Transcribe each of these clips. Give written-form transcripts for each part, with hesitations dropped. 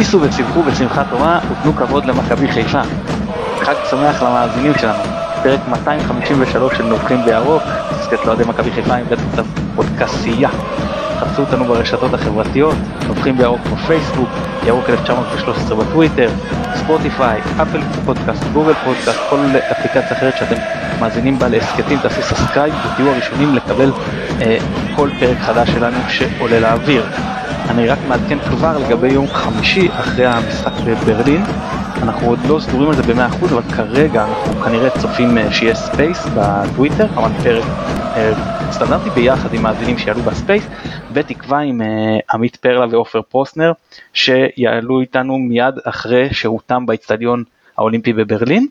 ניסו וצמחו בשמחת תורה ותנו כבוד למכבי חיפה. חג שמח למאזינים שלנו. פרק 253 של נובחים בירוק, תזכת לאוהדי מכבי חיפה עם בית פודקאסטייה. חפשו אותנו ברשתות החברתיות, נובחים בירוק בפייסבוק, ירוק 1913 בטוויטר, ספוטיפיי, אפל פודקאסט, גוגל פודקאסט, כל אפליקציה אחרת שאתם מאזינים בה להסקטים, תעשו סאבסקרייב ותהיו הראשונים לקבל כל פרק חדש שלנו שעולה לאוויר. אני רק מעדכן כבר לגבי יום חמישי אחרי המשחק בברלין, אנחנו עוד לא סגורים על זה ב100%, אבל כרגע אנחנו כנראה צופים שיהיה ספייס בטוויטר, כמובן פרק סטנדרטי ביחד עם מאזינים שיעלו בספייס, בתקווה עם עמית פרלה ואופר פרוסנר, שיעלו איתנו מיד אחרי שהותם באצטדיון האולימפי בברלין,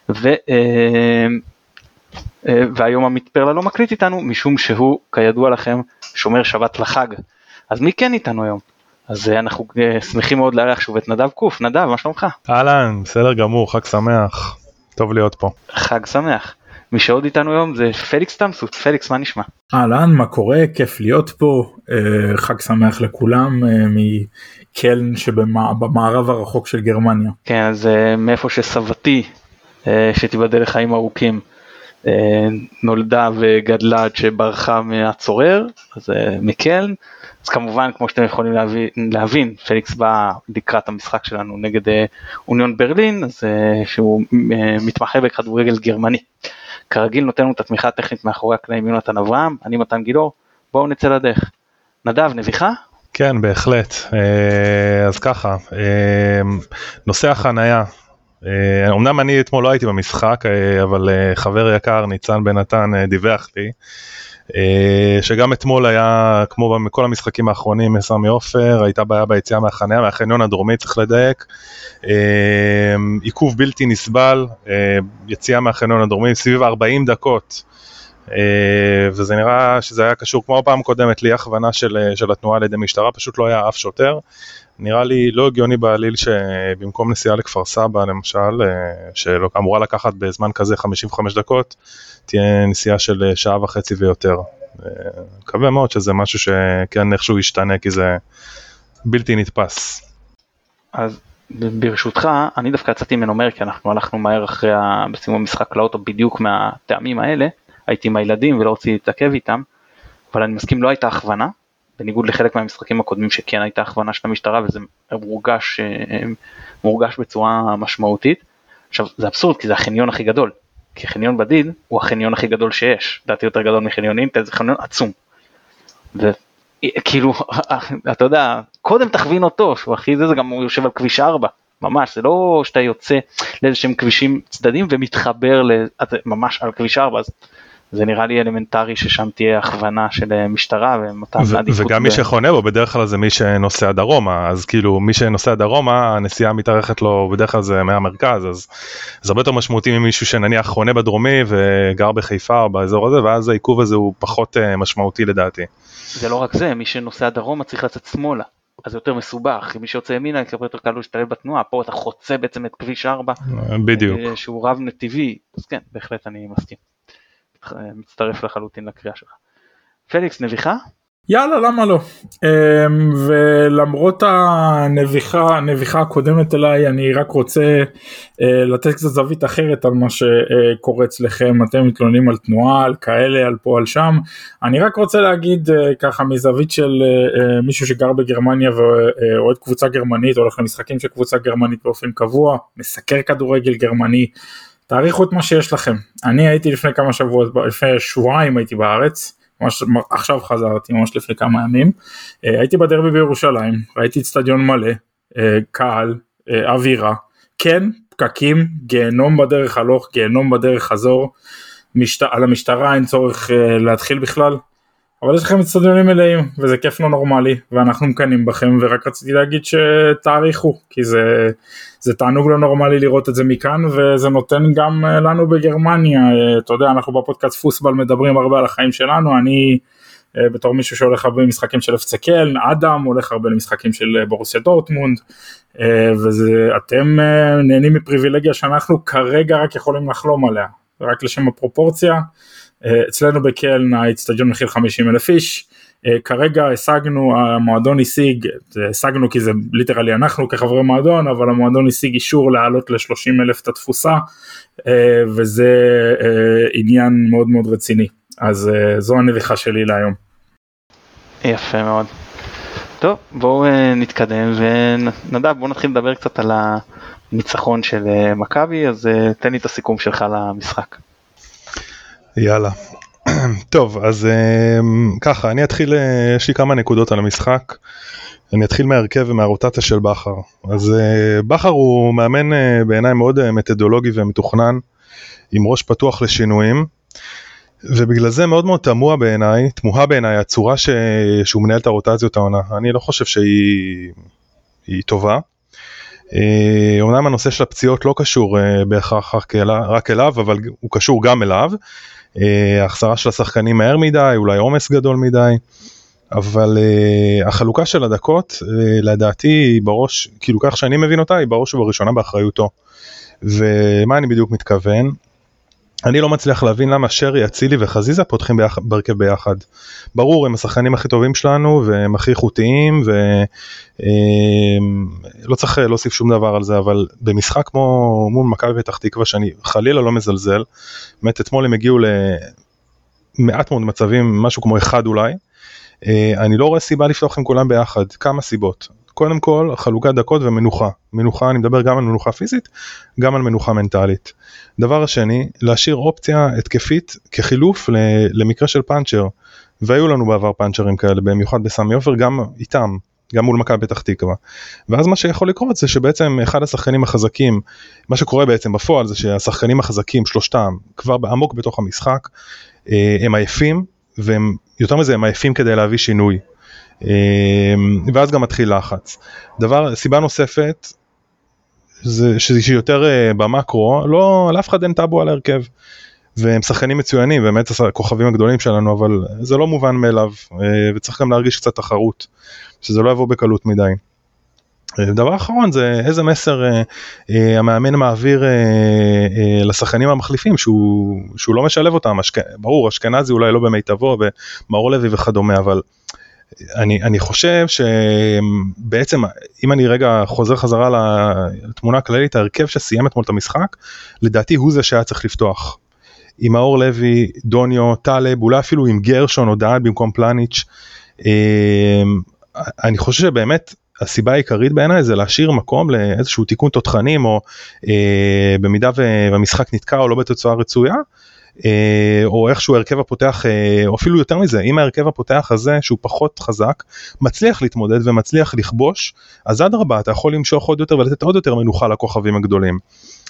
והיום עמית פרלה לא מקליט איתנו, משום שהוא, כידוע לכם, שומר שבת לחג. אז מי כן איתנו היום? אז אנחנו שמחים מאוד לארח שוב את נדב קוף. נדב, מה שלומך? אהלן, בסדר גמור, חג שמח, טוב להיות פה. חג שמח. מי שעוד איתנו היום זה פליקס תמסות. פליקס, מה נשמע? אהלן, מה קורה? כיף להיות פה, חג שמח לכולם, מקלן שבמערב הרחוק של גרמניה. כן, אז מאיפה שסבתי, שתיבדל לחיים ארוכים, נולדה וגדלה עד שברחה מהצורר, אז מקלן. אז כמובן, כמו שאתם יכולים להבין, פליקס בא לקראת המשחק שלנו נגד אוניון ברלין, אז שהוא מתמחה בכדורגל גרמני. כרגיל נותן לנו את התמיכה הטכנית מאחורי הקלעים יונתן אברהם, אני מתן גילאור, בואו נצא לדרך. נדב, נביכה? כן, בהחלט. אז ככה, נושא החנייה. אמנם אני אתמול לא הייתי במשחק, אבל חבר יקר ניצן בן נתן דיווח לי, שגם אתמול היה, כמו בכל המשחקים האחרונים, מסמי עופר, הייתה בעיה ביציאה מהחניה, מהחניון הדרומי צריך לדייק, עיכוב בלתי נסבל, יציאה מהחניון הדרומי, סביב 40 דקות, וזה נראה שזה היה קשור, כמו הפעם קודמת, לי הכוונה של התנועה על ידי משטרה, פשוט לא היה אף שוטר, נראה לי לא הגיוני בעליל שבמקום נסיעה לכפר סבא למשל, שלא אמורה לקחת בזמן כזה 55 דקות, תהיה נסיעה של שעה וחצי ויותר. מקווה מאוד שזה משהו שכן איכשהו ישתנה, כי זה בלתי נתפס. אז ברשותך, אני דווקא יצאתי מנומר, כי אנחנו הלכנו מהר אחרי בסיום המשחק לאוטו בדיוק מהטעמים האלה, הייתי עם הילדים ולא רציתי להתעכב איתם, אבל אני מסכים, לא הייתה הכוונה, בניגוד לחלק מהמשחקים הקודמים שכן הייתה הכוונה של המשטרה, וזה מורגש בצורה משמעותית. עכשיו, זה אבסורד, כי זה החניון הכי גדול, כי חניון בדיד הוא החניון הכי גדול שיש, דעתי יותר גדול מחניון אינטל, זה חניון עצום. וכאילו, אתה יודע, קודם תכווין אותו, שהוא הכי זה גם הוא יושב על כביש 4, ממש, זה לא שאתה יוצא לאיזשהם כבישים צדדים ומתחבר ממש על כביש 4, אז זה נראה לי אלמנטרי ששם תהיה הכוונה של משטרה ומתן עדיפות. וגם מי שחונה בו בדרך כלל זה מי שנוסע דרומה, אז כאילו מי שנוסע דרומה, הנסיעה מתארכת לו בדרך כלל זה מהמרכז, אז זה הרבה יותר משמעותי ממישהו שנניח חונה בדרומי וגר בחיפה או באזור הזה, ואז העיכוב הזה הוא פחות משמעותי לדעתי. זה לא רק זה, מי שנוסע דרומה צריך לצאת שמאלה, אז יותר מסובך, מי שיוצא ימינה יקבל יותר קל להשתלב בתנועה, פה אתה חוצה בעצם את כביש 4, בדיוק. שהוא רב נתיבי, אז כן, בהחלט אני מסכים. מצטרף לחלוטין לקריאה שלך. פליקס, נביכה? יאללה, למה לא? ולמרות הנביכה הקודמת אליי, אני רק רוצה לתת קצת זווית אחרת על מה שקורה אצלכם. אתם מתלוננים על תנועה, על כאלה, על פה, על שם. אני רק רוצה להגיד ככה מזווית של מישהו שגר בגרמניה ואוהד קבוצה גרמנית, הולך למשחקים של קבוצה גרמנית באופן קבוע, מסקר כדורגל גרמני, תאריכו את מה שיש לכם. אני הייתי לפני כמה שבועות, לפני שבועיים הייתי בארץ, ממש עכשיו חזרתי, ממש לפני כמה ימים, הייתי בדרבי בירושלים, ראיתי אצטדיון מלא, קהל, אווירה, כן, פקקים, גיהנום בדרך הלוך, גיהנום בדרך חזור, על המשטרה אין צורך להתחיל בכלל, אבל יש לכם אצטדיונים מלאים, וזה כיף לא נורמלי, ואנחנו מקנים בכם, ורק רציתי להגיד שתאריכו, כי זה תענוג לא נורמלי לראות את זה מכאן, וזה נותן גם לנו בגרמניה, אתה יודע, אנחנו בפודקאסט פוסבל מדברים הרבה על החיים שלנו, אני בתור מישהו שהולך הרבה למשחקים של FC קלן, אדם הולך הרבה למשחקים של בורוסיה דורטמונד, ואתם נהנים מפריבילגיה שאנחנו כרגע רק יכולים לחלום עליה, רק לשם הפרופורציה, אצלנו בקלן האצטדיון מכיל 50,000 איש, כרגע המועדון השגנו כי זה ליטרלי אנחנו כחברי מועדון, אבל המועדון השיג אישור לעלות ל-30,000 את התפוסה, וזה עניין מאוד מאוד רציני, אז זו הנביכה שלי להיום. יפה מאוד. טוב, בואו נתקדם ונדב, בואו נתחיל לדבר קצת על הניצחון של מכבי, אז תן לי את הסיכום שלך למשחק. יאללה. טוב, אז ככה, אני אתחיל, יש לי כמה נקודות על המשחק, אני אתחיל מהרכב ומהרוטציה של בכר. אז בכר הוא מאמן בעיניי מאוד מתודולוגי ומתוכנן, עם ראש פתוח לשינויים, ובגלל זה מאוד מאוד תמוה בעיניי הצורה שהוא מנהל את הרוטציות העונה. אני לא חושב שהיא טובה. אומנם הנושא של הפציעות לא קשור בהכרח רק אליו, אבל הוא קשור גם אליו. ההחזרה של השחקנים מהר מדי, אולי עומס גדול מדי, אבל החלוקה של הדקות, לדעתי בראש, כאילו כך שאני מבין אותה, היא בראש ובראשונה באחריותו. ומה אני בדיוק מתכוון? אני לא מצליח להבין למה שרי, אצילי וחזיזה פותחים ברכב ביחד. ברור, הם השחקנים הכי טובים שלנו, והם הכי איכותיים, ולא צריך להוסיף שום דבר על זה, אבל במשחק כמו מול מכבי פתח תקווה, שאני חלילה לא מזלזל, באמת אתמול הם הגיעו למעט מאוד מצבים, משהו כמו אחד אולי, אני לא רואה סיבה לפתוח עם כולם ביחד, כמה סיבות. קודם כל, חלוקת דקות ומנוחה. מנוחה, אני מדבר גם על מנוחה פיזית, גם על מנוחה מנטלית. דבר השני, להשאיר אופציה התקפית כחילוף למקרה של פאנצ'ר. והיו לנו בעבר פאנצ'רים כאלה, במיוחד בסמי עופר, גם איתם, גם מול מכבי פתח תקווה. ואז מה שיכול לקרות זה שבעצם אחד השחקנים החזקים, מה שקורה בעצם בפועל זה שהשחקנים החזקים, שלושתם, כבר עמוק בתוך המשחק, הם עייפים, והם, יותר מזה, הם עייפים כדי להביא שינוי. ואז גם מתחיל לחץ. סיבה נוספת, שהיא יותר במקרו, לאף אחד אין טאבו על הרכב, והם שחקנים מצוינים, באמת הכוכבים הגדולים שלנו, אבל זה לא מובן מאליו, וצריך גם להרגיש קצת תחרות, שזה לא יבוא בקלות מדי. דבר אחרון זה איזה מסר המאמן מעביר לשחקנים המחליפים, שהוא לא משלב אותם, ברור, אשכנזי אולי לא במיטבו, ומאור לוי וכדומה, אבל אני חושב שבעצם, אם אני רגע חוזר חזרה לתמונה הכללית, ההרכב שסיים אתמול את המשחק, לדעתי הוא זה שהיה צריך לפתוח. עם מאור לוי, דוניו, טלב, אולי אפילו עם גרשון או דהן במקום פלניץ'. אני חושב שבאמת הסיבה העיקרית בעיניי זה להשאיר מקום לאיזשהו תיקון תותחנים, או במידה והמשחק נתקע או לא בתוצאה רצויה, או איכשהו הרכב הפותח, או אפילו יותר מזה, אם ההרכב הפותח הזה שהוא פחות חזק, מצליח להתמודד ומצליח לכבוש, אז עד רבה אתה יכול למשוך עוד יותר ולתת עוד יותר מנוחה לכוכבים הגדולים.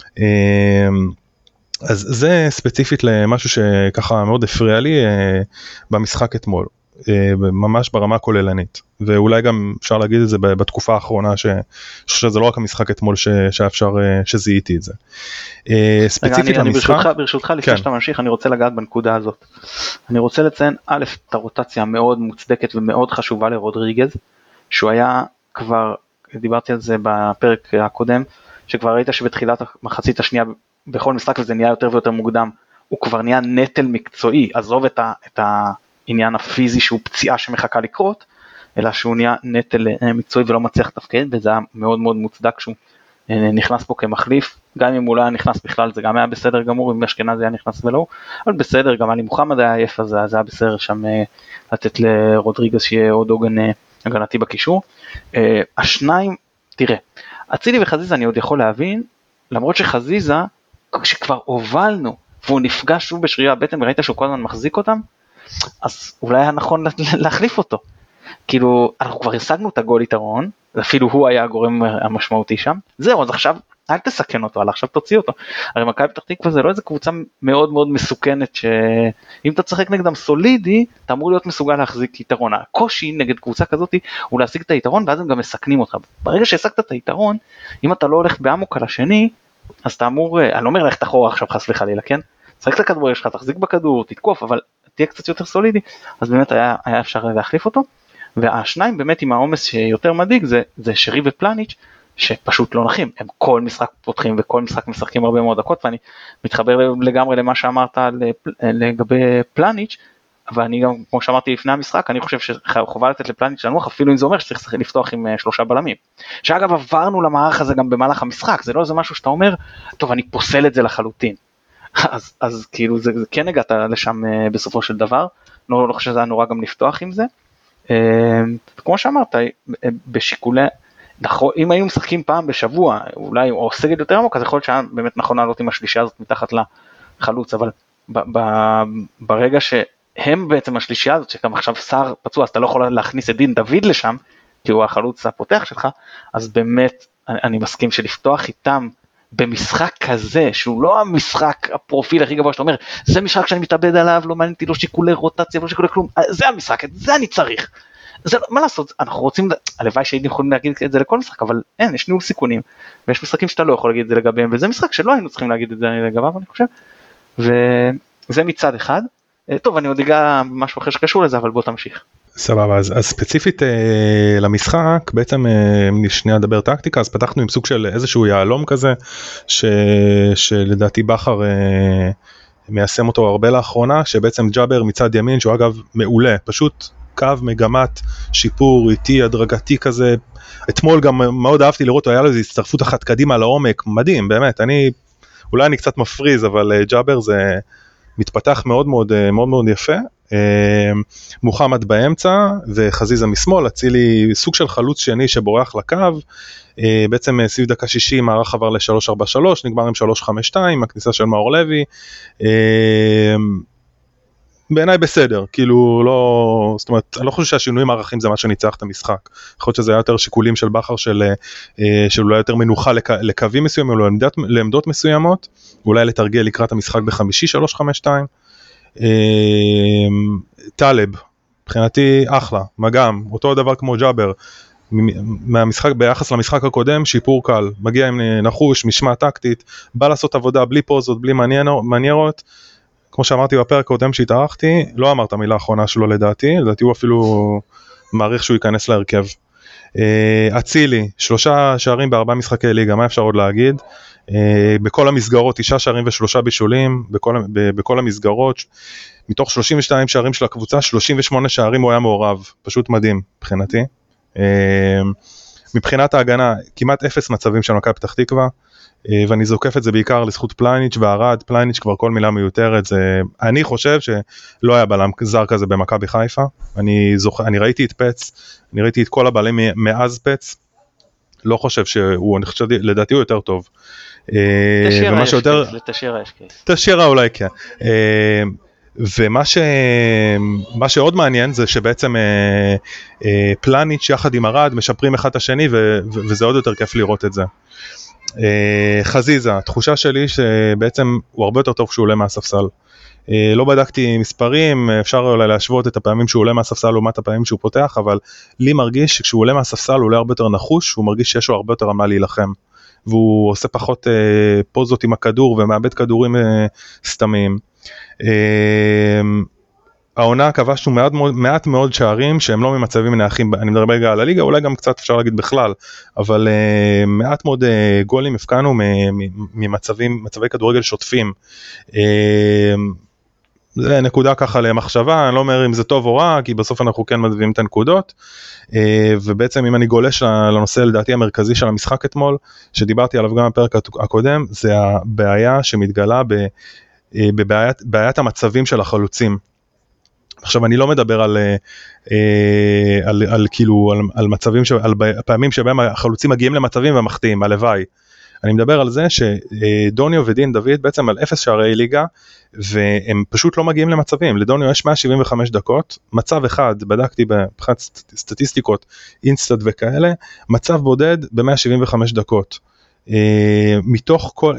אז זה ספציפית למשהו שככה מאוד הפריע לי במשחק אתמול, ממש ברמה כוללנית, ואולי גם אפשר להגיד את זה בתקופה האחרונה, שזה לא רק המשחק אתמול שאפשר שזיהיתי את זה. ספציפית למשחק. ברשותך, לפני שאתה ממשיך, אני רוצה לגעת בנקודה הזאת. אני רוצה לציין, א', את הרוטציה המאוד מוצדקת ומאוד חשובה לרודריגז, שהוא היה כבר, דיברתי על זה בפרק הקודם, שכבר ראית שבתחילת המחצית השנייה, בכל משחק וזה נהיה יותר ויותר מוקדם, הוא כבר נהיה נטל מקצועי, עזוב את העניין הפיזי שהוא פציעה שמחכה לקרות, אלא שהוא נהיה נטל מקצועי ולא מצליח לתפקד, וזה היה מאוד מאוד מוצדק שהוא נכנס פה כמחליף, גם אם הוא לא היה נכנס בכלל, זה גם היה בסדר גמור, אם אשכנזי היה נכנס ולא, אבל בסדר, גם עלי מוחמד היה עייף, אז זה היה בסדר שם לתת לרודריגז שיהיה עוד עוגן הגנתי בקישור. השניים, תראה, אצילי וחזיזה אני עוד יכול להבין, למרות שחזיזה, כשכבר הובלנו, והוא נפגש שוב בשרירי הבטן, וראית שהוא כל הזמן מחזיק אותם, אז אולי היה נכון להחליף אותו. כאילו, אנחנו כבר השגנו את הגול יתרון, אפילו הוא היה הגורם המשמעותי שם, זהו, אז עכשיו, אל תסכן אותו, עכשיו תוציא אותו. הרי מכבי פתח תקווה זה לא איזה קבוצה מאוד מאוד מסוכנת, שאם אתה צחק נגדם סולידי, אתה אמור להיות מסוגל להחזיק יתרון. הקושי נגד קבוצה כזאת, הוא להשיג את היתרון, ואז הם גם מסכנים אותך. ברגע שהשגת את היתרון, אם אתה לא הולך בעמוק על השני, אז אתה אמור, אני לא אומר ללכת אחורה עכשיו חס וחלילה, כן? צחק את הכדור שלך, תחזיק בכדור, תתקוף, אבל תהיה קצת יותר סולידי, אז באמת היה אפשר להחליף אותו. והשניים באמת עם העומס שיותר מדאיג זה שרי ופלניץ' שפשוט לא נחים, הם כל משחק פותחים וכל משחק משחקים הרבה מאוד דקות, ואני מתחבר לגמרי למה שאמרת לגבי פלניץ', ואני גם, כמו שאמרתי לפני המשחק, אני חושב שחובה לתת לפלניץ' לנוח, אפילו אם זה אומר שצריך לפתוח עם 3 בלמים. שאגב עברנו למערך הזה גם במהלך המשחק, זה לא איזה משהו שאתה אומר, טוב אני פוסל את זה לחלוטין. אז כאילו זה כן הגעת לשם בסופו של דבר, לא חושב שזה היה נורא גם לפתוח עם זה. כמו שאמרת, בשיקולי, אם היינו משחקים פעם בשבוע, אולי או סגל יותר עמוק, אז יכול להיות שהיה באמת נכון לעלות עם השלישייה הזאת מתחת לחלוץ, אבל ברגע שהם בעצם השלישייה הזאת, שגם עכשיו שר פצוע, אז אתה לא יכול להכניס את דין דוד לשם, כי הוא החלוץ הפותח שלך, אז באמת אני מסכים שלפתוח איתם במשחק כזה, שהוא לא המשחק הפרופיל הכי גבוה שאתה אומר, זה משחק שאני מתאבד עליו, לא מעניין אותי, לא שיקולי רוטציה, לא שיקולי כלום, זה המשחק, זה אני צריך. זה, מה לעשות, אנחנו רוצים, הלוואי שהיינו יכולים להגיד את זה לכל משחק, אבל אין, יש ניהול סיכונים, ויש משחקים שאתה לא יכול להגיד את זה לגביהם, וזה משחק שלא היינו צריכים להגיד את זה לגביו, אני חושב, וזה מצד אחד. טוב, אני עוד אגע משהו אחר שקשור לזה, אבל בוא תמשיך. סבבה, אז ספציפית למשחק, בעצם שנייה נדבר טקטיקה, אז פתחנו עם סוג של איזשהו יעלום כזה, שלדעתי בכר מיישם אותו הרבה לאחרונה, שבעצם ג'אבר מצד ימין, שהוא אגב מעולה, פשוט קו מגמת שיפור איטי הדרגתי כזה. אתמול גם מאוד אהבתי לראות, היה לו איזו הצטרפות אחת קדימה לעומק, מדהים באמת, אולי אני קצת מפריז, אבל ג'אבר זה מתפתח מאוד מאוד מאוד מאוד יפה. מוחמד באמצע וחזיזה משמאל, אצילי סוג של חלוץ שני שבורח לקו, בעצם סביב דקה 60 מערך עבר ל-3-4-3, נגמר עם 3-5-2, הכניסה של מאור לוי, בעיניי בסדר, כאילו לא, זאת אומרת, אני לא חושב שהשינויים מערכים זה מה שניצח את המשחק, יכול להיות שזה היה יותר שיקולים של בכר של אולי יותר מנוחה לקווים מסוימים, או לעמדות מסוימות, אולי לתרגל לקראת המשחק בחמישי 3-5-2, טלב, מבחינתי אחלה, מגם, אותו דבר כמו ג'אבר, מהמשחק, ביחס למשחק הקודם, שיפור קל, מגיע עם נחוש, משמע טקטית, בא לעשות עבודה בלי פוזות, בלי מניירות, כמו שאמרתי בפרק הקודם שהתארחתי, לא אמרת המילה האחרונה שלו לדעתי הוא אפילו מעריך שהוא ייכנס להרכב. אצילי, 3 שערים ב4 משחקי ליגה, מה אפשר עוד להגיד? בכל המסגרות, 9 שערים ו3 בישולים, בכל המסגרות, מתוך 32 שערים של הקבוצה, 38 שערים הוא היה מעורב, פשוט מדהים מבחינתי. מבחינת ההגנה, כמעט 0 מצבים של מכבי פתח תקווה, ואני זוקף את זה בעיקר לזכות פלייניץ' והרד, פלייניץ' כבר כל מילה מיותרת, אני חושב שלא היה בלם זר כזה במכבי חיפה, אני ראיתי את פץ, אני ראיתי את כל הבעלים מאז פץ, לא חושב שהוא, אני חושב, לדעתי הוא יותר טוב. תשיירה אולי כן. ומה שעוד מעניין זה שבעצם פלניץ' יחד עם הרד משפרים אחד את השני, וזה עוד יותר כיף לראות את זה. חזיזה, התחושה שלי שבעצם הוא הרבה יותר טוב כשהוא עולה מהספסל. לא בדקתי מספרים, אפשר אולי להשוות את הפעמים שהוא עולה מהספסל לעומת הפעמים שהוא פותח, אבל לי מרגיש שכשהוא עולה מהספסל הוא עולה הרבה יותר נחוש, הוא מרגיש שיש לו הרבה יותר עמלה להילחם, והוא עושה פחות פוזות עם הכדור ומאבד כדורים סתמים. העונה כבשנו מעט מאוד שערים שהם לא ממצבים נאחים, אני מדבר רגע על הליגה, אולי גם קצת אפשר להגיד בכלל, אבל מעט מאוד גולים הפקענו ממצבי כדורגל שוטפים. זה נקודה ככה למחשבה, אני לא אומר אם זה טוב או רע, כי בסוף אנחנו כן מדביעים את הנקודות, ובעצם אם אני גולש לנושא לדעתי המרכזי של המשחק אתמול, שדיברתי עליו גם בפרק הקודם, זה הבעיה שמתגלה בבעיית המצבים של החלוצים. עכשיו אני לא מדבר על מצבים, על פעמים שבהם החלוצים מגיעים למצבים ומחטיאים, הלוואי. אני מדבר על זה שדוניו ודין דוד בעצם על 0 שערי ליגה, והם פשוט לא מגיעים למצבים. לדוניו יש 175 דקות, מצב אחד, בדקתי מבחינת סטטיסטיקות, אינסטאט וכאלה, מצב בודד ב-175 דקות. מתוך כל...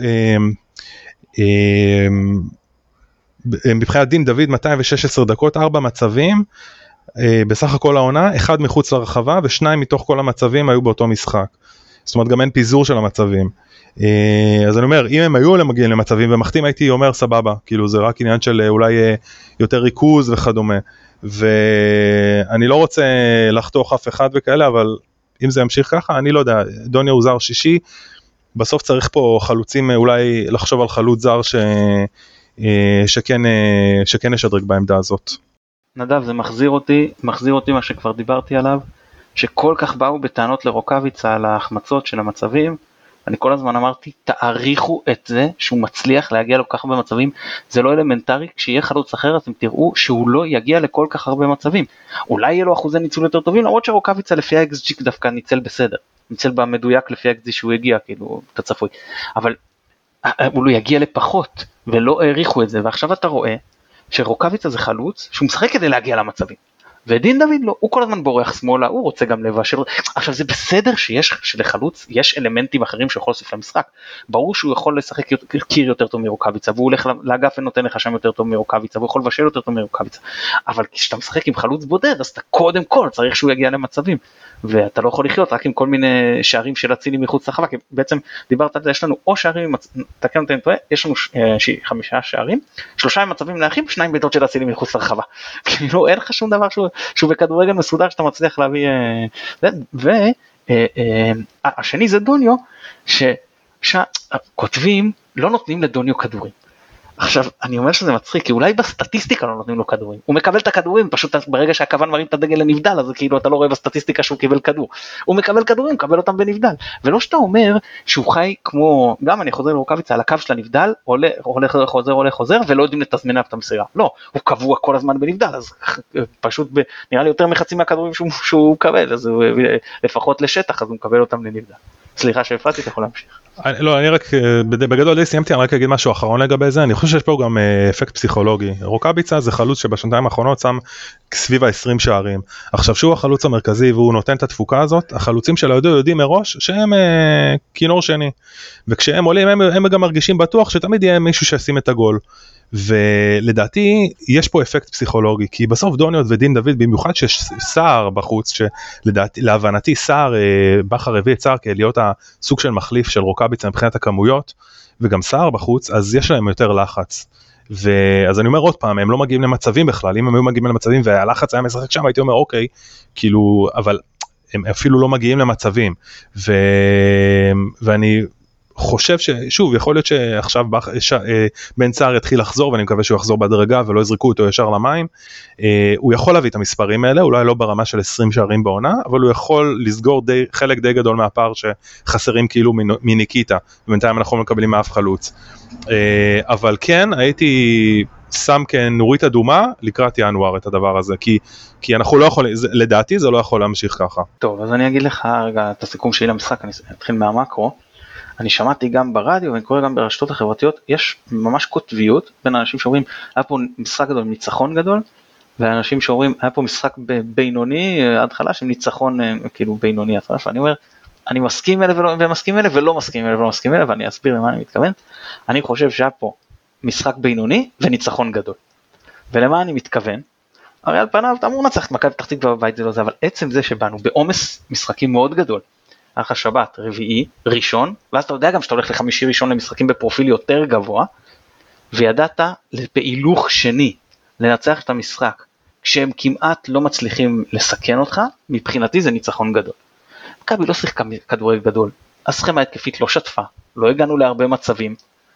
מבחינת דין דוד 216 דקות, 4 מצבים, בסך הכל העונה, 1 מחוץ לרחבה, ו2 מתוך כל המצבים היו באותו משחק. זאת אומרת, גם אין פיזור של המצבים. אז אני אומר, אם הם היו מגיעים למצבים ומחתים, הייתי אומר סבבה, כאילו זה רק עניין של אולי יותר ריכוז וכדומה, ואני לא רוצה לחתוך אף אחד וכאלה, אבל אם זה ימשיך ככה, אני לא יודע, דוניה הוא זר שישי, בסוף צריך פה חלוצים, אולי לחשוב על חלוץ זר שכן ישדרג בעמדה הזאת. נדב, זה מחזיר אותי מה שכבר דיברתי עליו, שכל כך באו בטענות לרוקאביצה על ההחמצות של המצבים. אני כל הזמן אמרתי, תעריכו את זה שהוא מצליח להגיע לכל כך הרבה מצבים, זה לא אלמנטרי, כשיהיה חלוץ אחר אתם תראו שהוא לא יגיע לכל כך הרבה מצבים, אולי יהיה לו אחוזי ניצול יותר טובים, למרות שרוקאביצה לפי ה-XG דווקא ניצל בסדר, ניצל במדויק לפי ה-XG שהוא הגיע, כאילו, אתה צפוי, אבל הוא לא יגיע לפחות, ולא העריכו את זה, ועכשיו אתה רואה שרוקאביצה זה חלוץ, שהוא משחק כדי להגיע למצבים, ודין דוד לא, הוא כל הזמן בורח שמאלה, הוא רוצה גם לבשל, עכשיו זה בסדר שלחלוץ יש אלמנטים אחרים שיכול להוסיף למשחק, ברור שהוא יכול לשחק קיר יותר טוב מרוקאביצה, והוא הולך לאגף ונותן לך שם יותר טוב מרוקאביצה, והוא יכול לבשל יותר טוב מרוקאביצה, אבל כשאתה משחק עם חלוץ בודד, אז אתה קודם כל צריך שהוא יגיע למצבים, ואתה לא יכול לחיות רק עם כל מיני שערים של אצילי מחוץ לחווה, כי בעצם דיברת על זה, יש לנו או שערים, תקן אותי אני טועה, יש לנו 5 שערים, 3 מצבים לאחים, 2 בעיטות של אצילי מחוץ לחווה, כאילו אין לך שום דבר שהוא בכדורגל מסודר שאתה מצליח להביא, והשני זה דוניו, שכותבים לא נותנים לדוניו כדורים, עכשיו אני אומר שזה מצחיק, כי אולי בסטטיסטיקה לא נותנים לו כדורים, הוא מקבל את הכדורים, פשוט ברגע שהכוון מרים את הדגל לנבדל, אז כאילו אתה לא רואה בסטטיסטיקה שהוא קיבל כדור, הוא מקבל כדורים, מקבל אותם בנבדל, ולא שאתה אומר שהוא חי כמו, גם אני חוזר לרוקאביצה, על הקו של הנבדל, הולך חוזר, ולא יודעים לתזמן את המסירה, לא, הוא קבוע כל הזמן בנבדל, אז פשוט נראה לי יותר מחצי מהכדורים שהוא מקבל, אז הוא לפחות לשטח, אז הוא מקבל אותם לנבדל. סליחה שהפרעתי, אתה יכול להמשיך. לא, אני רק, בגדול די סיימתי, אני רק אגיד משהו אחרון לגבי זה, אני חושב שיש פה גם אפקט פסיכולוגי. רוקאביצה זה חלוץ שבשנתיים האחרונות שם סביב ה-20 שערים. עכשיו שהוא החלוץ המרכזי והוא נותן את התפוקה הזאת, החלוצים של היודו יודעים מראש שהם כינור שני. וכשהם עולים הם גם מרגישים בטוח שתמיד יהיה מישהו שישים את הגול. ולדעתי יש פה אפקט פסיכולוגי, כי בסוף דוניו ודין דוד, במיוחד שיש סער בחוץ, שלדעתי, להבנתי סער, בחר הביא את סער כלהיות הסוג של מחליף של רוקאביצה מבחינת הכמויות, וגם סער בחוץ, אז יש להם יותר לחץ. אז אני אומר עוד פעם, הם לא מגיעים למצבים בכלל, אם הם היו מגיעים למצבים והלחץ היה משחק שם, הייתי אומר אוקיי, כאילו, אבל הם אפילו לא מגיעים למצבים, ואני חושב ששוב, יכול להיות שעכשיו בן צער יתחיל לחזור, ואני מקווה שהוא יחזור בהדרגה ולא יזרקו אותו ישר למים, הוא יכול להביא את המספרים האלה, אולי לא ברמה של 20 שערים בעונה, אבל הוא יכול לסגור חלק די גדול מהפער שחסרים כאילו מניקיטה, ובינתיים אנחנו לא מקבלים מאף חלוץ. אבל כן, הייתי שם כנורית אדומה לקראת ינואר את הדבר הזה, כי אנחנו לא יכולים, לדעתי זה לא יכול להמשיך ככה. טוב, אז אני אגיד לך רגע את הסיכום שלי למשחק, אני אתחיל מהמקרו. אני שמעתי גם ברדיו ואני קורא גם ברשתות החברתיות, יש ממש כותביות בין אנשים שאומרים, היה פה משחק גדול, ניצחון גדול, ואנשים שאומרים, היה פה משחק בינוני עד חלש, עם ניצחון כאילו בינוני עד חלש, ואני אומר, אני מסכים אלה ומסכים אלה, ולא מסכים אלה ולא מסכים אלה, ואני אסביר למה אני מתכוון. אני חושב שהיה פה משחק בינוני וניצחון גדול. ולמה אני מתכוון? הרי על פניו אתה אמור לנצח את מכבי פתח תקווה בבית, זה לא זה, אבל עצם זה שבאנו בעומס משחקים מאוד גדול, אחרי שבת, רביעי, ראשון, ואז אתה יודע גם שאתה הולך לחמישי ראשון למשחקים בפרופיל יותר גבוה, וידעת לפעילוך שני, לנצח את המשחק, כשהם כמעט לא מצליחים לסכן אותך, מבחינתי זה ניצחון גדול. מכבי לא שיחקה כדורגל גדול, הסכמה התקפית לא שטפה, לא הגענו להרבה מצבים,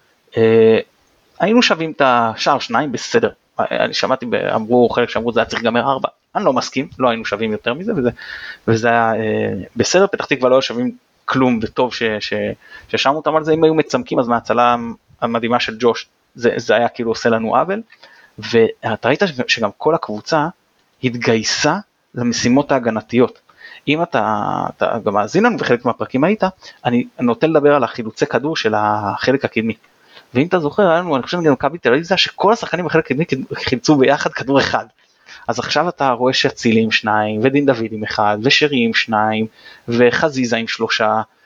היינו שווים את השער 2 בסדר, אני שמעתי, אמרו חלק שאמרו זה היה צריך לגמר 4, אני לא מסכים, לא היינו שווים יותר מזה, וזה היה בסדר, פתח תקווה לא היו שווים כלום, וטוב ששמו אותם על זה, אם היו מצמקים, אז מההצלה המדהימה של ג'וש, זה היה כאילו עושה לנו עוול, ואתה ראית שגם כל הקבוצה התגייסה למשימות ההגנתיות, אם אתה גם מאזין לנו וחלק מהפרקים היית, אני נוטה לדבר על החילוצי כדור של החלק הקדמי, ואם אתה זוכר, אני חושב גם מכבי תל אביב זה שכל השחקנים בחלק הקדמי חילצו ביחד כדור אחד, אז עכשיו אתה רואה שאצילי עם 2, ודין דוד עם 1, ושרי עם 2, וחזיזה עם 3,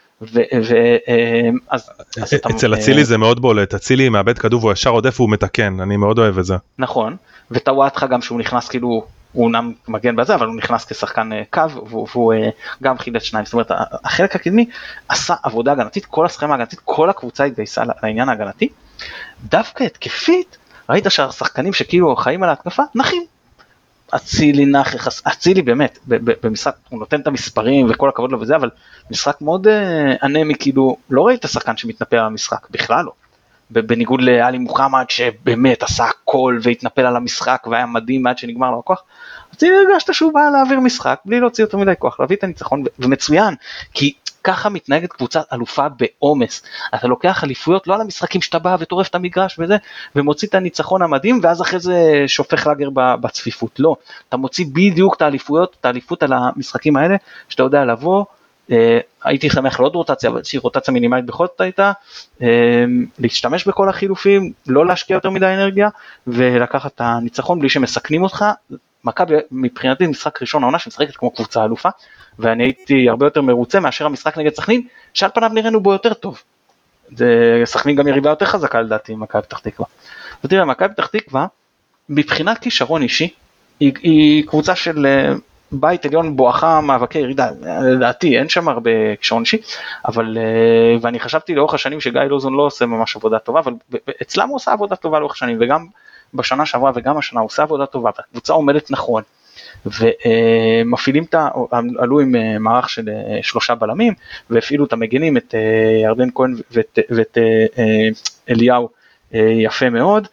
אצל אצילי זה מאוד בולט, אצילי מאבד כדור והוא ישר עודף והוא מתקן, אני מאוד אוהב את זה. נכון, וטוואטחה גם שהוא נכנס כאילו, הוא נם מגן בזה, אבל הוא נכנס כשחקן קו, והוא גם חילץ 2, זאת אומרת, החלק הקדמי עשה עבודה הגנתית, כל הסכמה הגנתית, כל הקבוצה התגייסה לעניין ההגנתי, דווקא התקפית, ראית שהשחקנים שכאילו חיים על ההתקפה, נחים, אצילי נח, אצילי באמת, במשחק, הוא נותן את המספרים וכל הכבוד לו וזה, אבל משחק מאוד אנמי, כאילו, לא ראית השחקן שמתנפל על המשחק, בכלל לא. בניגוד לאלי מוחמד שבאמת עשה הכל והתנפל על המשחק והיה מדהים עד שנגמר לו הכוח, אז הרגשת שהוא בא להעביר משחק בלי להוציא יותר מדי כוח, להביא את הניצחון, ומצוין, כי ככה מתנהגת קבוצה אלופה בעומס, אתה לוקח אליפויות לא על המשחקים שאתה בא וטורף את המגרש וזה, ומוציא את הניצחון המדהים, ואז אחרי זה שופך לגר בצפיפות, לא, אתה מוציא בדיוק את האליפות על המשחקים האלה, שאתה יודע לבוא, הייתי שמח לעוד רוטציה, אבל שהיא רוטציה מינימלית בכל זאת הייתה, להשתמש בכל החילופים, לא להשקיע יותר מדי אנרגיה, ולקחת את הניצחון בלי שמסכנים אותך. מכבי מבחינתי משחק ראשון העונה שמשחקת כמו קבוצה אלופה, ואני הייתי הרבה יותר מרוצה מאשר המשחק נגד סכנין, שעל פניו נראינו בו יותר טוב. סכנין גם יריבה יותר חזקה לדעתי עם מכבי פתח תקווה. ותראה, מכבי פתח תקווה, מבחינת כישרון אישי, היא קבוצה של בית עליון בואכה מאבקי ירידה, לדעתי אין שם הרבה כישרון אישי, אבל, ואני חשבתי לאורך השנים שגיא לוזון לא עושה ממש עבודה טובה, אבל אצלם הוא עושה עבודה טובה לאורך השנים, וגם בשנה שעברה וגם השנה הוא עושה עבודה טובה, והקבוצה עומדת נכון, ומפעילים עלו עם מערך של 3 בלמים, והפעילו את המגנים, את ירדן כהן ואת אליהו יפה מאוד,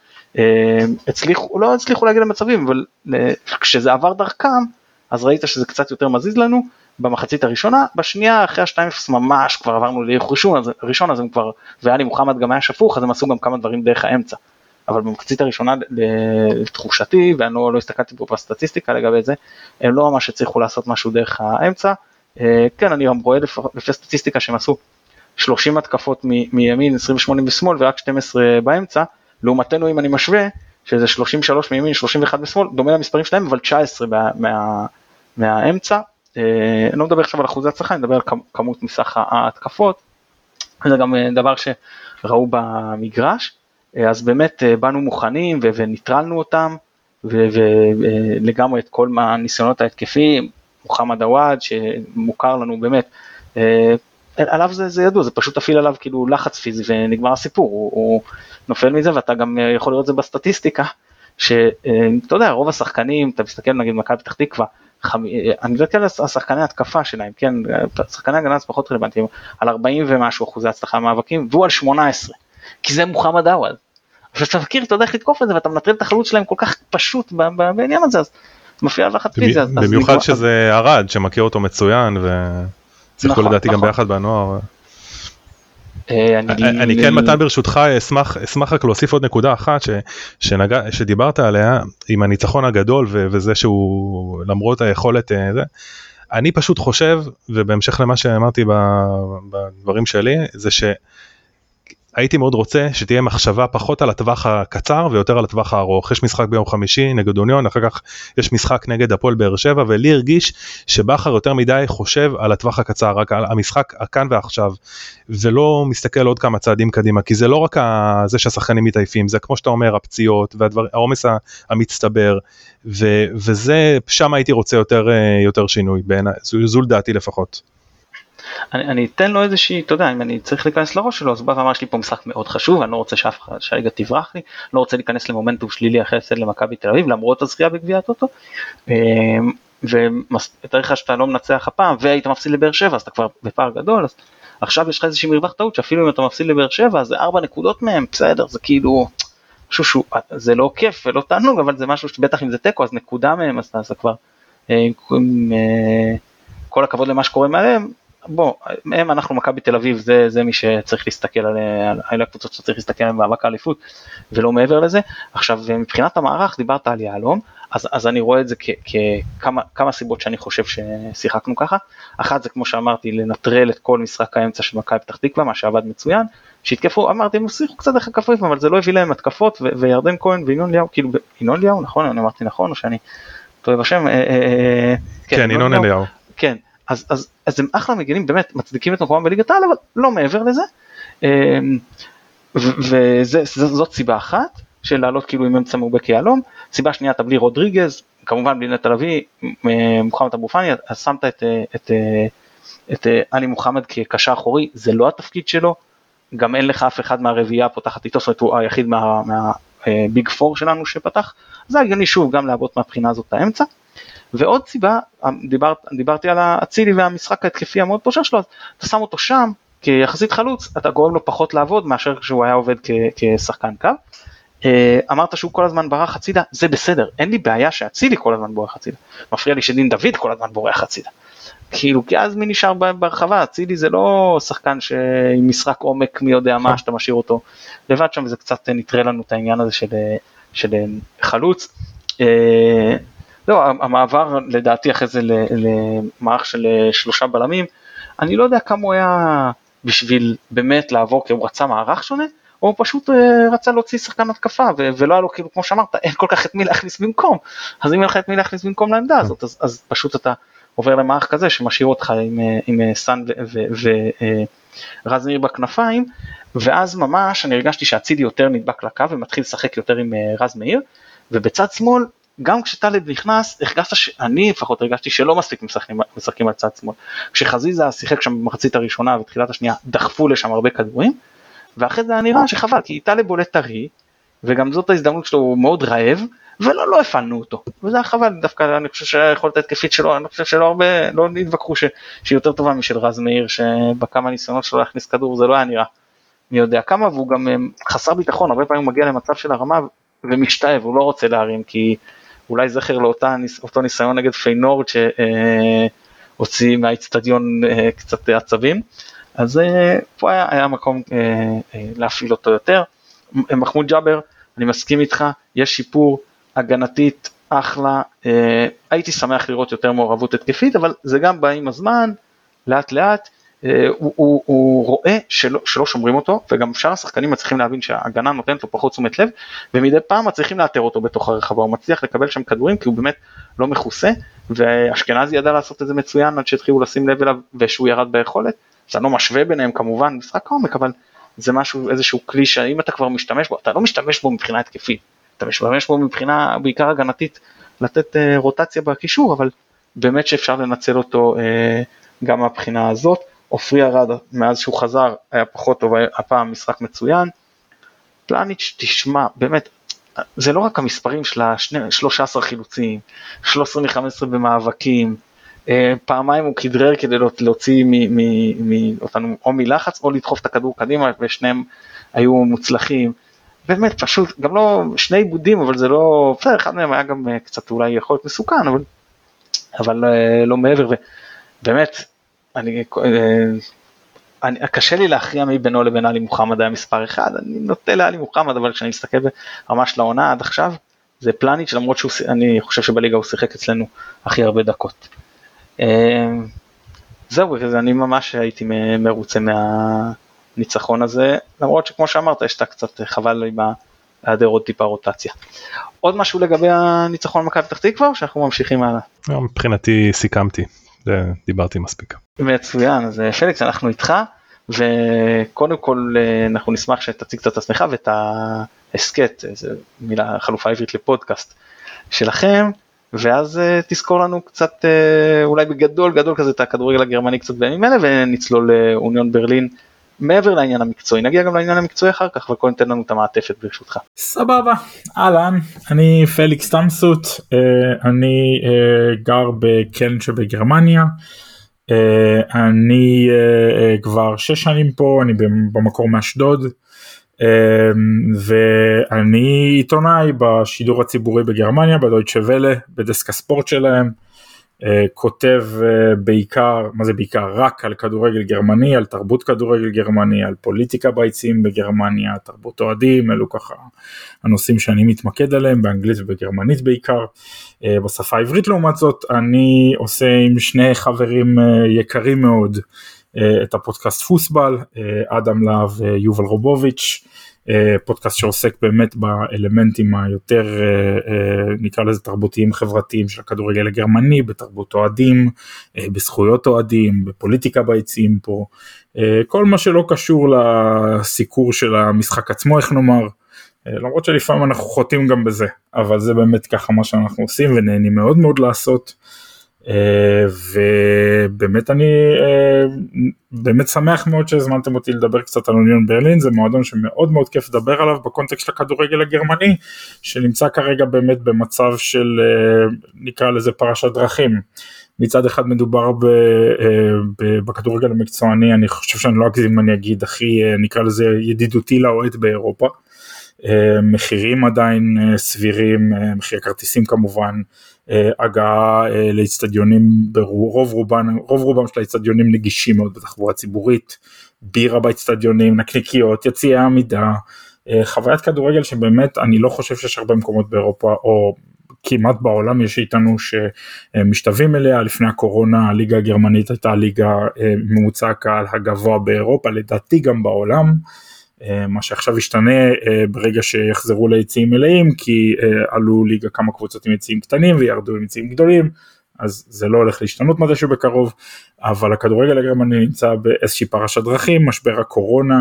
לא הצליחו להגיע למצבים, אבל כשזה עבר דרכם, אז ראית שזה קצת יותר מזיז לנו, במחצית הראשונה, בשנייה אחרי ה-2-0 ממש כבר עברנו להיוך ראשון, אז הם כבר, ואלי מוחמד גם היה שפוך, אז הם עשו גם כמה דברים דרך האמצע, אבל במחצית הראשונה לתחושתי, ואני לא הסתכלתי פה בסטטיסטיקה לגבי זה, הם לא ממש הצליחו לעשות משהו דרך האמצע, כן, אני גם רואה לפי סטטיסטיקה שהם עשו 30 התקפות מימין, 28 בשמאל, ורק 12 באמצע, לעומתנו אם אני משווה, שזה 33 מימין, 31 בשמאל, דומה למספרים שלהם, אבל 19 מהאמצע, אני לא מדבר עכשיו על אחוזי הצלחה, אני מדבר על כמות מסך ההתקפות, זה גם דבר שראו במגרש, אז באמת באנו מוכנים וניטרלנו אותם, ולגמרי את כל הניסיונות ההתקפיים, מוחמד עוואד שמוכר לנו באמת, עליו זה ידוע, זה פשוט תפיל עליו כאילו לחץ פיזי ונגמר הסיפור, הוא נופל מזה, ואתה גם יכול לראות את זה בסטטיסטיקה, שאתה יודע, רוב השחקנים, אתה מסתכל נגיד מכבי פתח תקווה, אני מסתכל על השחקני התקפה שלהם, כן, שחקני הגנה זה פחות רלוונטיים, על 40 ומשהו אחוזי הצלחה במאבקים, והוא על 18, כי זה מוחמד עוואד. עכשיו אתה מכיר, אתה יודע איך לתקוף את זה, ואתה מנטרל את החלוץ שלהם כל כך פשוט בעניין הזה, אז מפריע על לחץ פיזי. במיוחד שזה ארד, שמכיר אותו מצוין, וצריכו לדעתי גם ביחד בנוער. אני כן מתן ברשותך, אשמח רק להוסיף עוד נקודה אחת שדיברת עליה, עם הניצחון הגדול וזה שהוא למרות היכולת, אני פשוט חושב, ובהמשך למה שאמרתי בדברים שלי, זה הייתי מאוד רוצה שתהיה מחשבה פחות על הטווח הקצר ויותר על הטווח הארוך. יש משחק ביום חמישי נגד אוניון, אחר כך יש משחק נגד הפועל באר שבע, ולי הרגיש שבחר יותר מדי חושב על הטווח הקצר, רק על המשחק הכאן ועכשיו, ולא מסתכל עוד כמה צעדים קדימה, כי זה לא רק זה שהשחקנים מתעייפים, זה כמו שאתה אומר, הפציעות והעומס המצטבר, וזה, שם הייתי רוצה יותר שינוי, זו לדעתי לפחות. אני אתן לו איזושהי, אתה יודע, אם אני צריך להיכנס לראש שלו, אז בא ואמר שלי פה משחק מאוד חשוב, אני לא רוצה שהליגה תברח לי, לא רוצה להיכנס למומנטום שלילי אחרי הפסד למכבי תל אביב, למרות הזכייה בגביע הטוטו, ותאריך לך שאתה לא מנצח הפעם, והיית מפסיד לבאר שבע, אז אתה כבר בפער גדול, אז עכשיו יש לך איזושהי מרווח טעות, שאפילו אם אתה מפסיד לבאר שבע, אז זה 4 נקודות מהם, בסדר, זה כאילו, משהו זה לא כיף ולא תענוג, אבל זה משהו שבטח אם זה טקו, אז נקודה מהם, אז זה כבר, כל הכבוד למה שקורה מעליהם, בוא, אנחנו מכבי תל אביב, זה מי שצריך להסתכל על הקבוצות שצריך להסתכל עליהן במאבק האליפות, ולא מעבר לזה. עכשיו, מבחינת המערך, דיברת על יהלום, אז אני רואה את זה כמה סיבות שאני חושב ששיחקנו ככה. אחת זה כמו שאמרתי, לנטרל את כל משחק האמצע של מכבי פתח תקווה, מה שעבד מצוין, שהתקפו, אמרתי, הם שיחקו קצת דרך הכפויים, אבל זה לא הביא להם התקפות, וירדן כהן וינון אליהו, כאילו, ינון אליהו, נכון? אני אמרתי נכון, או שאני טועה בשם? כן, ינון אליהו. כן. אז הם אחלה מגנים, באמת מצדיקים את מקומם בליגת העל, אבל לא מעבר לזה, וזאת סיבה אחת, של לעלות כאילו עם אמצע מעובה כיהלום. סיבה שנייה, אתה בלי רודריגז, כמובן בלי נטע לביא, מוחמד אבו פאני, אז שמת את אלי מוחמד כקשר אחורי, זה לא התפקיד שלו, גם אין לך אף אחד מהרביעייה פותחת איתו, זאת אומרת הוא היחיד מהביג פור שלנו שפתח, זה הגיוני שוב גם לעבוד מהבחינה הזאת האמצע. ועוד סיבה, דיברתי על האצילי והמשחק ההתקפי המאוד פושר שלו, אתה שם אותו שם, כיחסית חלוץ, אתה גורם לו פחות לעבוד מאשר כשהוא היה עובד כשחקן קו. אמרת שהוא כל הזמן ברח הצידה, זה בסדר, אין לי בעיה שאצילי כל הזמן בורח הצידה, מפריע לי שדין דוד כל הזמן בורח הצידה, כאילו כי אז מי נשאר ברחבה, אצילי זה לא שחקן עם משחק עומק מי יודע מה שאתה משאיר אותו לבד שם, וזה קצת נטרה לנו את העניין הזה של חלוץ. לא, המעבר לדעתי אחרי זה למערך של 3 בלמים, אני לא יודע כמה הוא היה בשביל באמת לעבור, כי הוא רצה מערך שונה, או הוא פשוט רצה להוציא שחקן התקפה, ולא היה לו, כאילו, כמו שאמרת, אין כל כך את מי להכניס במקום, אז אם אין לך את מי להכניס במקום לעמדה הזאת, אז פשוט אתה עובר למערך כזה, שמשאיר אותך עם סן ורז מאיר בכנפיים, ואז ממש אני הרגשתי שהצידי יותר נדבק לקו, ומתחיל לשחק יותר עם רז מאיר, ובצד שמאל, גם כשטלב נכנס, אני לפחות הרגשתי שלא מספיק משחקים על צד שמאל, כשחזיזה שיחק שם במחצית הראשונה, ותחילת השנייה, דחפו לשם הרבה כדורים, ואחרי זה היה נראה שחבל, כי טלב עולה טרי, וגם זאת ההזדמנות שלו, הוא מאוד רעב, ולא הפעלנו אותו, וזה היה חבל, דווקא אני חושב שהיכולת ההתקפית שלו, אני חושב שלא הרבה, לא נתווכחו שהיא יותר טובה משל רז מאיר, שבכמה ניסיונות שלו להכניס כדור, זה לא היה נראה, מי יודע כמה, והוא גם חסר ביטחון, הרבה פעמים הוא מגיע למצב של הרמה, ומשתאב, הוא לא רוצה להרים, כי אולי זכר לאותו ניסיון נגד פיינורד, שהוציא מהאצטדיון קצת עצבים, אז פה היה מקום להפעיל אותו יותר. מחמוד ג'אבר, אני מסכים איתך, יש שיפור הגנתית אחלה, הייתי שמח לראות יותר מעורבות התקפית, אבל זה גם בא עם הזמן, לאט לאט, הוא רואה שלא שומרים אותו, וגם שאר השחקנים מצליחים להבין שההגנה נותנת לו פחות תשומת לב, ומדי פעם מצליחים לאתר אותו בתוך הרחבה, הוא מצליח לקבל שם כדורים, כי הוא באמת לא מכוסה, ואשכנזי ידע לעשות את זה מצוין, עד שהתחילו לשים לב אליו, ושהוא ירד ביכולת, זה לא משווה ביניהם כמובן, משחק עומק, אבל זה משהו, איזשהו כלי שאם אתה כבר משתמש בו, אתה לא משתמש בו מבחינה התקפית, אתה משתמש בו מבחינה בעיקר הגנתית, לתת רוטציה בקישור, אבל באמת שאפשר לנצל אותו גם מהבחינה הזאת. עופרי ארד, מאז שהוא חזר, היה פחות טוב, הפעם משחק מצוין. פלניץ' תשמע, באמת, זה לא רק המספרים של 13 חילוצים, 13 מ-15 במאבקים, פעמיים הוא כדרר כדי להוציא אותנו או מלחץ, או לדחוף את הכדור קדימה, ושניהם היו מוצלחים. באמת, פשוט, גם לא שני עיבודים, אבל זה לא, אחד מהם היה גם קצת אולי יכול להיות מסוכן, אבל לא מעבר, ובאמת, קשה לי להכריע מי בינו לבין עלי מוחמד היה מספר אחד, אני נוטה לעלי מוחמד, אבל כשאני מסתכל ברמה של העונה עד עכשיו, זה פלניץ', למרות שאני חושב שבליגה הוא שיחק אצלנו הכי הרבה דקות. זהו, אני ממש הייתי מרוצה מהניצחון הזה, למרות שכמו שאמרת, יש קצת חבל עם היעדר עוד טיפה רוטציה. עוד משהו לגבי הניצחון על מכבי פתח תקווה, או שאנחנו ממשיכים הלאה? מבחינתי סיכמתי. דיברתי מספיק. מצוין, אז פליקס, אנחנו איתך, וקודם כל אנחנו נשמח שתציג קצת את עצמך ואת ההסקט, זו מילה חלופה עברית לפודקאסט שלכם, ואז תזכור לנו קצת, אולי בגדול כזה את הכדורגל הגרמני קצת בימים אלה, ונצלול לאוניון ברלין, מעבר לעניין המקצועי, נגיע גם לעניין המקצועי אחר כך, וכל ניתן לנו את המעטפת ברשותך. סבבה, אהלן, אני פליקס תמסות, אני גר בקלן שבגרמניה, אני כבר 6 שנים פה, אני במקור מאשדוד, ואני עיתונאי בשידור הציבורי בגרמניה, בדויטשה וולה, בדסק הספורט שלהם, כותב בעיקר, מה זה בעיקר? רק על כדורגל גרמני, על תרבות כדורגל גרמני, על פוליטיקה ביציעים בגרמניה, תרבות אוהדים, אלו ככה הנושאים שאני מתמקד עליהם, באנגלית ובגרמנית בעיקר. בשפה העברית לעומת זאת, אני עושה עם 2 חברים יקרים מאוד את הפודקאסט פוסבל, אדם להב ויובל רובוביץ', פודקאסט שעוסק באמת באלמנטים היותר נקרא לזה תרבותיים חברתיים של הכדורגל הגרמני, בתרבות אוהדים, בזכויות אוהדים, בפוליטיקה ביציעים פה, כל מה שלא קשור לסיקור של המשחק עצמו, איך נאמר, למרות שלפעמים אנחנו חוטאים גם בזה, אבל זה באמת ככה מה שאנחנו עושים ונהנים מאוד מאוד לעשות, ובאמת אני באמת שמח מאוד שהזמנתם אותי לדבר קצת על אוניון ברלין, זה מועדון שמאוד מאוד כיף לדבר עליו בקונטקסט של הכדורגל הגרמני, שנמצא כרגע באמת במצב של נקרא לזה פרשת דרכים, מצד אחד מדובר בכדורגל המקצועני, אני חושב שאני לא אגזים אם אני אגיד הכי נקרא לזה ידידותי לאוהד באירופה, מחירים עדיין סבירים, מחיר כרטיסים כמובן, הגעה לאצטדיונים, רוב רובם של האצטדיונים נגישים מאוד בתחבורה ציבורית, בירה באצטדיונים, נקניקיות, יציאי עמידה, חוויית כדורגל שבאמת אני לא חושב שיש הרבה מקומות באירופה או כמעט בעולם יש איתנו שמשתווים אליה. לפני הקורונה הליגה הגרמנית הייתה הליגה ממוצע הקהל הגבוה באירופה, לדעתי גם בעולם, מה שעכשיו ישתנה ברגע שיחזרו ליציאים מלאים, כי עלו ליגה כמה קבוצות עם יציאים קטנים וירדו עם יציאים גדולים, אז זה לא הולך להשתנות מתישהו בקרוב, אבל הכדורגל הגרמני נמצא באיזושהי פרשת דרכים, משבר הקורונה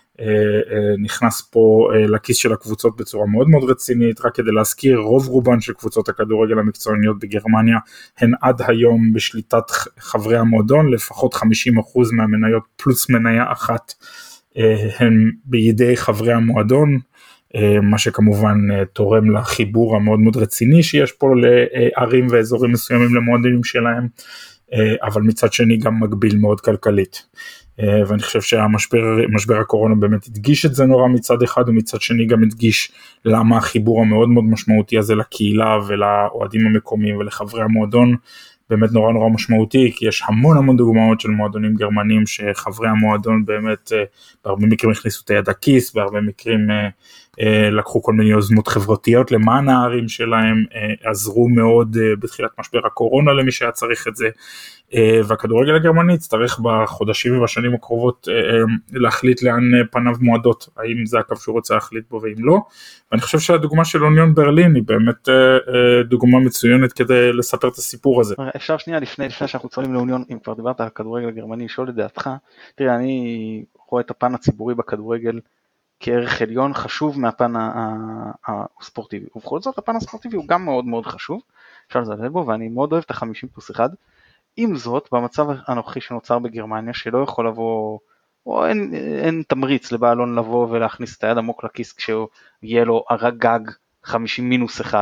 נכנס פה לכיס של הקבוצות בצורה מאוד מאוד רצינית. רק כדי להזכיר, רוב רובן של קבוצות הכדורגל המקצועניות בגרמניה הן עד היום בשליטת חברי המועדון, לפחות 50% מהמניות פלוס מניה אחת הן בידי חברי המועדון, מה שכמובן תורם לחיבור המאוד מאוד רציני שיש פה לערים ואזורים מסוימים למועדונים שלהם, אבל מצד שני גם מגביל מאוד כלכלית. ואני חושב שהמשבר הקורונה באמת הדגיש את זה נורא מצד אחד, ומצד שני גם הדגיש למה החיבור המאוד מאוד משמעותי הזה לקהילה ולאוהדים המקומיים ולחברי המועדון באמת נורא נורא משמעותי, כי יש המון דוגמאות של מועדונים גרמנים שחברי המועדון באמת בהרבה מקרים הכניסו את היד הכיס, בהרבה מקרים לקחו כל מיני יוזמות חברתיות למען הערים שלהם, עזרו מאוד בתחילת משבר הקורונה למי שהיה צריך את זה, והכדורגל הגרמני יצטרך בחודשים ובשנים הקרובות להחליט לאן פניו מועדות, האם זה הקו שהוא רוצה להחליט בו ואם לא, ואני חושב שהדוגמה של אוניון ברלין היא באמת דוגמה מצוינת כדי לספר את הסיפור הזה. אפשר שנייה לפני שאנחנו צוללים לאוניון, אם כבר דיברת על הכדורגל הגרמני, לשאול לדעתך, תראה אני רואה את הפן הציבורי בכדורגל כערך עליון חשוב מהפן הספורטיבי, ובכל זאת הפן הספורטיבי הוא גם מאוד מאוד חשוב, אפשר לזלזל בו, ואני מאוד אוהב את ה-50+1, עם זאת במצב הנוכחי שנוצר בגרמניה שלא יכול לבוא, או אין תמריץ לבעלון לבוא ולהכניס את היד עמוק לכיס כשיהיה לו גג 50-1,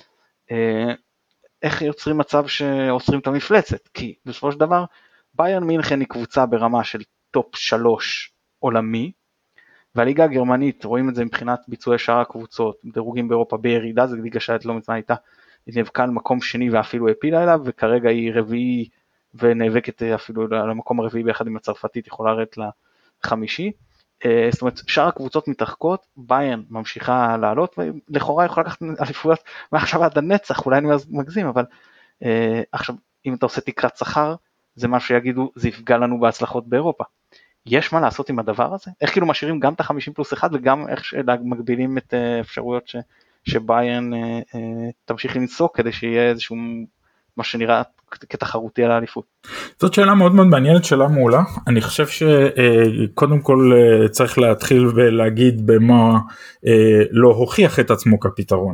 איך יוצרים מצב שעוצרים את המפלצת? כי בסופו של דבר ביירן מינכן היא קבוצה ברמה של טופ 3 עולמי, והליגה הגרמנית, רואים את זה מבחינת ביצועי שאר הקבוצות, דירוגים באירופה בירידה, זה ליגה שהייתה לא מזמן הייתה, היא נאבקה על מקום שני ואפילו הפילה אליו, וכרגע היא רביעי ונאבקת אפילו למקום הרביעי ביחד עם הצרפתית, יכולה לרדת לחמישי, זאת אומרת שאר הקבוצות מתרחקות, ביירן ממשיכה לעלות, ולכאורה יכולה לקחת אליפויות מעכשיו עד הנצח, אולי אני מגזים, אבל עכשיו אם אתה עושה תקרת שכר, זה מה שיגידו, זה יפגע לנו בהצלחות באירופה. יש מה לעשות עם הדבר הזה? איך כאילו משאירים גם את ה-50+1 וגם איך מגבילים את האפשרויות שביירן תמשיך לנסוק כדי שיהיה איזשהו מה שנראה כתחרותי על האליפות? זאת שאלה מאוד מאוד מעניינת, שאלה מעולה. אני חושב שקודם כל צריך להתחיל ולהגיד במה לא הוכיח את עצמו כפתרון.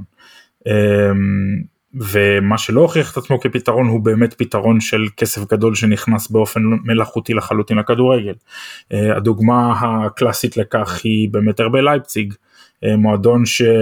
ומה שלא הוכיח את עצמו כפתרון הוא באמת פתרון של כסף גדול שנכנס באופן מלאכותי לחלוטין לכדורגל. הדוגמה הקלאסית לכך היא באמת RB לייפציג, מועדון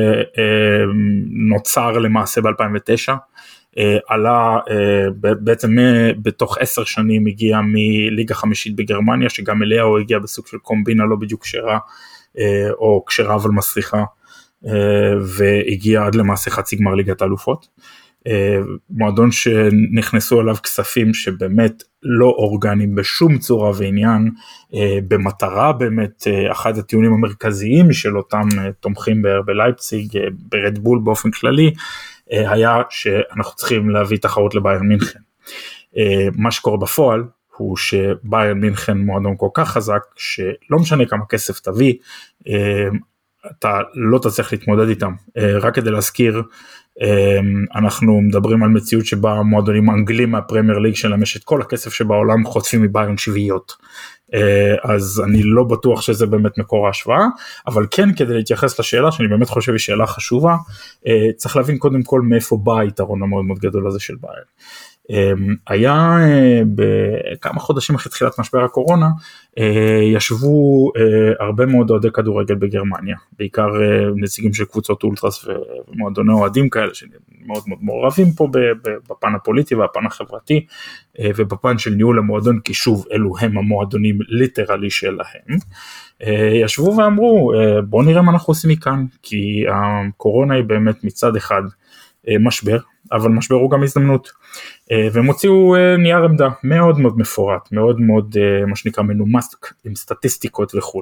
שנוצר למעשה ב-2009, עלה בעצם בתוך 10 שנים הגיע מליגה חמישית בגרמניה, שגם אליה הוא הגיע בסוג של קומבינה לא בדיוק כשרה, או כשרה אבל מסריחה, והגיע עד למעשה חצי גמר ליגת האלופות. מועדון שנכנסו אליו כספים שבאמת לא אורגניים בשום צורה ועניין, במטרה באמת, אחד הטיעונים המרכזיים של אותם תומכים בלייפציג, ברדבול באופן כללי, היה שאנחנו צריכים להביא תחרות לביירן מינכן. מה שקורה בפועל הוא שביירן מינכן מועדון כל כך חזק, שלא משנה כמה כסף תביא, אתה לא תצליח להתמודד איתם. רק כדי להזכיר, אנחנו מדברים על מציאות שבה מועדונים אנגלים מהפרמייר ליג שלהם יש את כל הכסף שבעולם חוטפים מביירן שביעיות, אז אני לא בטוח שזה באמת מקור ההשוואה, אבל כן כדי להתייחס לשאלה שאני באמת חושב היא שאלה חשובה, צריך להבין קודם כל מאיפה בא היתרון המאוד מאוד גדול הזה של ביירן. היה בכמה חודשים אחרי תחילת משבר הקורונה, ישבו הרבה מאוד אוהדי כדורגל בגרמניה, בעיקר נציגים של קבוצות אולטרס ומועדוני אוהדים כאלה, שמאוד מאוד מעורבים פה בפן הפוליטי והפן החברתי, ובפן של ניהול המועדון, כי שוב אלו הם המועדונים ליטרלי שלהם, ישבו ואמרו בואו נראה מה אנחנו עושים מכאן, כי הקורונה היא באמת מצד אחד משבר, אבל משבר הוא גם הזדמנות, והם הוציאו נייר עמדה מאוד מאוד מפורט, מאוד מאוד מה שנקרא מנומס עם סטטיסטיקות וכו',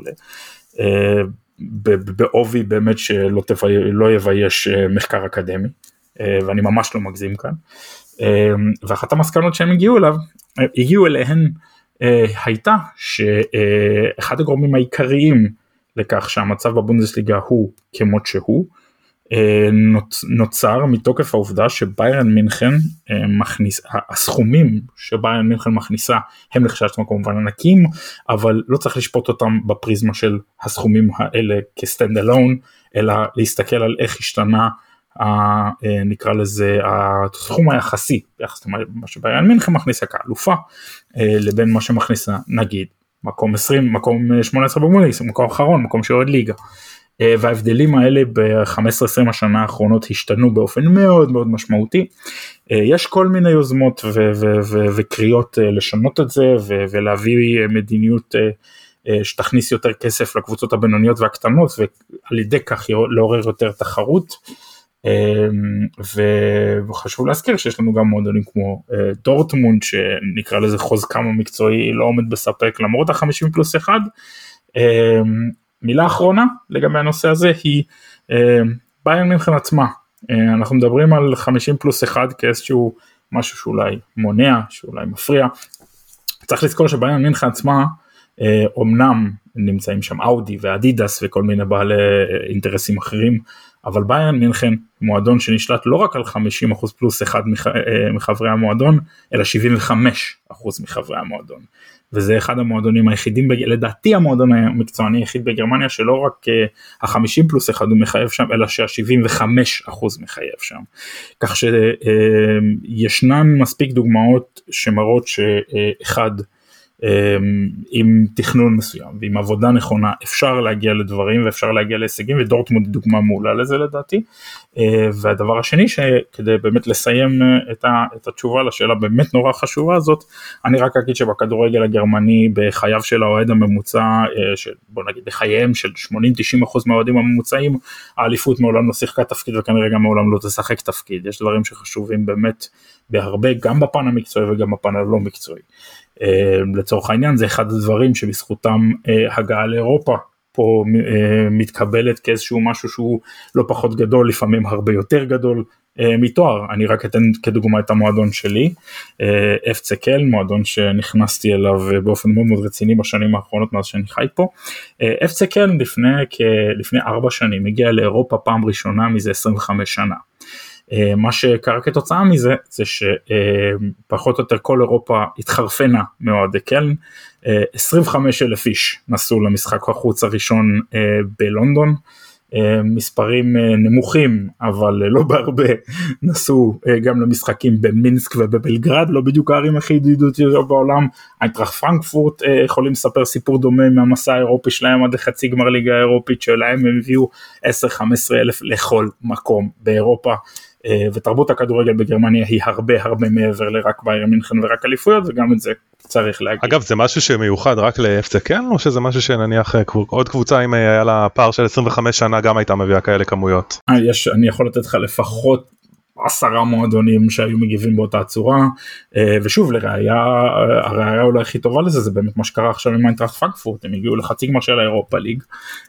בעובי באמת שלא יבייש מחקר אקדמי, ואני ממש לא מגזים כאן, ואחת המסקנות שהם הגיעו אליהן הייתה שאחד הגורמים העיקריים לכך שהמצב בבונדסליגה הוא כמות שהוא, נוצר מתוקף העובדה שביירן מינכן הסכומים שביירן מינכן מכניסה הם לכשעצמם כמובן ענקים, אבל לא צריך לשפוט אותם בפריזמה של הסכומים האלה כסטנד אלון, אלא להסתכל על איך השתנה נקרא לזה הסכום היחסי ביחס למה שביירן מינכן מכניסה כאלופה לבין מה שמכניסה נגיד מקום 20, מקום 18 בבונדסליגה, מקום אחרון, מקום שיורד ליגה, וההבדלים האלה ב-15-20 השנה האחרונות השתנו באופן מאוד מאוד משמעותי. יש כל מיני יוזמות וקריאות לשנות את זה ולהביא מדיניות שתכניס יותר כסף לקבוצות הבינוניות והקטנות, ועל ידי כך לעורר יותר תחרות, וחשוב להזכיר שיש לנו גם מועדונים כמו דורטמונד, שנקרא לזה חוזקם המקצועי לא עומד בספק למרות ה-50+1. מילה אחרונה לגבי הנושא הזה היא ביירן מינכן עצמה, אנחנו מדברים על 50+1 כאיזשהו משהו שאולי מונע, שאולי מפריע, צריך לזכור שביירן מינכן עצמה, אומנם נמצאים שם אאודי ואדידס וכל מיני בעלי אינטרסים אחרים, אבל ביירן מינכן מועדון שנשלט לא רק על 50%+1 מחברי המועדון, אלא 75% מחברי המועדון, וזה אחד המועדונים היחידים, לדעתי המועדון המקצועני היחיד בגרמניה, שלא רק ה-50+1 הוא מחייב שם, אלא שה-75% מחייב שם, כך שישנן מספיק דוגמאות שמראות שאחד, עם תכנון מסוים ועם עבודה נכונה אפשר להגיע לדברים ואפשר להגיע להישגים, ודורטמונד היא דוגמה מעולה לזה לדעתי. והדבר השני שכדי באמת לסיים את התשובה לשאלה באמת נורא חשובה הזאת, אני רק אגיד שבכדורגל הגרמני בחייו של האוהד הממוצע, בוא נגיד בחייהם של 80-90% מהאוהדים הממוצעים, האליפות מעולם לא שיחקה תפקיד וכנראה גם מעולם לא תשחק תפקיד. יש דברים שחשובים באמת בהרבה, גם בפן המקצועי וגם בפן הלא מקצועי. לצורך העניין זה אחד הדברים שבזכותם הגעה לאירופה פה מתקבלת כאיזשהו משהו שהוא לא פחות גדול, לפעמים הרבה יותר גדול מתואר. אני רק אתן כדוגמה את המועדון שלי, FC קלן, מועדון שנכנסתי אליו באופן מאוד מאוד רציני בשנים האחרונות מאז שאני חי פה. FC קלן לפני 4 שנים הגיע לאירופה פעם ראשונה מזה 25 שנה. מה שקרה כתוצאה מזה, זה שפחות או יותר כל אירופה התחרפנה מאוהדי קלן, 25,000 איש נסעו למשחק החוץ הראשון בלונדון, מספרים נמוכים אבל לא בהרבה נסעו גם למשחקים במינסק ובבלגרד, לא בדיוק הערים הכי ידידותיות בעולם. איינטראכט פרנקפורט יכולים לספר סיפור דומה מהמסע האירופי שלהם עד לחצי גמר ליגה האירופית, שלהם הם הביאו 10-15 אלף לכל מקום באירופה, ותרבות הכדורגל בגרמניה היא הרבה הרבה מעבר לרק ביירן מינכן ורק אליפויות, וגם את זה צריך להגיד. אגב, זה משהו שמיוחד רק ל-FC קלן, או שזה משהו שנניח עוד קבוצה אם היה לה פער של 25 שנה גם הייתה מביאה כאלה כמויות? אני יכול לתת לך לפחות 10 מועדונים שהיו מגיבים באותה צורה, ושוב לראיה, הראיה אולי הכי טובה לזה, זה באמת מה שקרה עכשיו עם איינטראכט פרנקפורט, הם הגיעו לחצי גמר של האירופה ליג,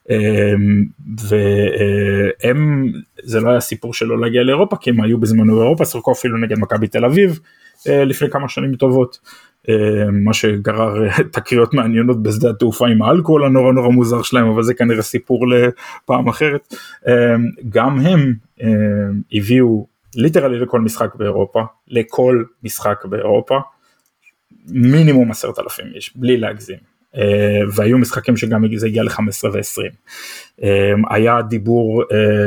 והם, זה לא היה סיפור שלא להגיע לאירופה, כי הם היו בזמנו באירופה, שחקו אפילו נגד מכבי תל אביב, לפני כמה שנים טובות, מה שגרר תקריות מעניינות בשדה התעופה עם האלכוהול הנורא נורא מוזר שלהם, אבל זה כנראה סיפור לפעם אחרת. גם הם הביאו ליטרלי לכל משחק באירופה, לכל משחק באירופה, מינימום 10,000 איש, בלי להגזים. והיו משחקים שגם זה הגיע ל-15 ו-20. היה דיבור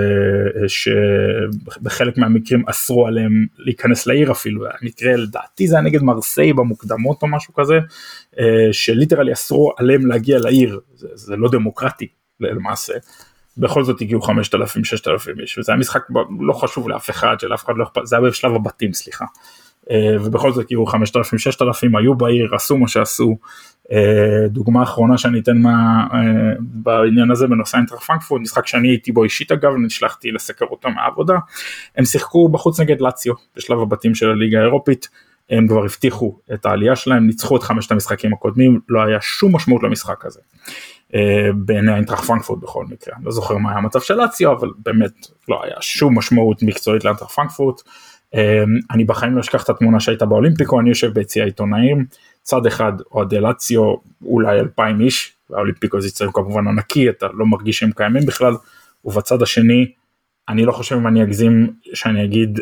שבחלק מהמקרים אסרו עליהם להיכנס לעיר אפילו, המקרה לדעתי זה היה נגד מרסיי במוקדמות או משהו כזה, שליטרלי אסרו עליהם להגיע לעיר, זה לא דמוקרטי למעשה, בכל זאת הגיעו 5,000-6,000 איש, וזה היה משחק לא חשוב לאף אחד, שלאף אחד לא אכפת, זה היה בשלב הבתים, סליחה, ובכל זאת הגיעו 5,000-6,000, היו בעיר, עשו מה שעשו. דוגמה אחרונה שאני אתן בעניין הזה בנושא איינטראכט פרנקפורט, משחק שאני הייתי בו אישית אגב, נשלחתי לסקר אותו מהעבודה, הם שיחקו בחוץ נגד לאציו, בשלב הבתים של הליגה האירופית, הם כבר הבטיחו את העלייה שלהם, ניצחו את 5 המשחקים הקודמים, לא היה שום משמעות למשחק הזה, בעיני איינטראכט פרנקפורט בכל מקרה, לא זוכר מה היה המצב של לאציו, אבל באמת לא היה שום משמעות מקצועית לאיינטראכט פרנקפורט. אני בחיים לא אשכח את התמונה שהייתה באולימפיקו, אני יושב ביציע העיתונאים, צד אחד אוהדי לאציו, אולי 2,000 איש, והאולימפיקו זה יצא כמובן ענקי, אתה לא מרגיש שהם קיימים בכלל, ובצד השני, אני לא חושב אם אני אגזים שאני אגיד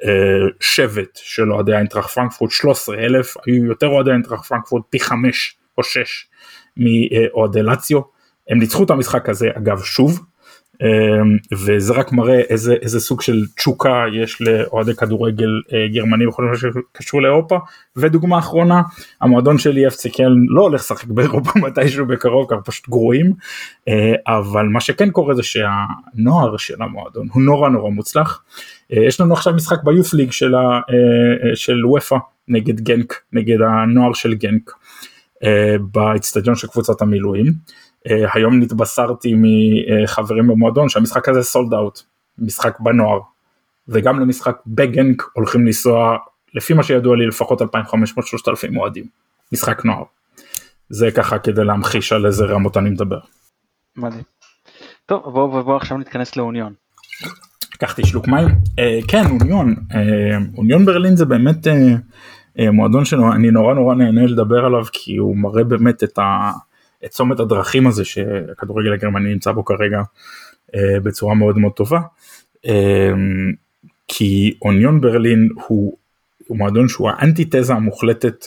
שבט של אוהדי איינטראכט פרנקפורט, 13,000, היו יותר אוהדי איינטראכט פרנקפורט, פי 5 או 6 מאוהדי לאציו, הם ניצחו את המשחק הזה אגב שוב, וזה רק מראה איזה סוג של תשוקה יש לאוהדי כדורגל גרמני בכל מה שקשור לאירופה. ודוגמה אחרונה, המועדון שלי FC קלן לא הולך לשחק באירופה מתישהו בקרוב, כי פשוט גרועים, אבל מה שכן קורה זה שהנוער של המועדון הוא נורא מוצלח. יש לנו עכשיו משחק ביוף ליג של וופא נגד גנק, נגד הנוער של גנק, באצטדיון של קבוצת המילואים. היום נתבשרתי מחברים במועדון שהמשחק הזה סולד אאוט, משחק בנוער, וגם למשחק בגנק הולכים לנסוע, לפי מה שידוע לי, לפחות 2,500-3,000 מועדים, משחק נוער. זה ככה כדי להמחיש על איזה רמות אני מדבר. מדהים. טוב, בואו עכשיו נתכנס לאוניון. לקחתי שלוק מים. כן, אוניון ברלין זה באמת מועדון שלו, אני נורא נהנה לדבר עליו, כי הוא מראה באמת את צומת הדרכים הזה שהכדורגל הגרמני נמצא בו כרגע בצורה מאוד טובה, כי אוניון ברלין הוא מועדון שהוא האנטיתזה המוחלטת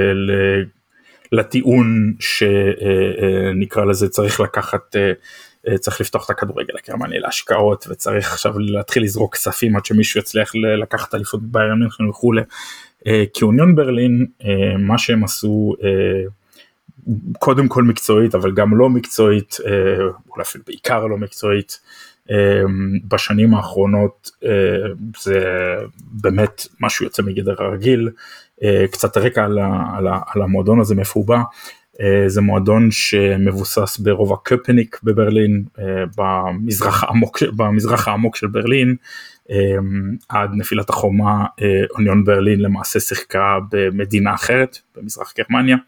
לטיעון שנקרא לזה צריך לפתוח את הכדורגל הגרמני להשקעות, וצריך עכשיו להתחיל לזרוק כספים עד שמישהו יצליח לקחת אליפות בביירן מינכן וכו'. כי אוניון ברלין, מה שהם עשו קודם כל מקצועית, אבל גם לא מקצועית, אולי אפילו בעיקר לא מקצועית, בשנים האחרונות, זה באמת משהו יוצא מגדר הרגיל. קצת רקע על המועדון הזה מפובע, זה מועדון שמבוסס ברובע קופניק בברלין, במזרח העמוק של ברלין, עד נפילת החומה אוניון ברלין למעשה שיחקה במדינה אחרת, במזרח גרמניה,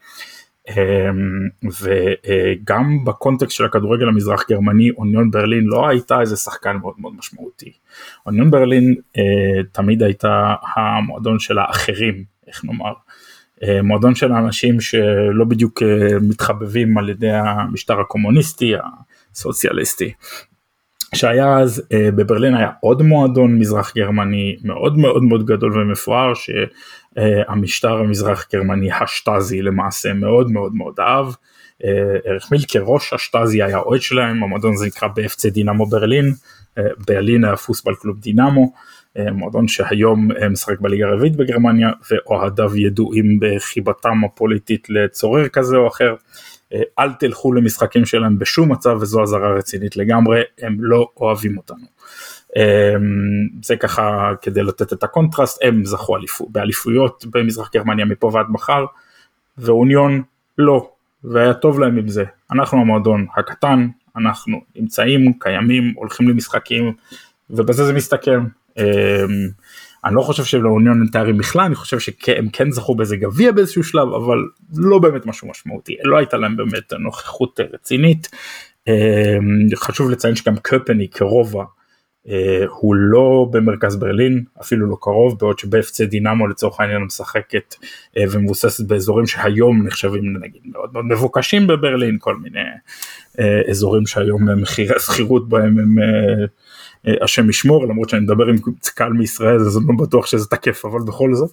וגם בקונטקסט של הכדורגל המזרח גרמני, אוניון ברלין לא הייתה איזה שחקן מאוד משמעותי. אוניון ברלין תמיד הייתה המועדון של האחרים, איך נאמר, מועדון של האנשים שלא בדיוק מתחבבים על ידי המשטר הקומוניסטי, הסוציאליסטי, שהיה אז בברלין היה עוד מועדון מזרח גרמני מאוד גדול ומפואר, שהמשטר המזרח גרמני השטאזי למעשה מאוד אהב. אריך מילקר ראש השטאזי היה אוהד שלהם, המועדון הזה נקרא ב-FC דינמו ברלין, ברלין הפוסבל קלוב דינמו, מועדון שהיום משחק בליגה הרביעית בגרמניה, ואוהדיו ידועים בחיבתם הפוליטית לצורר כזה או אחר. אל תלכו למשחקים שלהם בשום מצב, וזו הזרה רצינית לגמרי, הם לא אוהבים אותנו. זה ככה כדי לתת את הקונטרסט, הם זכו באליפויות במזרח גרמניה מפה ועד מחר, ואוניון לא, והיה טוב להם עם זה. אנחנו המועדון הקטן, אנחנו נמצאים, קיימים, הולכים למשחקים, ובזה זה מסתכם. אני לא חושב שלאוניון אין תארים בכלל, אני חושב שהם כן זכו באיזה גביע באיזשהו שלב, אבל לא באמת משהו משמעותי, לא הייתה להם באמת נוכחות רצינית. חשוב לציין שגם קופניק כרובע, הוא לא במרכז ברלין, אפילו לא קרוב, בעוד שב-FC דינמו לצורך העניין משחקת ומבוססת באזורים שהיום נחשבים נגיד מאוד מבוקשים בברלין, כל מיני אזורים שהיום מחירי השכירות בהם הם השם ישמור, למרות שאני מדבר עם קהל מישראל, אז אני לא בטוח שזה תקף, אבל בכל זאת.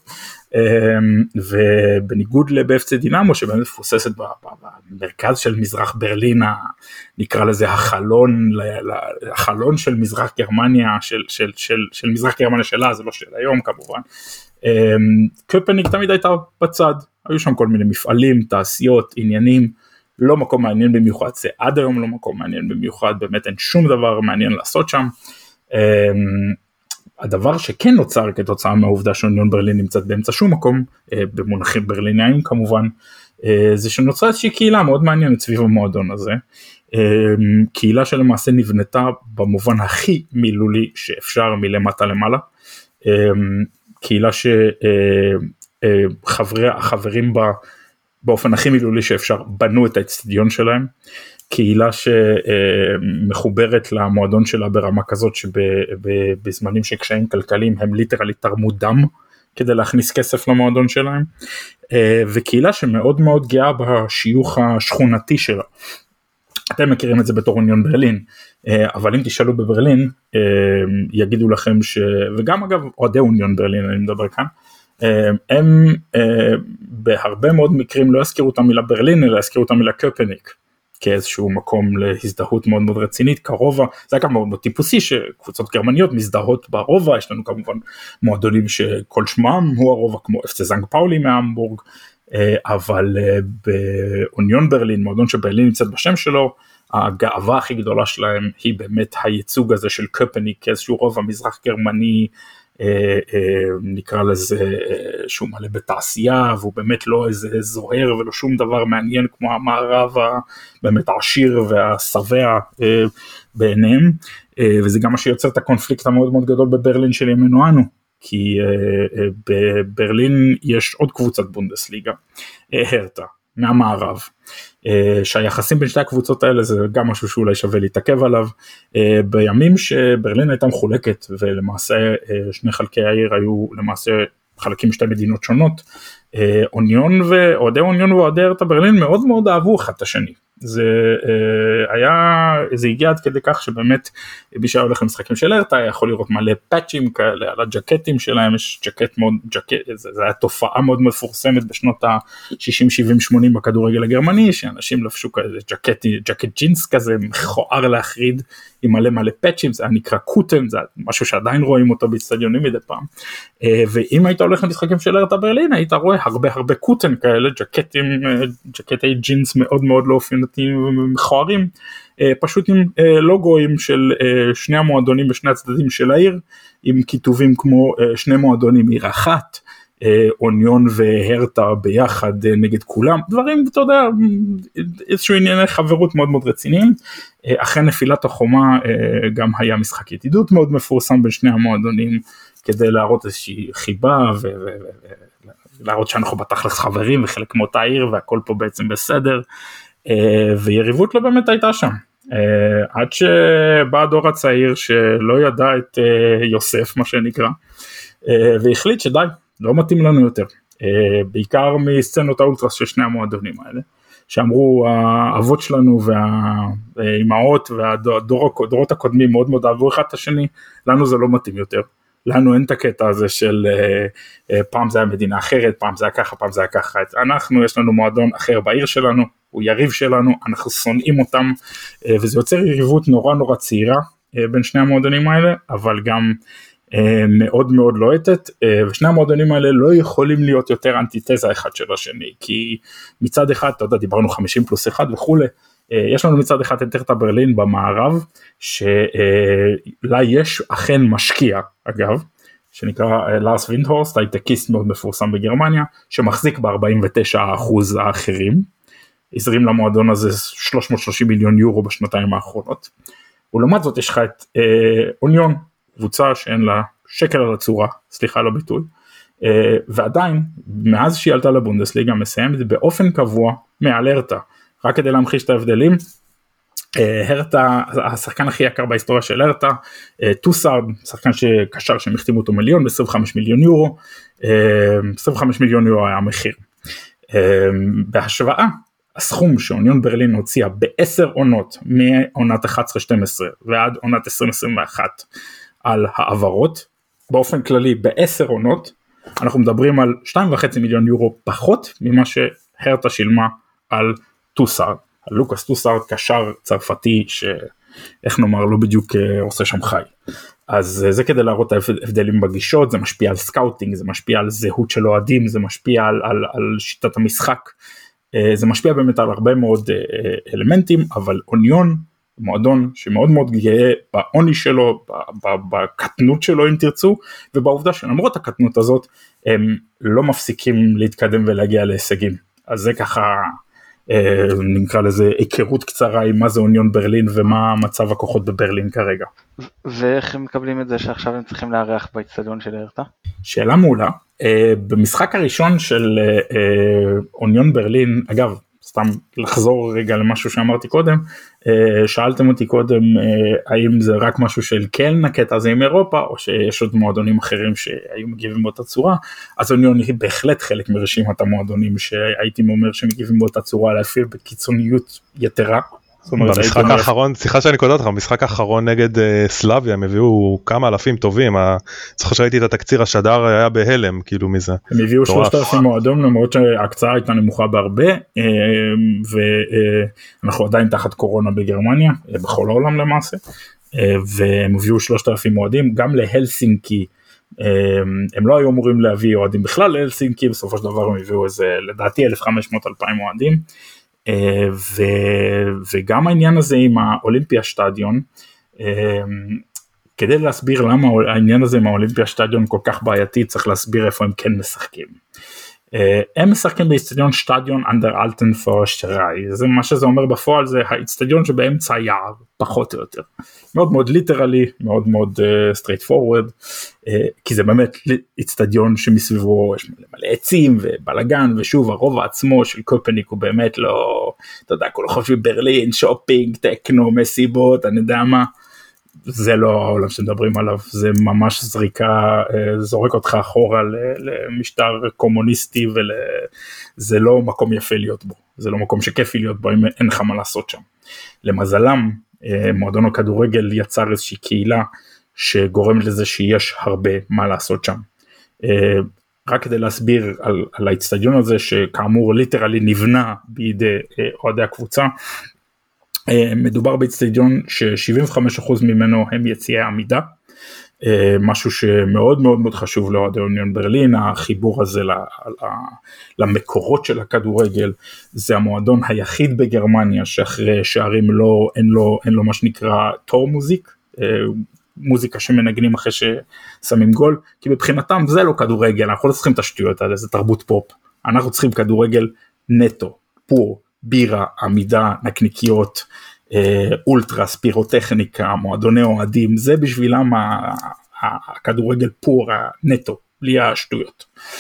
ובניגוד לבפצה דינמו, שבאמת מפוססת במרכז של מזרח ברלין, נקרא לזה החלון של מזרח גרמניה, של מזרח גרמניה שלה, זה לא של היום כמובן. קופניק תמיד הייתה בצד, היו שם כל מיני מפעלים, תעשיות, עניינים, לא מקום מעניין במיוחד, זה עד היום לא מקום מעניין במיוחד, באמת אין שום דבר מעניין לעשות שם. הדבר שכן נוצר כתוצאה מהעובדה שאוניון ברלין נמצאת באמצע שום מקום, במונחים ברליניים כמובן, זה שנוצרה איזושהי קהילה מאוד מעניינת סביב המועדון הזה, קהילה שלמעשה נבנתה במובן הכי מילולי שאפשר מלמטה למעלה, קהילה שהחברים בה באופן הכי מילולי שאפשר בנו את האצטדיון שלהם, קהילה שמחוברת למועדון שלה ברמה כזאת שבזמנים שקשיים כלכליים הם ליטרלי תרמו דם כדי להכניס כסף למועדון שלהם, וקהילה שמאוד מאוד גאה בשיוך השכונתי שלה. אתם מכירים את זה בתור אוניון ברלין, אבל אם תשאלו בברלין יגידו לכם וגם אגב אוהדי אוניון ברלין אני מדבר כאן, הם בהרבה מאוד מקרים לא יזכירו את המילה ברלין, אלא יזכירו את המילה קופניק, כאיזשהו מקום להזדהות מאוד מאוד רצינית, כרובע, זה היה גם מאוד טיפוסי שקבוצות גרמניות מזדהות ברובע, יש לנו כמובן מועדונים שכל שמם הוא הרובע, כמו FC זנג פאולי מהמבורג, אבל באוניון ברלין, מועדון שברלין נמצאת בשם שלו, הגאווה הכי גדולה שלהם היא באמת הייצוג הזה של קופניק, כאיזשהו רובע מזרח גרמני, נקרא לזה שהוא מלא בתעשייה, והוא באמת לא איזה זוהר ולא שום דבר מעניין כמו המערב באמת העשיר והשבע בעיניהם, וזה גם מה שיוצר את הקונפליקט המאוד מאוד גדול בברלין של ימינו אנו, כי בברלין יש עוד קבוצת בונדסליגה, הרטה, מהמערב, שהיחסים בין שתי הקבוצות האלה זה גם משהו שאולי שווה להתעכב עליו, בימים שברלין הייתה מחולקת ולמעשה שני חלקי העיר היו למעשה חלקים משתי מדינות שונות, אוניון ואוהדי אוניון ואוהדי הרטה ברלין מאוד מאוד אהבו אחד את השני, זה הגיע עד כדי כך שבאמת מי שהיה הולך למשחקים של הרטה יכול לראות מלא פאצ'ים כאלה על הג'קטים שלהם, יש זה היה תופעה מאוד מפורסמת בשנות ה-60, 70, 80 בכדורגל הגרמני, שאנשים לבשו כאלה ג'קט ג'ינס כזה מכוער להחריד עם מלא פאצ'ים, זה היה נקרא קוטן, זה משהו שעדיין רואים אותו באצטדיונים מדי פעם, ואם היית הולך למשחקים של הרטה ברלין היית רואה הרבה קוטן כאלה, ג'קטי ג'ינס מאוד מאוד לא אופיינתיים ומכוערים, פשוט עם לוגויים של שני המועדונים בשני הצדדים של העיר, עם כיתובים כמו שני מועדונים עיר אחת, אוניון והרטה ביחד נגד כולם, דברים, אתה יודע, איזשהו ענייני חברות מאוד מאוד רציניים. אחרי נפילת החומה גם היה משחק ידידות מאוד מפורסם בין שני המועדונים, כדי להראות איזושהי חיבה ולהראות שאנחנו בתכלס חברים וחלק מאותה עיר והכל פה בעצם בסדר, ויריבות לא באמת הייתה שם, עד שבא הדור הצעיר שלא ידע את יוסף מה שנקרא, והחליט שדי, לא מתאים לנו יותר, בעיקר מסצנות האולטרס של שני המועדונים האלה, שאמרו האבות שלנו והאימהות והדורות הקודמים מאוד מאוד אהבו אחד את השני, לנו זה לא מתאים יותר, לנו אין את הקטע הזה של פעם זה היה מדינה אחרת, פעם זה היה ככה, פעם זה היה ככה, יש לנו מועדון אחר בעיר שלנו, הוא יריב שלנו, אנחנו שונאים אותם, וזה יוצר יריבות נורא צעירה בין שני המועדונים האלה, אבל גם מאוד מאוד לוהטת, ושני המועדונים האלה לא יכולים להיות יותר אנטיתזה אחד של השני, כי מצד אחד, אתה יודע, דיברנו 50+1 וכו', יש לנו מצד אחד את הרטה ברלין במערב, שלה יש אכן משקיע, אגב, שנקרא לארס וינדהורסט, הייטקיסט מאוד מפורסם בגרמניה, שמחזיק ב-49% האחרים, הזרים למועדון הזה 330 מיליון יורו בשנתיים האחרונות, ולעומת זאת יש לך את אוניון, קבוצה שאין לה שקל על הצורה, סליחה על הביטוי, ועדיין, מאז שהיא עלתה לבונדסליגה, מסיימת באופן קבוע מעל הרטה, רק כדי להמחיש את ההבדלים, הרטה, השחקן הכי יקר בהיסטוריה של הרטה, טוסארד, שחקן שקשר שהם החתימו אותו מיליון, ב-25 מיליון יורו, 25 מיליון יורו היה המחיר. בהשוואה, הסכום שאוניון ברלין הוציאה ב10 עונות, מעונת 11-12 ועד עונת 2021, על העברות, באופן כללי ב10 עונות, אנחנו מדברים על 2.5 מיליון יורו פחות, ממה שהרטה שילמה על טוסארד, על לוקאס טוסארד, קשר צרפתי, שאיך נאמר, לא בדיוק עושה שם חי. אז זה כדי להראות ההבדלים בגישות, זה משפיע על סקאוטינג, זה משפיע על זהות של אוהדים, זה משפיע על שיטת המשחק, זה משפיע באמת על הרבה מאוד אלמנטים, אבל אוניון, מועדון שמאוד מאוד גאה בעוני שלו, בקטנות שלו אם תרצו, ובעובדה שלמרות הקטנות הזאת, הם לא מפסיקים להתקדם ולהגיע להישגים. אז זה ככה, נקרא לזה היכרות קצרה עם מה זה אוניון ברלין, ומה מצב הכוחות בברלין כרגע. ואיך הם מקבלים את זה שעכשיו הם צריכים לארח באצטדיון של הרטה? שאלה מעולה. במשחק הראשון של אוניון ברלין, אגב, סתם לחזור רגע למשהו שאמרתי קודם, שאלתם אותי קודם האם זה רק משהו של קלנה קטע הזה עם אירופה, או שיש עוד מועדונים אחרים שהיו מגיבים באותה צורה. אז אוניון היא בהחלט חלק מרשימת המועדונים שהייתי אומר שמגיבים באותה צורה, להפעיל בקיצוניות יתרה. במשחק האחרון, סליחה שאני קודעת לך, במשחק האחרון נגד סלאביה, הם הביאו כמה אלפים טובים, צריך שראיתי את התקציר, השדר היה בהלם, כאילו מזה. הם הביאו 3,000 מועדון, למרות שההקצאה הייתה נמוכה בהרבה, ואנחנו עדיין תחת קורונה בגרמניה, בכל העולם למעשה, והם הביאו 3,000 מועדים, גם להלסינקי, הם לא היו אמורים להביא אוהדים בכלל להלסינקי, בסופו של דבר הם הביאו איזה, לדעתי 1,500-2,000 מועדים, וגם העניין הזה עם האולימפיה שטדיון, כדי להסביר למה העניין הזה עם האולימפיה שטדיון כל כך בעייתי, צריך להסביר איפה הם כן משחקים. הם משחקים באצטדיון שטדיון אנדר אלטן פורשטראי, זה מה שזה אומר בפועל, זה האצטדיון שבאמצע היער, פחות או יותר, מאוד מאוד ליטרלי, מאוד מאוד סטרייט פורוורד, כי זה באמת אצטדיון שמסביבו יש מלא עצים ובלגן, ושוב הרובע עצמו של קופניק הוא באמת לא, אתה יודע, כל חושבים ברלין, שופינג, טקנו, מסיבות, אני יודע מה, זה לא העולם שמדברים עליו, זה ממש זריקה, זורק אותך אחורה למשטר קומוניסטי, וזה לא מקום יפה להיות בו, זה לא מקום שכיפי להיות בו, אין לך מה לעשות שם. למזלם, מועדון הכדורגל יצר איזושהי קהילה, שגורמת לזה שיש הרבה מה לעשות שם. רק כדי להסביר על האצטדיון הזה, שכאמור ליטרלי נבנה בידי אוהדי הקבוצה, מדובר באצטדיון ש75% ממנו הם יציאי עמידה, משהו שמאוד מאוד מאוד חשוב לאוהדי אוניון ברלין, החיבור הזה למקורות של הכדורגל, זה המועדון היחיד בגרמניה שאחרי שערים אין לו מה שנקרא תור מוזיק, מוזיקה שמנגנים אחרי ששמים גול, כי מבחינתם זה לא כדורגל, אנחנו לא צריכים את השטויות האלה, זה תרבות פופ, אנחנו צריכים כדורגל נטו, פור, בירה, עמידה, נקניקיות, אולטרס, פירוטכניקה, מועדוני אוהדים, זה בשבילם הכדורגל פור הנטו, בלי השטויות.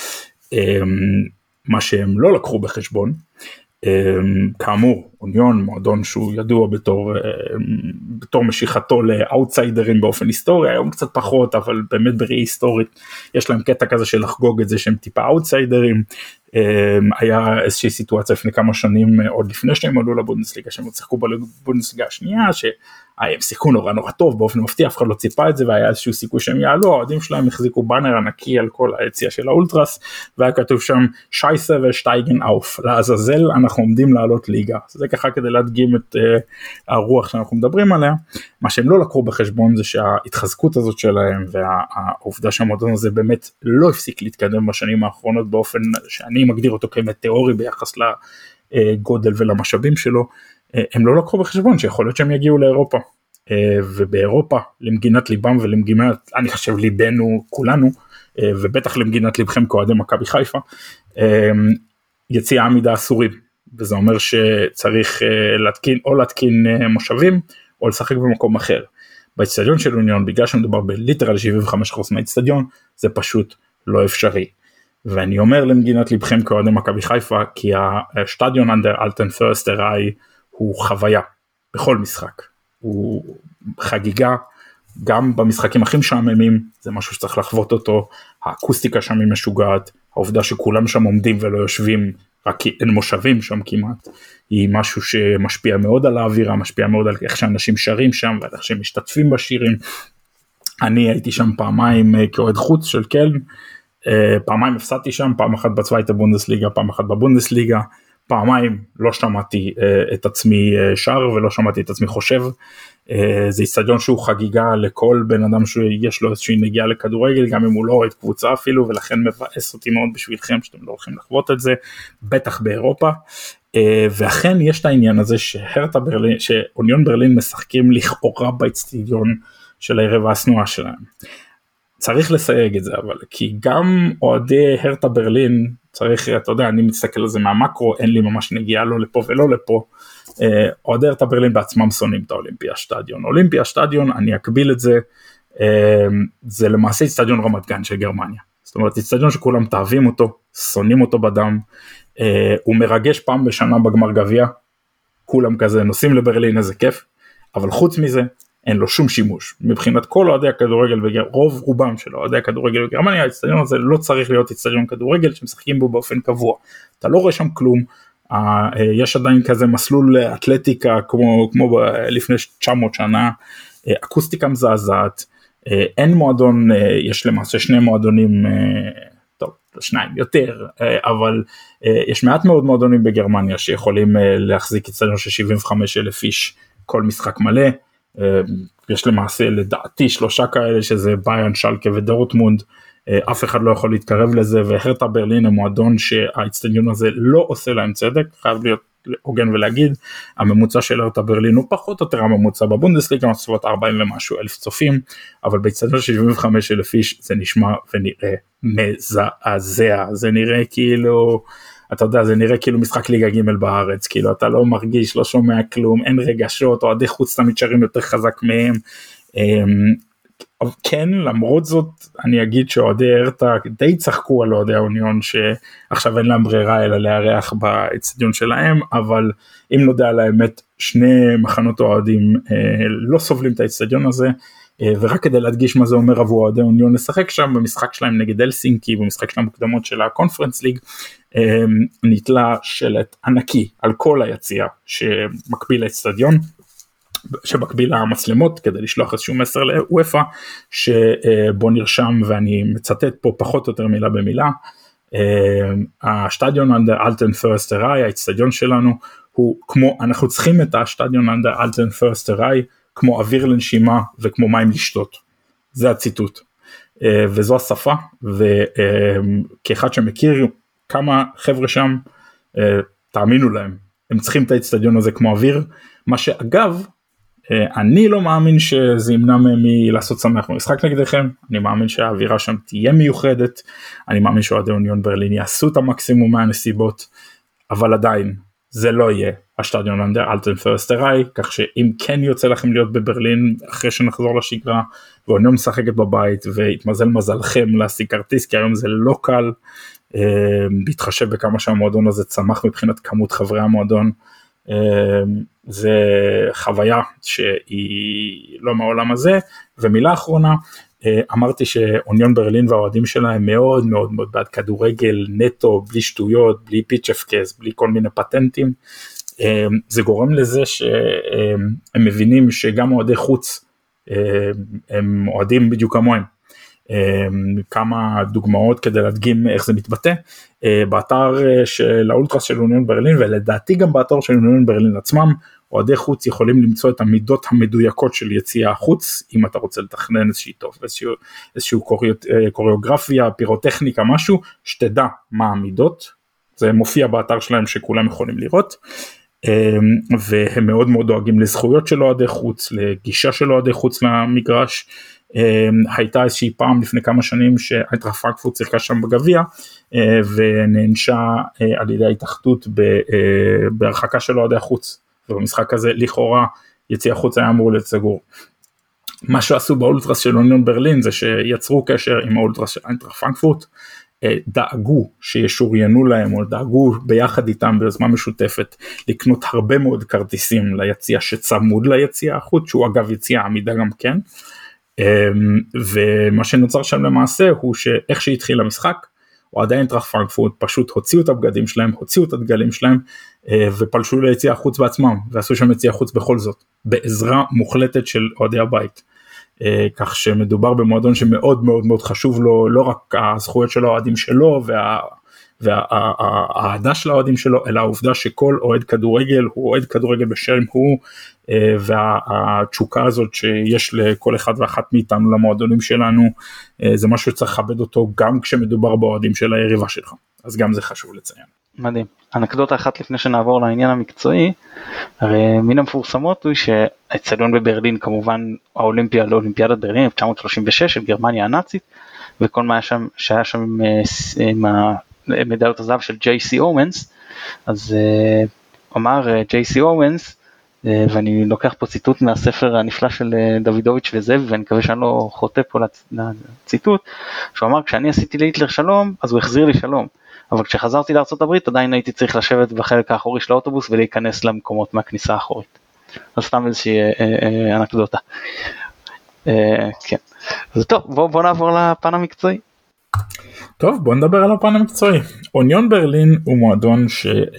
מה שהם לא לקחו בחשבון, כאמור, אוניון, מועדון שהוא ידוע בתור משיכתו לאוטסיידרים באופן היסטורי, היום קצת פחות, אבל באמת בראי היסטורית, יש להם קטע כזה של לחגוג את זה שהם טיפה אוטסיידרים, היה איזושהי סיטואציה לפני כמה שנים, עוד לפני שהם עלו לבונדסליגה, שהם שיחקו בבונדסליגה השנייה, שהם שיחקו נורא טוב, באופן מפתיע, אף אחד לא ציפה את זה, והיה איזשהו סיכוי שהם יעלו, האוהדים שלהם החזיקו באנר ענקי על כל היציאה של האולטרס, והיה כתוב שם שייסה ושטייגן אוף, לעזאזל אנחנו עומדים לעלות ליגה, זה ככה כדי להדגים את הרוח שאנחנו מדברים עליה. מה שהם לא לקחו בחשבון זה שההתחזקות הזאת שלהם, והעובדה שהמועדון הזה באמת לא הפסיק להתקדם בשנים האחרונות, באופן שאני מגדיר אותו כמטאורי ביחס לגודל ולמשאבים שלו, הם לא לקחו בחשבון שיכול להיות שהם יגיעו לאירופה, ובאירופה למגינת ליבם ולמגינת, אני חושב ליבנו כולנו, ובטח למגינת ליבכם כאוהדי מכבי חיפה, יציאה עמידה אסורים, וזה אומר שצריך להתקין מושבים, או לשחק במקום אחר. באצטדיון של אוניון, בגלל שמדובר בליטרל 75% מהאצטדיון, זה פשוט לא אפשרי. ואני אומר למגינת ליבכם כאוהדי מכבי חיפה, כי השטדיון אנדר אלטן פורשטראי הוא חוויה בכל משחק, הוא חגיגה, גם במשחקים הכי משעממים, זה משהו שצריך לחוות אותו, האקוסטיקה שם היא משוגעת, העובדה שכולם שם עומדים ולא יושבים, רק כי אין מושבים שם כמעט, היא משהו שמשפיע מאוד על האווירה, משפיע מאוד על איך שאנשים שרים שם, ועל איך שהם משתתפים בשירים. אני הייתי שם פעמיים כאוהד חוץ של קלן, פעמיים הפסדתי שם, פעם אחת בצווייטה בונדסליגה, פעם אחת בבונדסליגה, פעמיים לא שמעתי את עצמי שר ולא שמעתי את עצמי חושב. זה אצטדיון שהוא חגיגה לכל בן אדם שיש לו איזושהי נגיעה לכדורגל, גם אם הוא לא אוהד קבוצה אפילו, ולכן מבאס אותי מאוד בשבילכם שאתם לא הולכים לחוות את זה, בטח באירופה. ואכן יש את העניין הזה שאוניון ברלין משחקים לכאורה באצטדיון של הערב השנואה שלהם. צריך לסייג את זה, אבל כי גם אוהדי הרטה ברלין, צריך, אתה יודע, אני מסתכל על זה מהמקרו, אין לי ממש נגיעה לא לפה ולא לפה, אוהדי הרטה ברלין בעצמם שונאים את האולימפיה שטדיון. אולימפיה שטדיון, אני אקביל את זה, זה למעשה אצטדיון רמת גן של גרמניה. זאת אומרת, אצטדיון שכולם תאהבים אותו, שונאים אותו בדם, הוא מרגש פעם בשנה בגמר גביע, כולם כזה נוסעים לברלין, איזה כיף, אבל חוץ מזה, אין לו שום שימוש. מבחינת כל אוהדי הכדורגל, רוב רובם של אוהדי הכדורגל בגרמניה, האצטדיון הזה לא צריך להיות אצטדיון כדורגל שמשחקים בו באופן קבוע. אתה לא רואה שם כלום, יש עדיין כזה מסלול אתלטיקה כמו לפני 900 שנה, אקוסטיקה מזעזעת, אין מועדון, יש למעשה שני מועדונים, טוב, שניים יותר, אבל יש מעט מאוד מועדונים בגרמניה שיכולים להחזיק אצטדיון של 75,000 איש כל משחק מלא. יש למעשה לדעתי 3 כאלה שזה ביירן, שלקה ודורטמונד, אף אחד לא יכול להתקרב לזה, והרטה ברלין המועדון שהאצטדיון הזה לא עושה להם צדק, חייב להיות הוגן ולהגיד, הממוצע של הרטה ברלין הוא פחות או יותר הממוצע בבונדסליגה, מסביבות 40 ומשהו אלף צופים, אבל באצטדיון של 75,000 איש זה נשמע ונראה מזעזע, זה נראה כאילו, אתה יודע, זה נראה כאילו משחק ליגה ג' בארץ, כאילו אתה לא מרגיש, לא שומע כלום, אין רגשות, אוהדי חוץ תמיד שרים יותר חזק מהם. כן, למרות זאת, אני אגיד שאוהדי הרטה די צחקו על אוהדי האוניון, שעכשיו אין להם ברירה אלא לארח באצטדיון שלהם, אבל אם נודע על האמת, שני מחנות אוהדים לא סובלים את האצטדיון הזה, ורק כדי להדגיש מה זה אומר עבור אוהדי האוניון לשחק שם, במשחק שלהם נגד אלסינקי, במשחק של המוקדמות של הקונפרנס ליג, נתלה שלט ענקי על כל היציאה שמקביל לאצטדיון, שמקביל למצלמות כדי לשלוח איזשהו מסר לאופה, שבו נרשם, ואני מצטט פה פחות או יותר מילה במילה, השטדיון אנדר אלטן פרסטראי, האצטדיון שלנו, הוא כמו, אנחנו צריכים את השטדיון אנדר אלטן פרסטראי, כמו אוויר לנשימה וכמו מים לשתות, זה הציטוט, וזו השפה, וכאחד שמכיר כמה חבר'ה שם, תאמינו להם, הם צריכים את האצטדיון הזה כמו אוויר, מה שאגב, אני לא מאמין שזה ימנע מלעשות שמח במשחק נגדכם, אני מאמין שהאווירה שם תהיה מיוחדת, אני מאמין שאוהדי אוניון ברלין יעשו את המקסימום מהנסיבות, אבל עדיין זה לא יהיה השטדיון אנדר אלטן פרסטראי, כך שאם כן יוצא לכם להיות בברלין אחרי שנחזור לשגרה, ואוניון משחקת בבית, והתמזל מזלכם להשיג כרטיס, כי היום זה לא קל, בהתחשב בכמה שהמועדון הזה צמח מבחינת כמות חברי המועדון, זה חוויה שהיא לא מהעולם הזה. ומילה אחרונה, אמרתי שאוניון ברלין והאוהדים שלהם מאוד מאוד מאוד בעד כדורגל נטו, בלי שטויות, בלי פיצ'פקס, בלי כל מיני פטנטים, זה גורם לזה שהם מבינים שגם אוהדי חוץ הם אוהדים בדיוק כמוהם. כמה דוגמאות כדי להדגים איך זה מתבטא, באתר של האולטרס של אוניון ברלין, ולדעתי גם באתר של אוניון ברלין עצמם, אוהדי חוץ יכולים למצוא את המידות המדויקות של יציאה החוץ, אם אתה רוצה לתכנן איזושהי טוב, איזושהי קוריאוגרפיה, פירוטכניקה, משהו, שתדע מה המידות, זה מופיע באתר שלהם שכולם יכולים לראות, והם מאוד מאוד דואגים לזכויות של אוהדי חוץ, לגישה של אוהדי חוץ למגרש. הייתה איזושהי פעם לפני כמה שנים שאיינטראכט פרנקפורט שיחקה שם בגביע, ונענשה על ידי ההתאחדות בהרחקה של אוהדי החוץ, ובמשחק הזה לכאורה יציאה החוץ היה אמור להיות סגור. מה שעשו באולטרס של אוניון ברלין זה שיצרו קשר עם האולטרס של איינטראכט פרנקפורט, דאגו שישוריינו להם, או דאגו ביחד איתם ביוזמה משותפת לקנות הרבה מאוד כרטיסים ליציאה שצמוד ליציאה החוץ, שהוא אגב יציאה עמידה גם כן, ומה שנוצר שם למעשה הוא שאיך שהתחיל המשחק, אוהדי איינטראכט פרנקפורט פשוט הוציאו את הבגדים שלהם, הוציאו את הדגלים שלהם, ופלשו ליציע החוץ בעצמם, ועשו שם יציע החוץ בכל זאת, בעזרה מוחלטת של אוהדי הבית. כך שמדובר במועדון שמאוד מאוד מאוד חשוב לו, לא רק הזכויות של האוהדים שלו, והאהדה של האוהדים שלו, אלא העובדה שכל אוהד כדורגל הוא אוהד כדורגל בשם הוא, והתשוקה הזאת שיש לכל אחד ואחת מאיתנו למועדונים שלנו, זה משהו שצריך לכבד אותו גם כשמדובר באוהדים של היריבה שלך, אז גם זה חשוב לציין. מדהים. אנקדוטה אחת לפני שנעבור לעניין המקצועי, הרי מן המפורסמות הוא שהאצטדיון בברלין, כמובן לאולימפיאדת ברלין 1936 של גרמניה הנאצית, וכל מה שהיה שם עם מדליות הזהב של ג'יי-סי אורנס, אז אמר ג'יי-סי אורנס, ואני לוקח פה ציטוט מהספר הנפלא של דוידוביץ' וזאב, ואני מקווה שאני לא חוטא פה לציטוט, שהוא אמר, כשאני עשיתי להיטלר שלום, אז הוא החזיר לי שלום, אבל כשחזרתי לארצות הברית, עדיין הייתי צריך לשבת בחלק האחורי של האוטובוס, ולהיכנס למקומות מהכניסה האחורית. אז סתם איזושהי אנקדוטה. כן. אז טוב, בוא נעבור לפן המקצועי. טוב, בוא נדבר על הפן המקצועי. אוניון ברלין הוא מועדון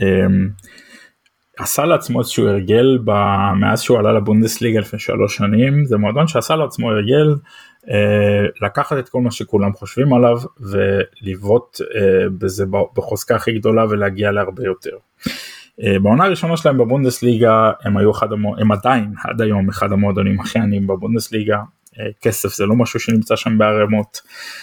שעשה לעצמו איזשהו הרגל מאז שהוא עלה לבונדסליגה לפני 3 שנים, זה מועדון שעשה לעצמו הרגל לקחת את כל מה שכולם חושבים עליו ולבעוט בזה בחוזקה הכי גדולה ולהגיע להרבה יותר. בעונה הראשונה שלהם בבונדסליגה הם עדיין עד היום אחד המועדונים הכי עניים בבונדסליגה, כסף זה לא משהו שנמצא שם בערימות,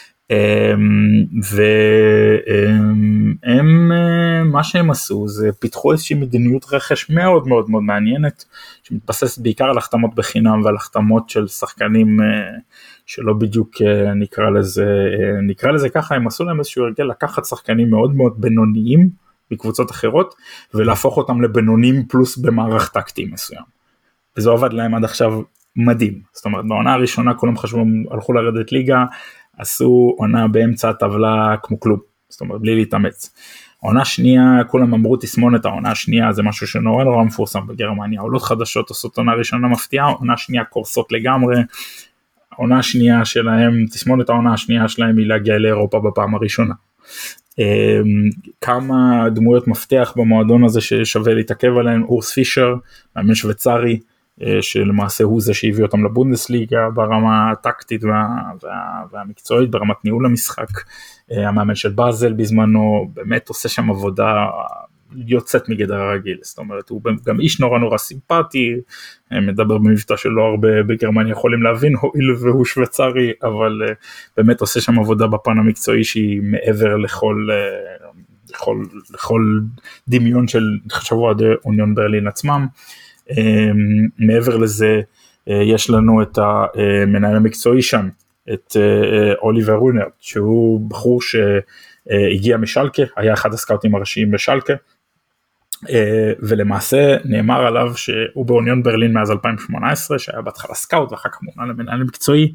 והם מה שהם עשו זה פיתחו איזושהי מדיניות רכש מאוד מאוד מאוד מעניינת, שמתבססת בעיקר על החתמות בחינם ועל החתמות של שחקנים שלא בדיוק נקרא לזה ככה, הם עשו להם איזשהו הרגל לקחת שחקנים מאוד מאוד בינוניים בקבוצות אחרות ולהפוך אותם לבינונים פלוס במערך טקטי מסוים, וזה עובד להם עד עכשיו מדהים. זאת אומרת בעונה הראשונה כולם חשבו הלכו לרדת ליגה, עשו עונה באמצע הטבלה כמו כלום, זאת אומרת בלי להתאמץ. עונה שנייה, כולם אמרו תסמונת העונה השנייה, זה משהו שנורא נורא מפורסם בגרמניה, עולות חדשות עושות עונה ראשונה מפתיעה, עונה שנייה קורסות לגמרי, העונה השנייה שלהם, תסמונת העונה השנייה שלהם היא להגיע לאירופה בפעם הראשונה. כמה דמויות מפתח במועדון הזה ששווה להתעכב עליהן, אורס פישר, מאמן שוויצרי, שלמעשה הוא זה שהביא אותם לבונדסליגה ברמה הטקטית והמקצועית, ברמת ניהול המשחק, המאמן של באזל בזמנו, באמת עושה שם עבודה יוצאת מגדר הרגיל, זאת אומרת הוא גם איש נורא נורא סימפטי, מדבר במבטא שלא הרבה בגרמניה יכולים להבין, הואיל והוא שוויצרי, אבל באמת עושה שם עבודה בפן המקצועי שהיא מעבר לכל דמיון של חשבו עד אוניון ברלין עצמם. מעבר לזה יש לנו את המנהל המקצועי שם, את אוליבר רונר, שהוא בחור שהגיע משלקה, היה אחד הסקאוטים הראשיים בשלקה, ולמעשה נאמר עליו שהוא באוניון ברלין מאז 2018, שהיה בהתחלה סקאוט ואחר כך מונה למנהל המקצועי,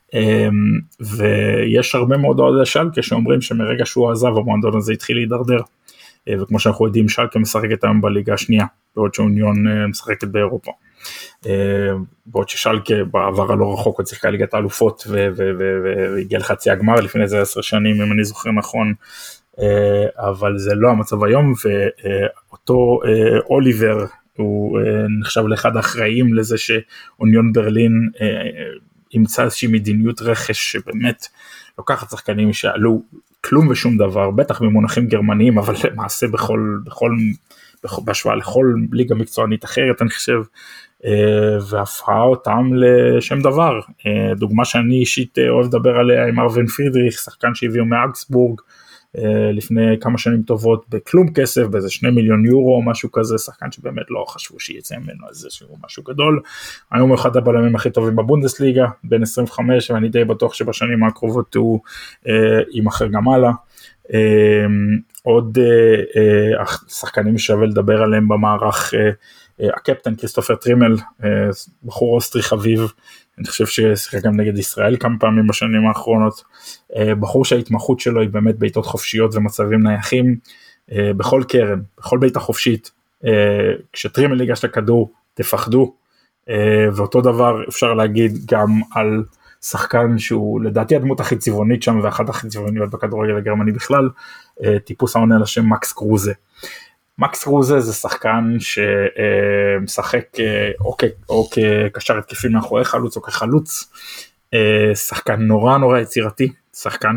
ויש הרבה מאוד אוהדי שלקה שאומרים שמרגע שהוא עזב המועדון הזה התחיל להידרדר, וכמו שאנחנו יודעים שלקה משחקת היום בליגה השנייה, בעוד שאוניון משחקת באירופה, בעוד ששלקה בעבר הלא רחוק עוד שיחקה ליגת האלופות והגיע לחצי הגמר לפני איזה 10 שנים אם אני זוכר נכון, אבל זה לא המצב היום, ואותו אוליבר הוא נחשב לאחד האחראים לזה שאוניון ברלין ימצא איזושהי מדיניות רכש שבאמת לוקחת שחקנים שעלו כלום ושום דבר, בטח במונחים גרמניים, אבל למעשה בהשוואה לכל ליגה מקצוענית אחרת אני חושב, והפכה אותם לשם דבר. דוגמה שאני אישית אוהב לדבר עליה עם ארוון פרידריך, שחקן שהביאו מאגסבורג לפני כמה שנים טובות בכלום כסף, באיזה 2 מיליון יורו או משהו כזה, שחקן שבאמת לא חשבו שיצא ממנו איזה משהו גדול. היום הוא אחד הבלמים הכי טובים בבונדסליגה, בין 25, ואני די בטוח שבשנים הקרובות הוא יימכר גם הלאה. עוד שחקנים שווה לדבר עליהם במערך, הקפטן כריסטופר טרימל, בחור אוסטרי חביב, אני חושב ששיחק גם נגד ישראל כמה פעמים בשנים האחרונות, בחור שההתמחות שלו היא באמת בעיטות חופשיות ומצבים נייחים, בכל קרן, בכל בעיטה חופשית, כשטרימל ייגש לכדור, תפחדו, ואותו דבר אפשר להגיד גם על שחקן שהוא לדעתי הדמות הכי צבעונית שם, ואחת הכי צבעוניות בכדורגל הגרמני בכלל, טיפוס העונה לשם מקס קרוזה. מקס קרוזה זה שחקן שמשחק או כקשר התקפי מאחורי חלוץ או כחלוץ, שחקן נורא יצירתי, שחקן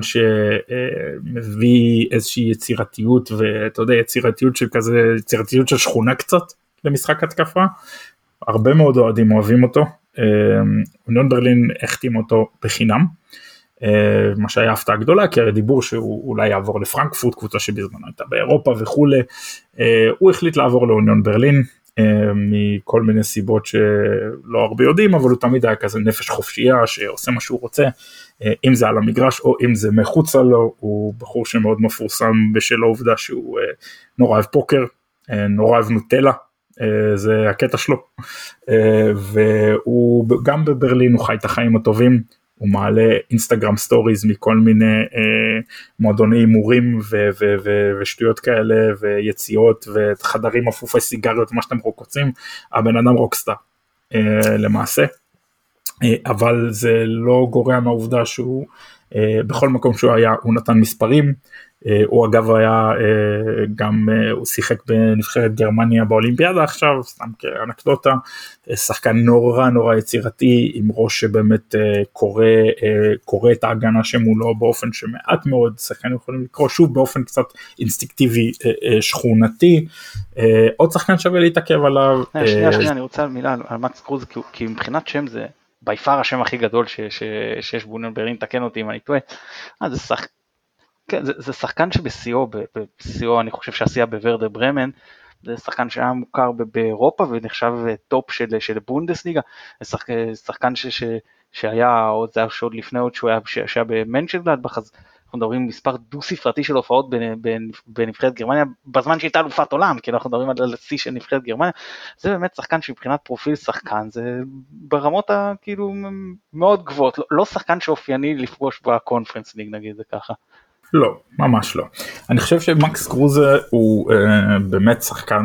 שמביא איזושהי יצירתיות, ואתה יודע, יצירתיות של שכונה קצת למשחק התקפה, הרבה מאוד אוהדים אוהבים אותו, אוניון ברלין החתים אותו בחינם, מה שהיה הפתעה גדולה, כי הרי דיבור שהוא אולי יעבור לפרנקפורט, קבוצה שבזמנו הייתה באירופה וכו', הוא החליט לעבור לאוניון ברלין, מכל מיני סיבות שלא הרבה יודעים, אבל הוא תמיד היה כזה נפש חופשייה, שעושה מה שהוא רוצה, אם זה על המגרש או אם זה מחוצה לו, הוא בחור שמאוד מפורסם בשל העובדה שהוא נורא אוהב פוקר, נורא אוהב נוטלה, זה הקטע שלו, והוא גם בברלין, הוא חי את החיים הטובים, הוא מעלה אינסטגרם סטוריז מכל מיני מועדוני הימורים ושטויות כאלה ויציאות וחדרים אפופי סיגריות, מה שאתם רוצים, הבן אדם רוקסטאר למעשה, אבל זה לא גורע מהעובדה שהוא בכל מקום שהוא היה הוא נתן מספרים, הוא אגב היה גם, הוא שיחק בנבחרת גרמניה באולימפיאדה עכשיו, סתם כאנקדוטה, שחקן נורא יצירתי, עם ראש שבאמת קורא את ההגנה שמולו באופן שמעט מאוד שחקנים יכולים לקרוא, שוב באופן קצת אינסטינקטיבי שכונתי, עוד שחקן שווה להתעכב עליו. שנייה, אני רוצה מילה על מקס קרוז, כי מבחינת שם זה ביפר השם הכי גדול שיש באוניון ברלין, תקן אותי אם אני טועה, זה שחקן שבשיאו, אני חושב שעשייה בוורדר ברמן, זה שחקן שהיה מוכר באירופה ונחשב טופ של בונדסליגה, שחקן שהיה, זה היה שעוד לפני עוד שהיה במנצ'נגלדבך, אז אנחנו מדברים מספר דו ספרתי של הופעות בנבחרת גרמניה, בזמן שהייתה אלופת עולם, כי אנחנו מדברים על השיא של נבחרת גרמניה, זה באמת שחקן שמבחינת פרופיל שחקן, זה ברמות כאילו מאוד גבוהות, לא שחקן שאופייני לפגוש בקונפרנס ליג, נגיד זה ככה. לא, ממש לא. אני חושב שמקס קרוזה הוא באמת שחקן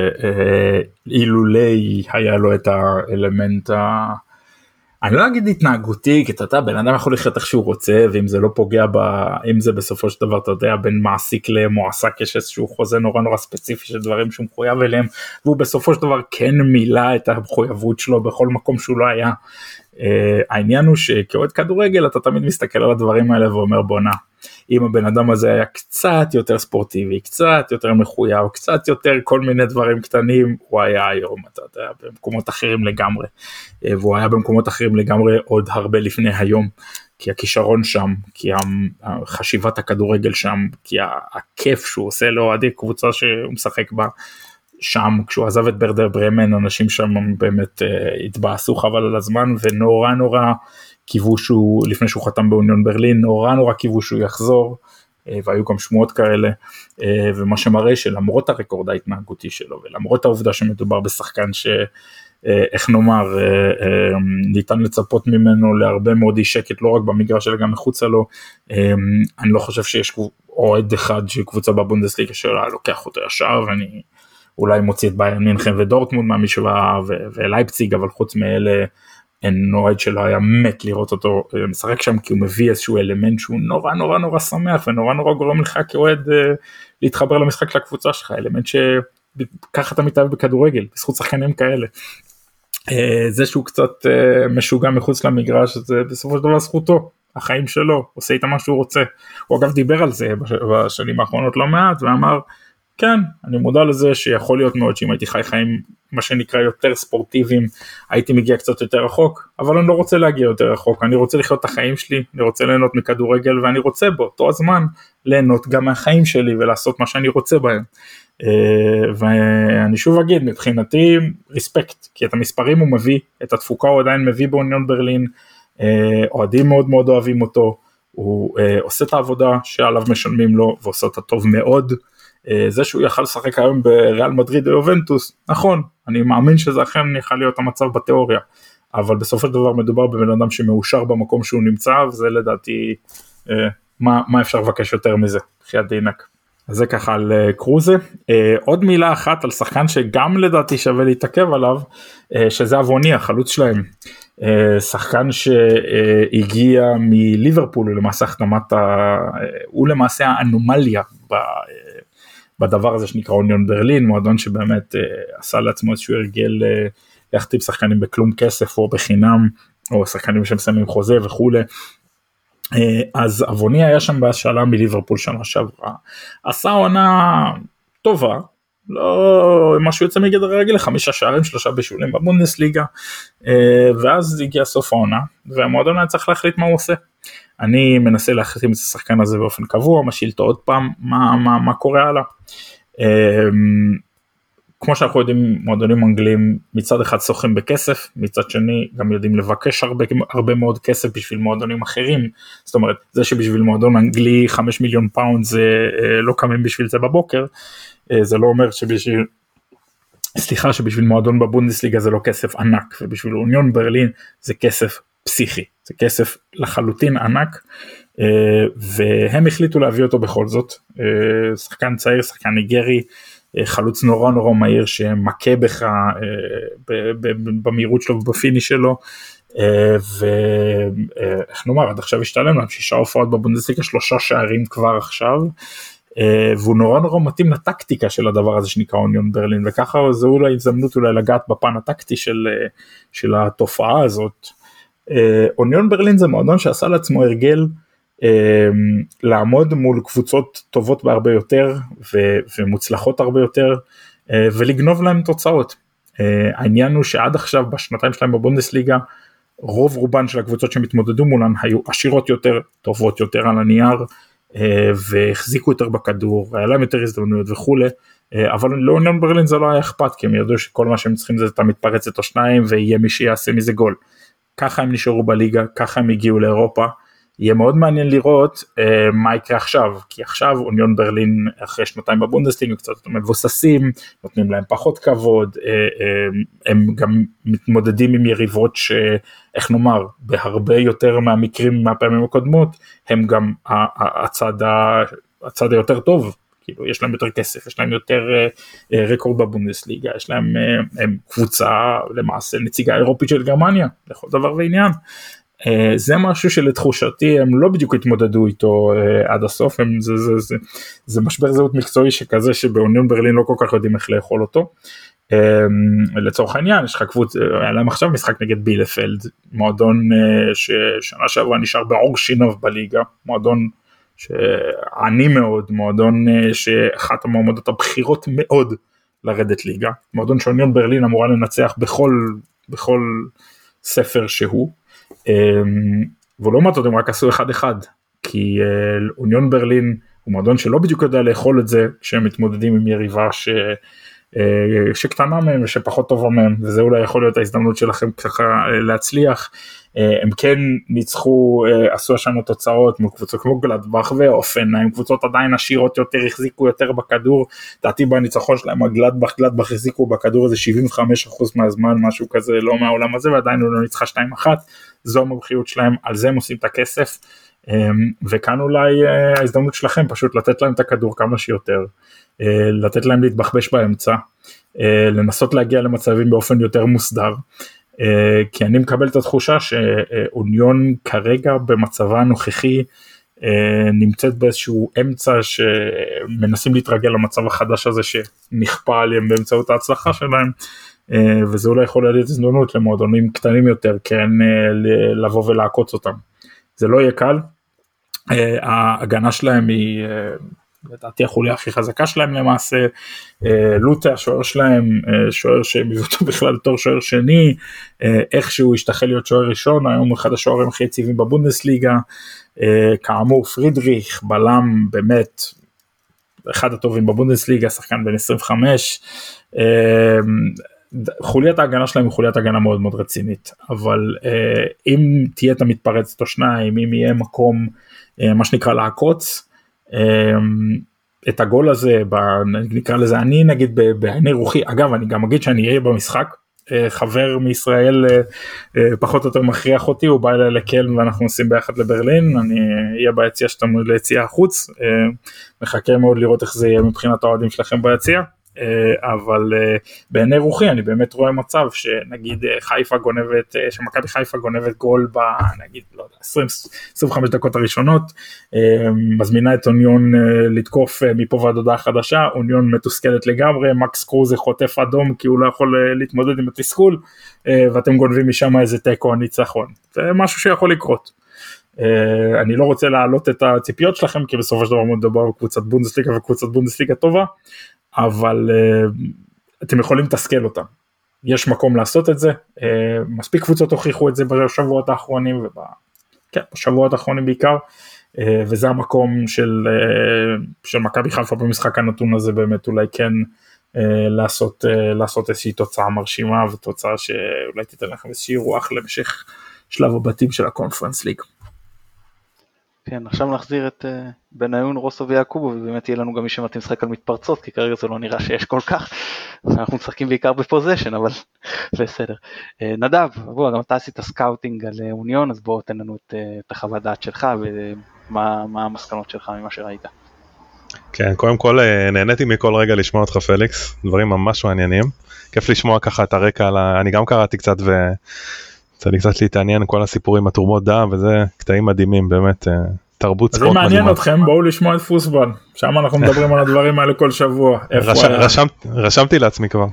שאילולי היה לו את האלמנט אני לא אגיד התנהגותי, כי אתה יודע, בן אדם יכול לחיות איך שהוא רוצה, ואם זה לא פוגע אם זה בסופו של דבר, אתה יודע, בין מעסיק למועסק, יש איזשהו חוזה נורא ספציפי של דברים שהוא מחויב אליהם, והוא בסופו של דבר כן מילא את המחויבות שלו בכל מקום שהוא לא היה. העניין הוא שכאוהד כדורגל, אתה תמיד מסתכל על הדברים האלה ואומר בונה, אם הבן אדם הזה היה קצת יותר ספורטיבי, קצת יותר מחויב, קצת יותר כל מיני דברים קטנים, הוא היה היום, אתה יודע, במקומות אחרים לגמרי, והוא היה במקומות אחרים לגמרי עוד הרבה לפני היום, כי הכישרון שם, כי חשיבת הכדורגל שם, כי הכיף שהוא עושה לאוהדי קבוצה שהוא משחק בה, שם כשהוא עזב את ברדר ברמן, אנשים שם באמת התבאסו חבל על הזמן, ונורא קיוו שהוא, לפני שהוא חתם באוניון ברלין, נורא קיוו שהוא יחזור, והיו גם שמועות כאלה, ומה שמראה שלמרות הרקורד ההתנהגותי שלו, ולמרות העובדה שמדובר בשחקן איך נאמר, ניתן לצפות ממנו להרבה מאוד אי שקט, לא רק במגרש אלא גם מחוצה לו, אני לא חושב שיש אוהד אחד של קבוצה בבונדסליגה שלה לוקח אותו ישר, ואני אולי מוציא את ביירן מינכן ודורטמונד מהמשוואה ולייפציג, אבל חוץ מאלה אין אוהד שלא היה מת לראות אותו משחק שם, כי הוא מביא איזשהו אלמנט שהוא נורא שמח ונורא גורם לך כאוהד להתחבר למשחק של הקבוצה שלך, אלמנט שככה אתה מתאהב בכדורגל, בזכות שחקנים כאלה. זה שהוא קצת משוגע מחוץ למגרש, זה בסופו של דבר זכותו, החיים שלו, עושה איתה מה שהוא רוצה. הוא אגב דיבר על זה בשנים האחרונות לא מעט, ואמר, כן, אני מודע לזה שיכול להיות מאוד שאם הייתי חי חיים, מה שנקרא יותר ספורטיביים, הייתי מגיע קצת יותר רחוק, אבל אני לא רוצה להגיע יותר רחוק, אני רוצה לחיות את החיים שלי, אני רוצה ליהנות מכדורגל, ואני רוצה באותו הזמן ליהנות גם מהחיים שלי, ולעשות מה שאני רוצה בהם. ואני שוב אגיד, מבחינתי, ריספקט, כי את המספרים הוא מביא, את התפוקה הוא עדיין מביא באוניון ברלין, אוהדים מאוד אוהבים אותו, הוא עושה את העבודה שעליו משלמים לו, ועושה אותה טוב מאוד, זה שהוא יכל לשחק היום בריאל מדריד או יובנטוס, נכון, אני מאמין שזה אכן יכול להיות המצב בתיאוריה, אבל בסופו של דבר מדובר בבן אדם שמאושר במקום שהוא נמצא, וזה לדעתי, מה אפשר לבקש יותר מזה, בחיית דינק. אז זה ככה על קרוזה. עוד מילה אחת על שחקן שגם לדעתי שווה להתעכב עליו, שזה אבוני, החלוץ שלהם. שחקן שהגיע מליברפול, למעשה הוא למעשה האנומליה בדבר הזה שנקרא אוניון ברלין, מועדון שבאמת עשה לעצמו איזשהו הרגל להחתים שחקנים בכלום כסף או בחינם, או שחקנים שמסיימים חוזה וכו'. אז אבוני היה שם בהשאלה מליברפול שנה שעברה, עשה עונה טובה, לא משהו יוצא מגדר הרגיל, 5 שערים 3 בישולים בבונדסליגה, ואז הגיע סוף העונה, והמועדון היה צריך להחליט מה הוא עושה. אני מנסה להחליט את השחקן הזה באופן קבוע, משיל אותו עוד פעם, מה קורה הלאה. כמו שאנחנו יודעים, מועדונים אנגלים מצד אחד סוחרים בכסף, מצד שני גם יודעים לבקש הרבה מאוד כסף בשביל מועדונים אחרים, זאת אומרת, זה שבשביל מועדון אנגלי 5 מיליון פאונד זה לא קמים בשביל זה בבוקר, זה לא אומר שבשביל מועדון בבונדסליגה זה לא כסף ענק, ובשביל אוניון ברלין זה כסף פסיכי, זה כסף לחלוטין ענק, והם החליטו להביא אותו בכל זאת, שחקן צעיר, שחקן ניגרי, חלוץ נורא נורא מהיר שמכה בך במהירות שלו ובפיניש שלו, ואיך נאמר, עד עכשיו השתלם להם 6 הופעות בבונדסליגה, 3 שערים כבר עכשיו, והוא נורא נורא מתאים לטקטיקה של הדבר הזה שנקרא אוניון ברלין, וככה זו אולי הזדמנות אולי לגעת בפן הטקטי של התופעה הזאת. אוניון ברלין זה מועדון שעשה לעצמו הרגל לעמוד מול קבוצות טובות בהרבה יותר ומוצלחות הרבה יותר ולגנוב להם תוצאות. העניין הוא שעד עכשיו בשנתיים שלהם בבונדסליגה רוב רובן של הקבוצות שמתמודדו מולן היו עשירות יותר, טובות יותר על הנייר, והחזיקו יותר בכדור, היה להם יותר הזדמנויות וכו', אבל לאוניון ברלין זה לא היה אכפת, כי הם ידעו שכל מה שהם צריכים זה את המתפרצת או שניים ויהיה מי שיעשה מזה גול. ככה הם נשארו בליגה, ככה הם הגיעו לאירופה. יהיה מאוד מעניין לראות מה יקרה עכשיו, כי עכשיו אוניון ברלין אחרי 2 בבונדסליגה קצת מבוססים, נותנים להם פחות כבוד, הם גם מתמודדים עם יריבות שאיך נאמר, בהרבה יותר מהמקרים מהפעמים הקודמות, הם גם הצד היותר טוב, כאילו יש להם יותר כסף, יש להם יותר רקורד בבונדסליגה, יש להם הם קבוצה למעשה נציגה אירופית של גרמניה, לכל דבר ועניין. זה משהו שלתחושתי הם לא בדיוק התמודדו איתו עד הסוף, זה משבר זהות מקצועי שכזה שבאוניון ברלין לא כל כך יודעים איך לאכול אותו. לצורך העניין יש לך קבוצה, היה להם עכשיו משחק נגד בילפלד, מועדון ששנה שעברה נשאר בעור שיניו בליגה, מועדון שעני מאוד, מועדון שאחת המועמדות הבכירות מאוד לרדת ליגה, מועדון שאוניון ברלין אמורה לנצח בכל ספר שהוא, ולעומת זאת הם רק עשו 1-1, כי אוניון ברלין הוא מועדון שלא בדיוק יודע לאכול את זה, כשהם מתמודדים עם יריבה שקטנה מהם ושפחות טובה מהם, וזה אולי יכול להיות ההזדמנות שלכם ככה להצליח. הם כן ניצחו, עשו השנה תוצאות מול קבוצות כמו גלדבך ואופן, הם קבוצות עדיין עשירות יותר, החזיקו יותר בכדור, דעתי בניצחון שלהם, גלדבך החזיקו בכדור איזה 75% מהזמן, משהו כזה לא מהעולם הזה, ועדיין הוא לא ניצחה 2-1, זו המומחיות שלהם, על זה הם עושים את הכסף, וכאן אולי ההזדמנות שלכם פשוט לתת להם את הכדור כמה שיותר, לתת להם להתבחבש באמצע, לנסות להגיע למצבים באופן יותר מוסדר, כי אני מקבל את התחושה שאוניון כרגע במצבה הנוכחי נמצאת באיזשהו אמצע שמנסים להתרגל למצב החדש הזה שנכפה עליהם באמצעות ההצלחה שלהם, וזה אולי יכול להיות הזדמנות למועדונים קטנים יותר כן לבוא ולעקוץ אותם. זה לא יהיה קל, ההגנה שלהם היא לדעתי החוליה הכי חזקה שלהם למעשה, לוטה השוער שלהם, שוער שהם הביאו אותו בכלל בתור שוער שני, איכשהו השתחל להיות שוער ראשון, היום הוא אחד השוערים הכי יציבים בבונדסליגה, כאמור פרידריך, בלם באמת, אחד הטובים בבונדסליגה, שחקן בן 25, חוליית ההגנה שלהם היא חוליית הגנה מאוד מאוד רצינית, אבל אם תהיה את המתפרצת או שניים, אם יהיה מקום, מה שנקרא לעקוץ, את הגול הזה, נקרא לזה, אני נגיד בעיני רוחי, אגב אני גם אגיד שאני אהיה במשחק, חבר מישראל פחות או יותר מכריח אותי, הוא בא אליי לקלן ואנחנו נוסעים ביחד לברלין, אני אהיה ביציאה שאתה ליציאה החוץ, מחכה מאוד לראות איך זה יהיה מבחינת האוהדים שלכם ביציאה, אבל בעיני רוחי אני באמת רואה מצב שנגיד חיפה גונבת, שמכבי חיפה גונבת גול נגיד, לא יודע, 25 דקות הראשונות, מזמינה את אוניון לתקוף מפה ועד הודעה חדשה, אוניון מתוסכלת לגמרי, מקס קרוז חוטף אדום כי הוא לא יכול להתמודד עם התסכול, ואתם גונבים משם איזה תיקו או ניצחון, זה משהו שיכול לקרות. אני לא רוצה להעלות את הציפיות שלכם, כי בסופו של דבר מדובר בקבוצת בונדסליגה וקבוצת בונדסליגה טובה, אבל אתם יכולים לתסכל אותם. יש מקום לעשות את זה, מספיק קבוצות הוכיחו את זה בשבועות האחרונים, בשבועות האחרונים בעיקר, וזה המקום של מכבי חיפה במשחק הנתון הזה, באמת אולי כן לעשות איזושהי תוצאה מרשימה, ותוצאה שאולי תיתן לכם איזושהי רוח למשך שלב הבתים של הקונפרנס ליג. כן, עכשיו נחזיר את בניון, רוסו ויעקובו, ובאמת יהיה לנו גם מי שמתאים לשחק על מתפרצות, כי כרגע זה לא נראה שיש כל כך, אנחנו משחקים בעיקר בפוזיישן, אבל בסדר. נדב, גם אתה עשית סקאוטינג על אוניון, אז בוא תן לנו את החוות דעת שלך, ומה המסקנות שלך ממה שראית. כן, קודם כל נהניתי מכל רגע לשמוע אותך פליקס, דברים ממש מעניינים, כיף לשמוע ככה את הרקע, אני גם קראתי קצת צריך קצת להתעניין כל הסיפורים, התרומות דם וזה, קטעים מדהימים, באמת, תרבות ספורט מדהימה. אז אם מעניין אתכם, בואו לשמוע את פוסבול, שם אנחנו מדברים על הדברים האלה כל שבוע. רשמתי לעצמי כבר.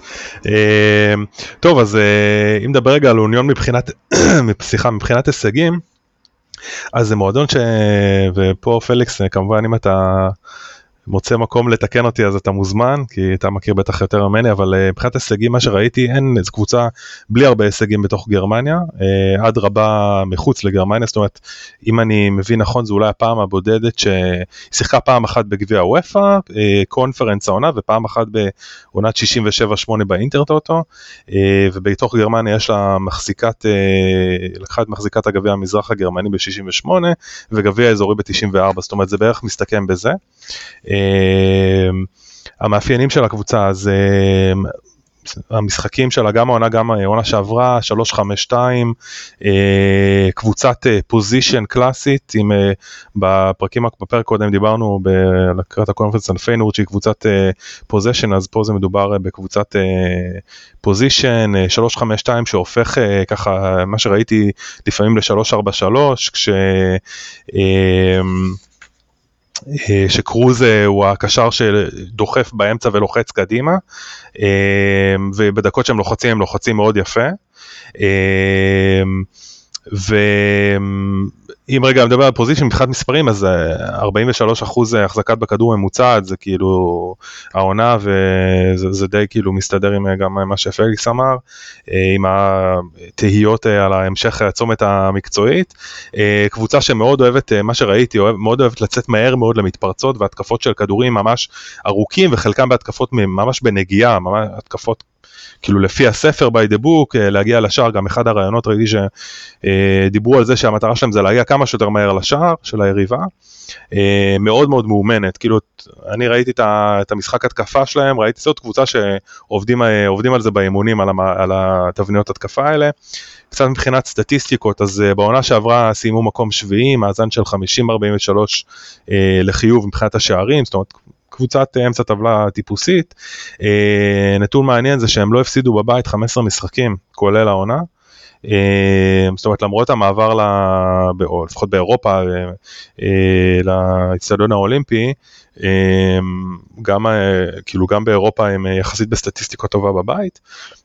טוב, אז אם נדבר רגע על אוניון מבחינת הישגים, אז זה מועדון ופה פליקס, כמובן אם אתה מוצא מקום לתקן אותי אז אתה מוזמן, כי אתה מכיר בטח יותר ממני, אבל מבחינת הישגים מה שראיתי, אין איזו קבוצה בלי הרבה הישגים בתוך גרמניה, עד רבה מחוץ לגרמניה, זאת אומרת, אם אני מבין נכון, זו אולי הפעם הבודדת ששיחקה פעם אחת בגביע הוופא, קונפרנס העונה, ופעם אחת בעונת 67-8 באינטרטוטו, ובתוך גרמניה יש לה לקחה את מחזיקת הגביע המזרח הגרמני ב-68, וגביע האזורי ב-94, זאת אומרת, זה בערך מסתכם בזה. המאפיינים של הקבוצה, אז המשחקים שלה, גם העונה שעברה, 3-5-2, קבוצת פוזישן קלאסית, בפרק קודם דיברנו לקראת הקונפרנס על פיינורד, שהיא קבוצת פוזישן, אז פה זה מדובר בקבוצת פוזישן, 3-5-2, שהופך ככה, מה שראיתי לפעמים ל-3-4-3, שקרוז הוא הקשר שדוחף באמצע ולוחץ קדימה, ובדקות שהם לוחצים, הם לוחצים מאוד יפה, ואם רגע מדבר על פוזישן מבחינת מספרים, אז 43% החזקת בכדור ממוצעת, זה כאילו העונה, וזה די כאילו מסתדר עם גם מה שפליקס אמר, עם התהיות על ההמשך הצומת המקצועית, קבוצה שמאוד אוהבת, מה שראיתי, מאוד אוהבת לצאת מהר מאוד למתפרצות, והתקפות של כדורים ממש ארוכים, וחלקם בהתקפות ממש בנגיעה, ממש התקפות כאילו לפי הספר by the book, להגיע לשער, גם אחד הרעיונות ראיתי שדיברו על זה שהמטרה שלהם זה להגיע כמה שיותר מהר לשער של היריבה, מאוד מאוד מאומנת, כאילו אני ראיתי את המשחק התקפה שלהם, ראיתי זאת קבוצה שעובדים על זה באימונים, על התבניות התקפה האלה, קצת מבחינת סטטיסטיקות, אז בעונה שעברה סיימו מקום שביעי, מאזן של 50-43 לחיוב מבחינת השערים, זאת אומרת, קבוצת אמצע טבלה טיפוסית, נתון מעניין זה שהם לא הפסידו בבית 15 משחקים, כולל העונה, זאת אומרת למרות המעבר, לפחות באירופה, לאצטדיון האולימפי, גם באירופה הם יחסית בסטטיסטיקה טובה בבית,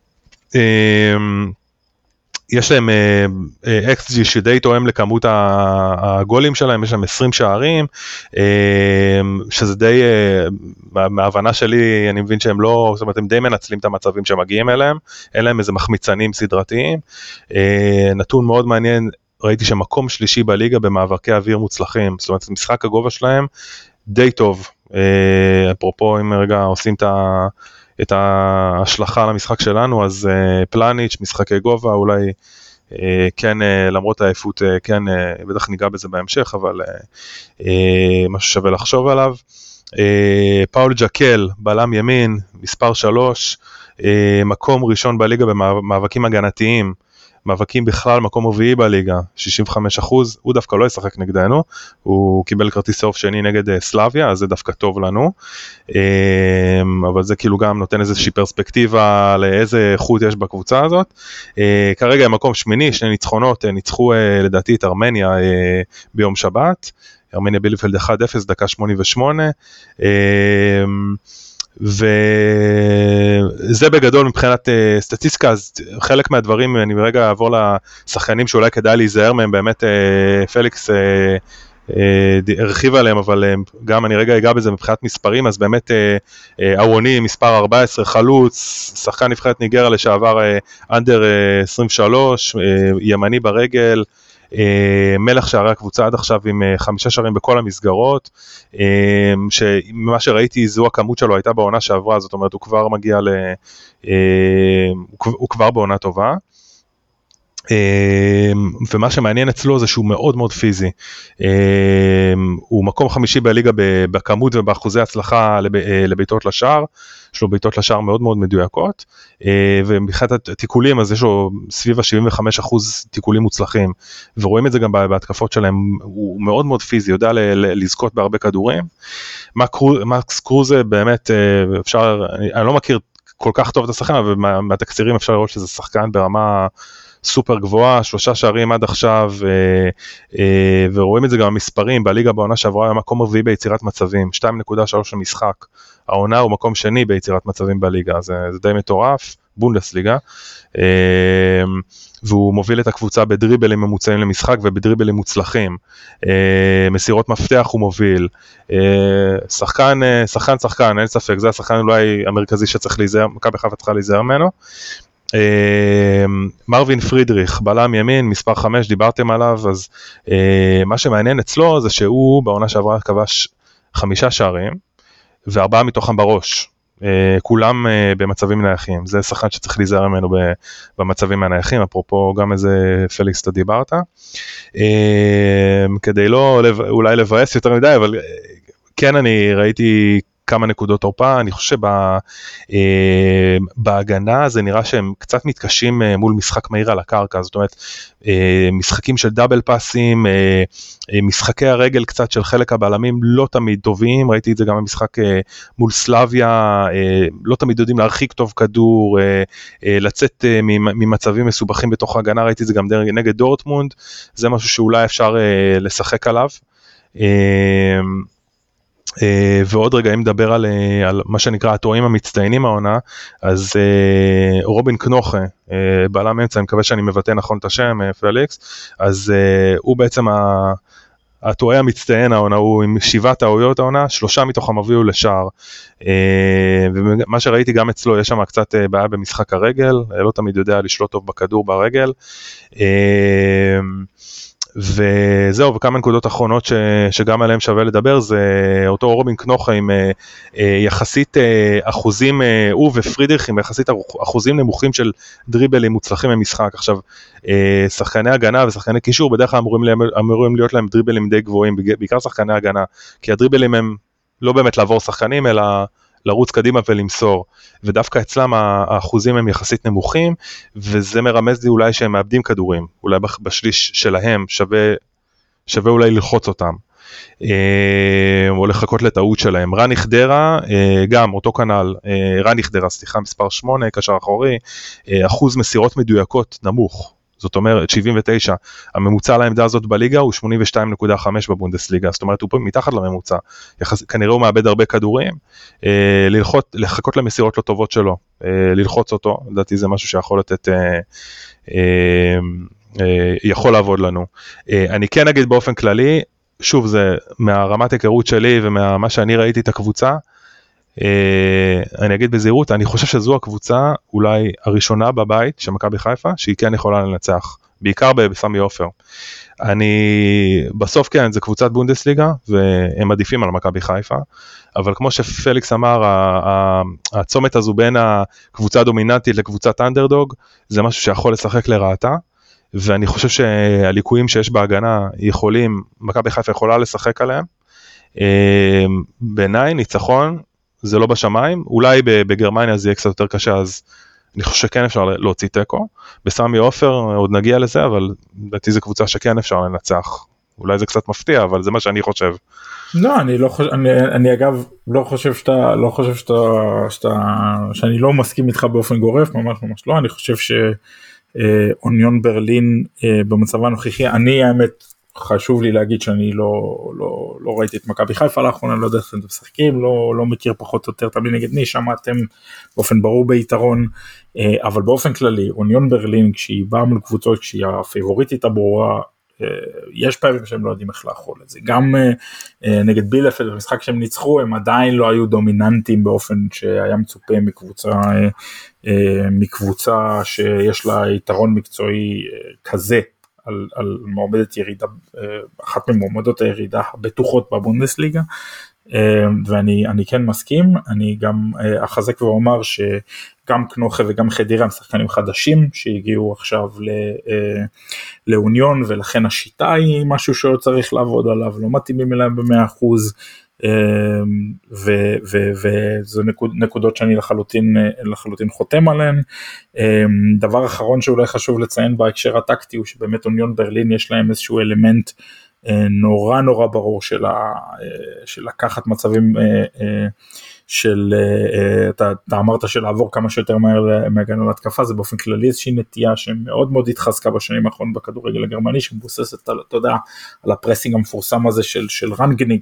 יש להם XG שדי תואם לכמות הגולים שלהם, יש להם 20 שערים, שזה די, מההבנה שלי, אני מבין שהם לא, זאת אומרת, הם די מנצלים את המצבים שמגיעים אליהם, אין להם איזה מחמיצנים סדרתיים, נתון מאוד מעניין, ראיתי שמקום שלישי בליגה במאבקי אוויר מוצלחים, זאת אומרת, משחק הגובה שלהם די טוב, אפרופו אם רגע עושים את ההשלכה למשחק שלנו, אז פלניץ', משחקי גובה, אולי כן, למרות העייפות, כן, בטח ניגע בזה בהמשך, אבל משהו שווה לחשוב עליו. פאול ג'קל, בלם ימין, מספר 3, מקום ראשון בליגה במאבקים הגנתיים, מאבקים בכלל מקום רביעי בליגה, 65%, הוא דווקא לא ישחק נגדנו, הוא קיבל כרטיס סוף שני נגד סלאביה, אז זה דווקא טוב לנו, אבל זה כאילו גם נותן איזושהי פרספקטיבה לאיזה איכות יש בקבוצה הזאת. כרגע הם מקום שמיני, שני ניצחונות, ניצחו לדעתי את ארמניה ביום שבת, ארמניה בילפלד 1-0, דקה 88, וזה בגדול מבחינת סטטיסטיקה. אז חלק מהדברים, אני ברגע אעבור לשחקנים שאולי כדאי להיזהר מהם, באמת פליקס הרחיב עליהם, אבל גם אני רגע אגע בזה מבחינת מספרים. אז באמת אווני מספר 14, חלוץ, שחקן נבחרת ניגריה לשעבר אנדר 23, ימני ברגל, מלך שערי הקבוצה עד עכשיו עם 5 שערים בכל המסגרות, שמה שראיתי זו הכמות שלו הייתה בעונה שעברה, זאת אומרת הוא כבר מגיע הוא כבר בעונה טובה. ומה שמעניין אצלו זה שהוא מאוד מאוד פיזי, הוא מקום 5 בליגה בכמות ובאחוזי הצלחה לביתות לשער, יש לו ביתות לשער מאוד מאוד מדויקות, ומבחינת התיקולים אז יש לו סביב ה-75% תיקולים מוצלחים, ורואים את זה גם בהתקפות שלהם, הוא מאוד מאוד פיזי, יודע לזכות בהרבה כדורים. מקס קרוזה באמת אפשר, אני לא מכיר כל כך טוב את השחקן, אבל מהתקצירים אפשר לראות שזה שחקן ברמה סופר גבוהה, 3 שערים עד עכשיו, ורואים את זה גם במספרים, בליגה בעונה שעברה היה מקום רביעי ביצירת מצבים, 2.3 למשחק, העונה הוא מקום שני ביצירת מצבים בליגה, זה די מטורף, בונדסליגה, והוא מוביל את הקבוצה בדריבלים ממוצעים למשחק ובדריבלים מוצלחים, מסירות מפתח הוא מוביל, שחקן, אין ספק, זה השחקן אולי המרכזי שצריך להיזהר, מכבי חיפה צריכה להיזהר ממנו. מרווין פרידריך, בלם ימין, מספר 5, דיברתם עליו, אז מה שמעניין אצלו זה שהוא בעונה שעברה כבש 5 שערים, ו4 מתוכם בראש, כולם במצבים נייחים, זה שחקן שצריך להיזהר ממנו במצבים הנייחים, אפרופו גם איזה פליקס אתה דיברת, כדי לא אולי לבאס יותר מדי, אבל כן אני ראיתי כמה נקודות תורפה, אני חושב בהגנה זה נראה שהם קצת מתקשים מול משחק מהיר על הקרקע, זאת אומרת משחקים של דאבל פאסים, משחקי הרגל קצת של חלק הבעלמים לא תמיד טובים, ראיתי את זה גם במשחק מול סלאביה, לא תמיד יודעים להרחיק טוב כדור, לצאת ממצבים מסובכים בתוך ההגנה, ראיתי את זה גם נגד דורטמונד, זה משהו שאולי אפשר לשחק עליו. ועוד רגע אם נדבר על מה שנקרא הטועים המצטיינים העונה, אז רובין קנוחה, בעלם אמצע, אני מקווה שאני מבטא נכון את השם, פליקס, אז הוא בעצם הטועה המצטיין העונה, הוא עם 7 טעויות העונה, 3 מתוכם הביאו לשער, ומה שראיתי גם אצלו, יש שם קצת בעיה במשחק הרגל, לא תמיד יודע לשלוט טוב בכדור ברגל, וזהו, וכמה נקודות אחרונות שגם עליהם שווה לדבר, זה אותו רובין קנוחה עם יחסית אחוזים, הוא ופרידריך עם יחסית אחוזים נמוכים של דריבלים מוצלחים במשחק. עכשיו, שחקני הגנה ושחקני קישור בדרך כלל אמורים להיות להם דריבלים די גבוהים, בעיקר שחקני הגנה, כי הדריבלים הם לא באמת לעבור שחקנים, אלא לרוץ קדימה ולמסור, ודווקא אצלם האחוזים הם יחסית נמוכים, וזה מרמז לי אולי שהם מאבדים כדורים, אולי בשליש שלהם שווה אולי ללחוץ אותם, או לחכות לטעות שלהם. רני חדרה, גם אותו כנל, רני חדרה, סליחה, מספר 8, קשר אחורי, אחוז מסירות מדויקות נמוך, זאת אומרת 79, הממוצע לעמדה הזאת בליגה הוא 82.5 בבונדסליגה, זאת אומרת הוא פה מתחת לממוצע, כנראה הוא מאבד הרבה כדורים, לחכות למסירות לא טובות שלו, ללחוץ אותו, לדעתי זה משהו שיכול לתת, יכול לעבוד לנו. אני כן אגיד באופן כללי, שוב זה מהרמת היכרות שלי ומה שאני ראיתי את הקבוצה, אני אגיד בזהירות, אני חושב שזו הקבוצה אולי הראשונה בבית של מכבי חיפה, שהיא כן יכולה לנצח, בעיקר בסמי עופר. בסוף כן, זה קבוצת בונדסליגה, והם עדיפים על מכבי חיפה, אבל כמו שפליקס אמר, הצומת הזו בין הקבוצה הדומיננטית לקבוצת אנדרדוג, זה משהו שיכול לשחק לרעתה, ואני חושב שהליקויים שיש בהגנה יכולים, מכבי חיפה יכולה לשחק עליהם, בעיניי ניצחון, זה לא בשמיים, אולי בגרמניה זה יהיה קצת יותר קשה, אז אני חושב שכן אפשר להוציא תיקו, בסמי עופר עוד נגיע לזה, אבל לדעתי זו קבוצה שכן אפשר לנצח, אולי זה קצת מפתיע, אבל זה מה שאני חושב. לא, אני לא חושב, אני אגב לא חושב שאני לא מסכים איתך באופן גורף, ממש לא, אני חושב שאוניון ברלין במצבה הנוכחי, אני האמת חשוב לי להגיד שאני לא ראיתי את מכבי חיפה לאחרונה, לא יודע איך אתם משחקים, לא מכיר פחות או יותר תמיד נגד מי, שמעתם באופן ברור ביתרון, אבל באופן כללי, אוניון ברלין כשהיא באה מול קבוצות, כשהיא הפייבוריטית הברורה, יש פעמים שהם לא יודעים איך לאכול את זה, גם נגד בילפלד במשחק שהם ניצחו, הם עדיין לא היו דומיננטיים באופן שהיה מצופה מקבוצה שיש לה יתרון מקצועי כזה, על מועמדת ירידה, אחת ממועמדות הירידה הבטוחות בבונדסליגה, ואני כן מסכים, אני גם אחזק ואומר שגם קנוחה וגם חדירה הם שחקנים חדשים שהגיעו עכשיו לאוניון, ולכן השיטה היא משהו שעוד צריך לעבוד עליו, לא מתאימים אליהם ב100%, וזו נקודות שאני לחלוטין חותם עליהן. דבר אחרון שאולי חשוב לציין בהקשר הטקטי, הוא שבאמת אוניון ברלין יש להם איזשהו אלמנט נורא ברור של לקחת מצבים של, אתה אמרת של לעבור כמה שיותר מהר מהגנה להתקפה, זה באופן כללי איזושהי נטייה שמאוד התחזקה בשנים האחרונות בכדורגל הגרמני, שמבוססת אתה יודע, על הפרסינג המפורסם הזה של רנגניק,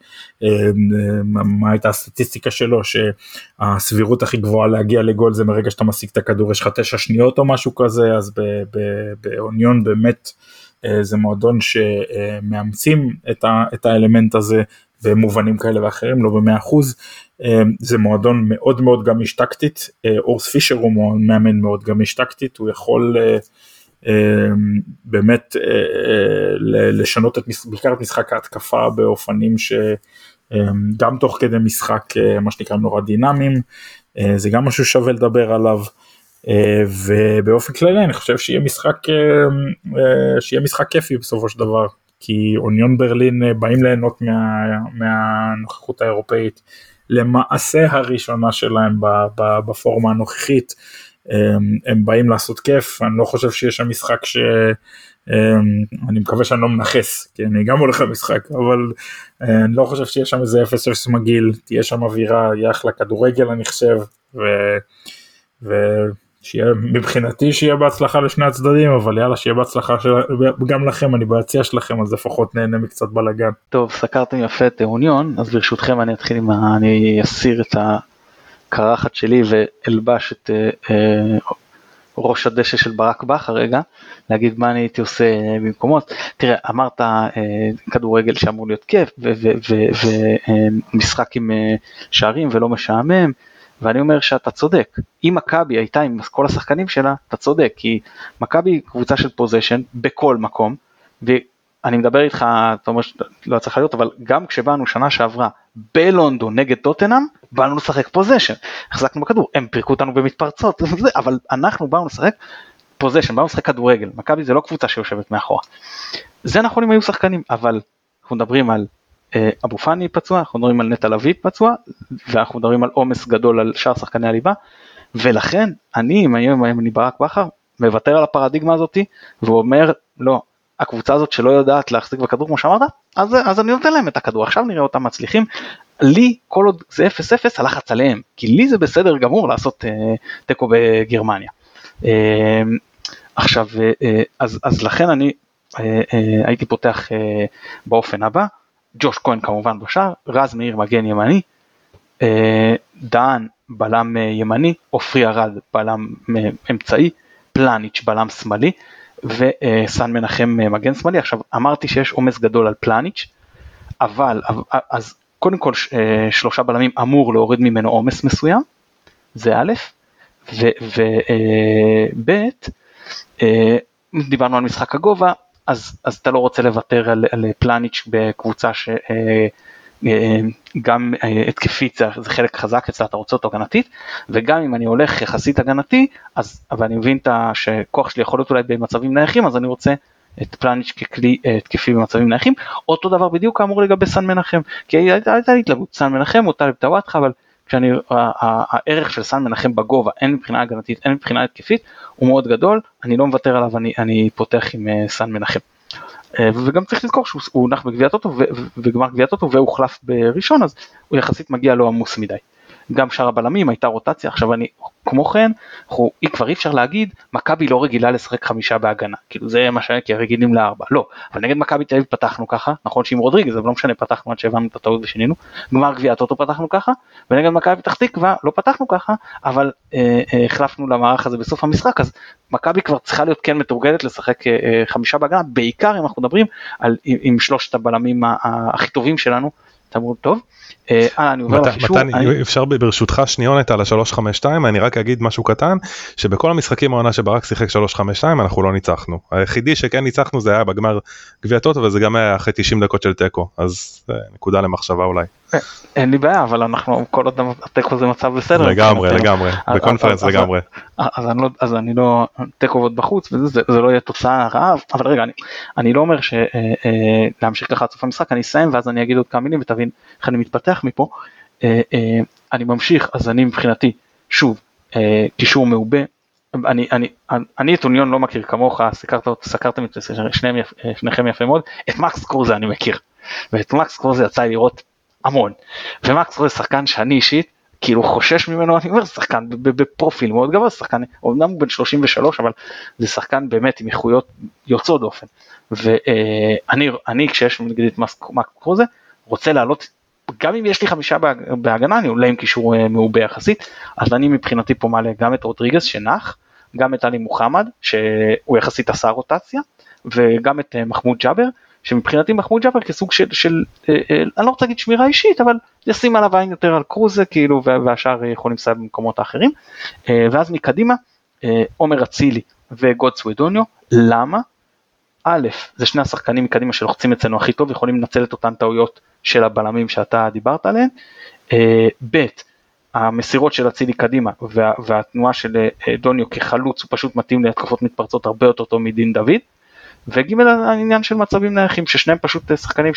מה הייתה הסטטיסטיקה שלו, שהסבירות הכי גבוהה להגיע לגול זה מרגע שאתה משיג את הכדור, יש לך 9 שניות או משהו כזה, אז באוניון באמת זה מועדון שמאמצים את האלמנט הזה במובנים כאלה ואחרים, לא ב100%, זה מועדון מאוד גמיש טקטית, אורס פישר הוא מאמן מאוד גמיש טקטית, הוא יכול באמת לשנות בעיקר את משחק ההתקפה באופנים שגם תוך כדי משחק, מה שנקרא נורא דינמיים, זה גם משהו שווה לדבר עליו, ובאופן כללי אני חושב שיהיה משחק כיפי בסופו של דבר, כי אוניון ברלין באים ליהנות מהנוכחות האירופאית, למעשה הראשונה שלהם בפורמה הנוכחית, הם באים לעשות כיף, אני לא חושב שיש שם משחק אני מקווה שאני לא מנחס, כי אני גם הולך למשחק, אבל אני לא חושב שיש שם איזה 0-0 מגיל, תהיה שם אווירה, יהיה אחלה כדורגל אני חושב, מבחינתי שיהיה בהצלחה לשני הצדדים, אבל יאללה שיהיה בהצלחה גם לכם, אני בהציע שלכם, אז לפחות נהנה מקצת בלגן. טוב, סקרתם יפה את אוניון, אז ברשותכם אני אתחיל אני אסיר את הקרחת שלי ואלבש את ראש הדשא של ברק בכר רגע, להגיד מה אני הייתי עושה במקומות. תראה, אמרת כדורגל שאמור להיות כיף, ומשחק עם שערים ולא משעמם, ואני אומר שאתה צודק, אם מכבי הייתה עם כל השחקנים שלה, אתה צודק, כי מכבי קבוצה של פוזיישן בכל מקום, ואני מדבר איתך, אתה אומר שלא צריך להיות, אבל גם כשבאנו שנה שעברה בלונדון נגד טוטנהאם, באנו לשחק פוזיישן, החזקנו בכדור, הם פירקו אותנו במתפרצות, אבל אנחנו באנו לשחק פוזיישן, באנו לשחק כדורגל, מכבי זה לא קבוצה שיושבת מאחורה, זה נכון אם היו שחקנים, אבל אנחנו מדברים על אבו פאני פצוע, אנחנו מדברים על נטע לביא פצוע, ואנחנו מדברים על עומס גדול על שאר שחקני הליבה, ולכן אני ברק בכר מוותר על הפרדיגמה הזאת, והוא אומר, לא, הקבוצה הזאת שלא יודעת להחזיק בכדור כמו שאמרת, אז אני נותן להם את הכדור, עכשיו נראה אותם מצליחים, לי כל עוד זה 0-0 הלחץ עליהם, כי לי זה בסדר גמור לעשות תיקו בגרמניה. עכשיו, אז לכן אני הייתי פותח באופן הבא, ג'וש כהן כמובן בשער, רז מאיר מגן ימני, דן בלם ימני, אופרי ארד בלם אמצעי, פלניץ' בלם שמאלי, וסן מנחם מגן שמאלי. עכשיו אמרתי שיש עומס גדול על פלניץ', אבל אז קודם כל 3 בלמים אמור להוריד ממנו עומס מסוים, זה א', וב', דיברנו על משחק הגובה, אז אתה לא רוצה לוותר על פלניץ' בקבוצה שגם התקפית זה חלק חזק אצלה, אתה רוצה אותו הגנתית, וגם אם אני הולך יחסית הגנתי, אבל אני מבין שכוח שלי יכול להיות אולי במצבים נייחים, אז אני רוצה את פלניץ' ככלי התקפי במצבים נייחים, אותו דבר בדיוק אמור לגבי סן מנחם, כי הייתה התלבטות, סן מנחם או טלב טוואטחה, אבל הערך של סן מנחם בגובה, אין מבחינה הגנתית, אין מבחינה התקפית, הוא מאוד גדול, אני לא מוותר עליו, אני פותח עם סן מנחם. וגם צריך לזכור שהוא הונח בגביע הטוטו, וגמר גביע הטוטו, והוא הוחלף בראשון, אז הוא יחסית מגיע לו עמוס מדי. גם שאר הבלמים, הייתה רוטציה, עכשיו כמו כן, כבר אי אפשר להגיד, מכבי לא רגילה לשחק 5 בהגנה, כאילו זה מה שהיה, כי רגילים ל4, לא, אבל נגד מכבי תל אביב פתחנו ככה, נכון שעם רודריגז, אבל לא משנה, פתחנו עד שהבנו את הטעות ושינינו, גמר גביע הטוטו פתחנו ככה, ונגד מכבי פתח תקווה לא פתחנו ככה, אבל החלפנו למערך הזה בסוף המשחק, אז מכבי כבר צריכה להיות כן מתורגלת לשחק 5 בהגנה, בעיקר אם אנחנו מדברים עם 3 הבלמים הכי טובים שלנו, תמרו טוב. אני עובר לחישור. אפשר ברשותך שניונת על ה-352, אני רק אגיד משהו קטן, שבכל המשחקים העונה שברק שיחק 352 אנחנו לא ניצחנו. היחידי שכן ניצחנו זה היה בגמר גביע הטוטו, וזה גם היה אחרי 90 דקות של טקו, אז נקודה למחשבה אולי. אין לי בעיה, אבל אנחנו כל עוד הטקו זה מצב בסדר. לגמרי, בקונפרנס לגמרי. אז אני לא, טקו עוד בחוץ, וזה לא יהיה תוצאה רעה, אבל רגע, אני לא אומר להמשיך ככה עד סוף המשחק, אני אסיים ואז אני אגיד עוד כמה מילים ותבין איך אני מתפתח מפה. אני ממשיך, אז אני מבחינתי, שוב, קישור מעובה, אני את אוניון לא מכיר כמוך, סקרתם את שניכם יפה מאוד, את מקס קרוזה אני מכיר, ואת מקס קרוזה יצא לי לראות המון, ומקס קרוזה שחקן שאני אישית, כאילו חושש ממנו, אני אומר, שחקן בפרופיל מאוד גבוה, שחקן, אומנם הוא בן 33, אבל זה שחקן באמת עם איכויות יוצאות דופן, ואני כשיש נגד את מקס קרוזה, רוצה לעלות, גם אם יש לי 5 בהגנה, אני עולה עם קישור מעובה יחסית, אז אני מבחינתי פה מעלה גם את רודריגז שנח, גם את עלי מוחמד, שהוא יחסית עשה רוטציה, וגם את מחמוד ג'אבר, שמבחינתי מחמוד ג'אבר כסוג של אני לא רוצה להגיד שמירה אישית, אבל ישים עליו עין יותר על קרוזה, כאילו, והשאר יכולים לסייע במקומות האחרים, ואז מקדימה, עומר אצילי וגוד סוידוניו, למה? א', זה שני השחקנים מקדימה שלוחצים אצלנו הכי טוב, יכולים לנצל את אותן טעויות של הבלמים שאתה דיברת עליהן, ב', המסירות של אצילי קדימה, והתנועה של דוניו כחלוץ, הוא פשוט מתאים להתקפות מתפרצות הרבה יותר טוב מדין דוד, וג' העניין של מצבים נייחים, ששניהם פשוט שחקנים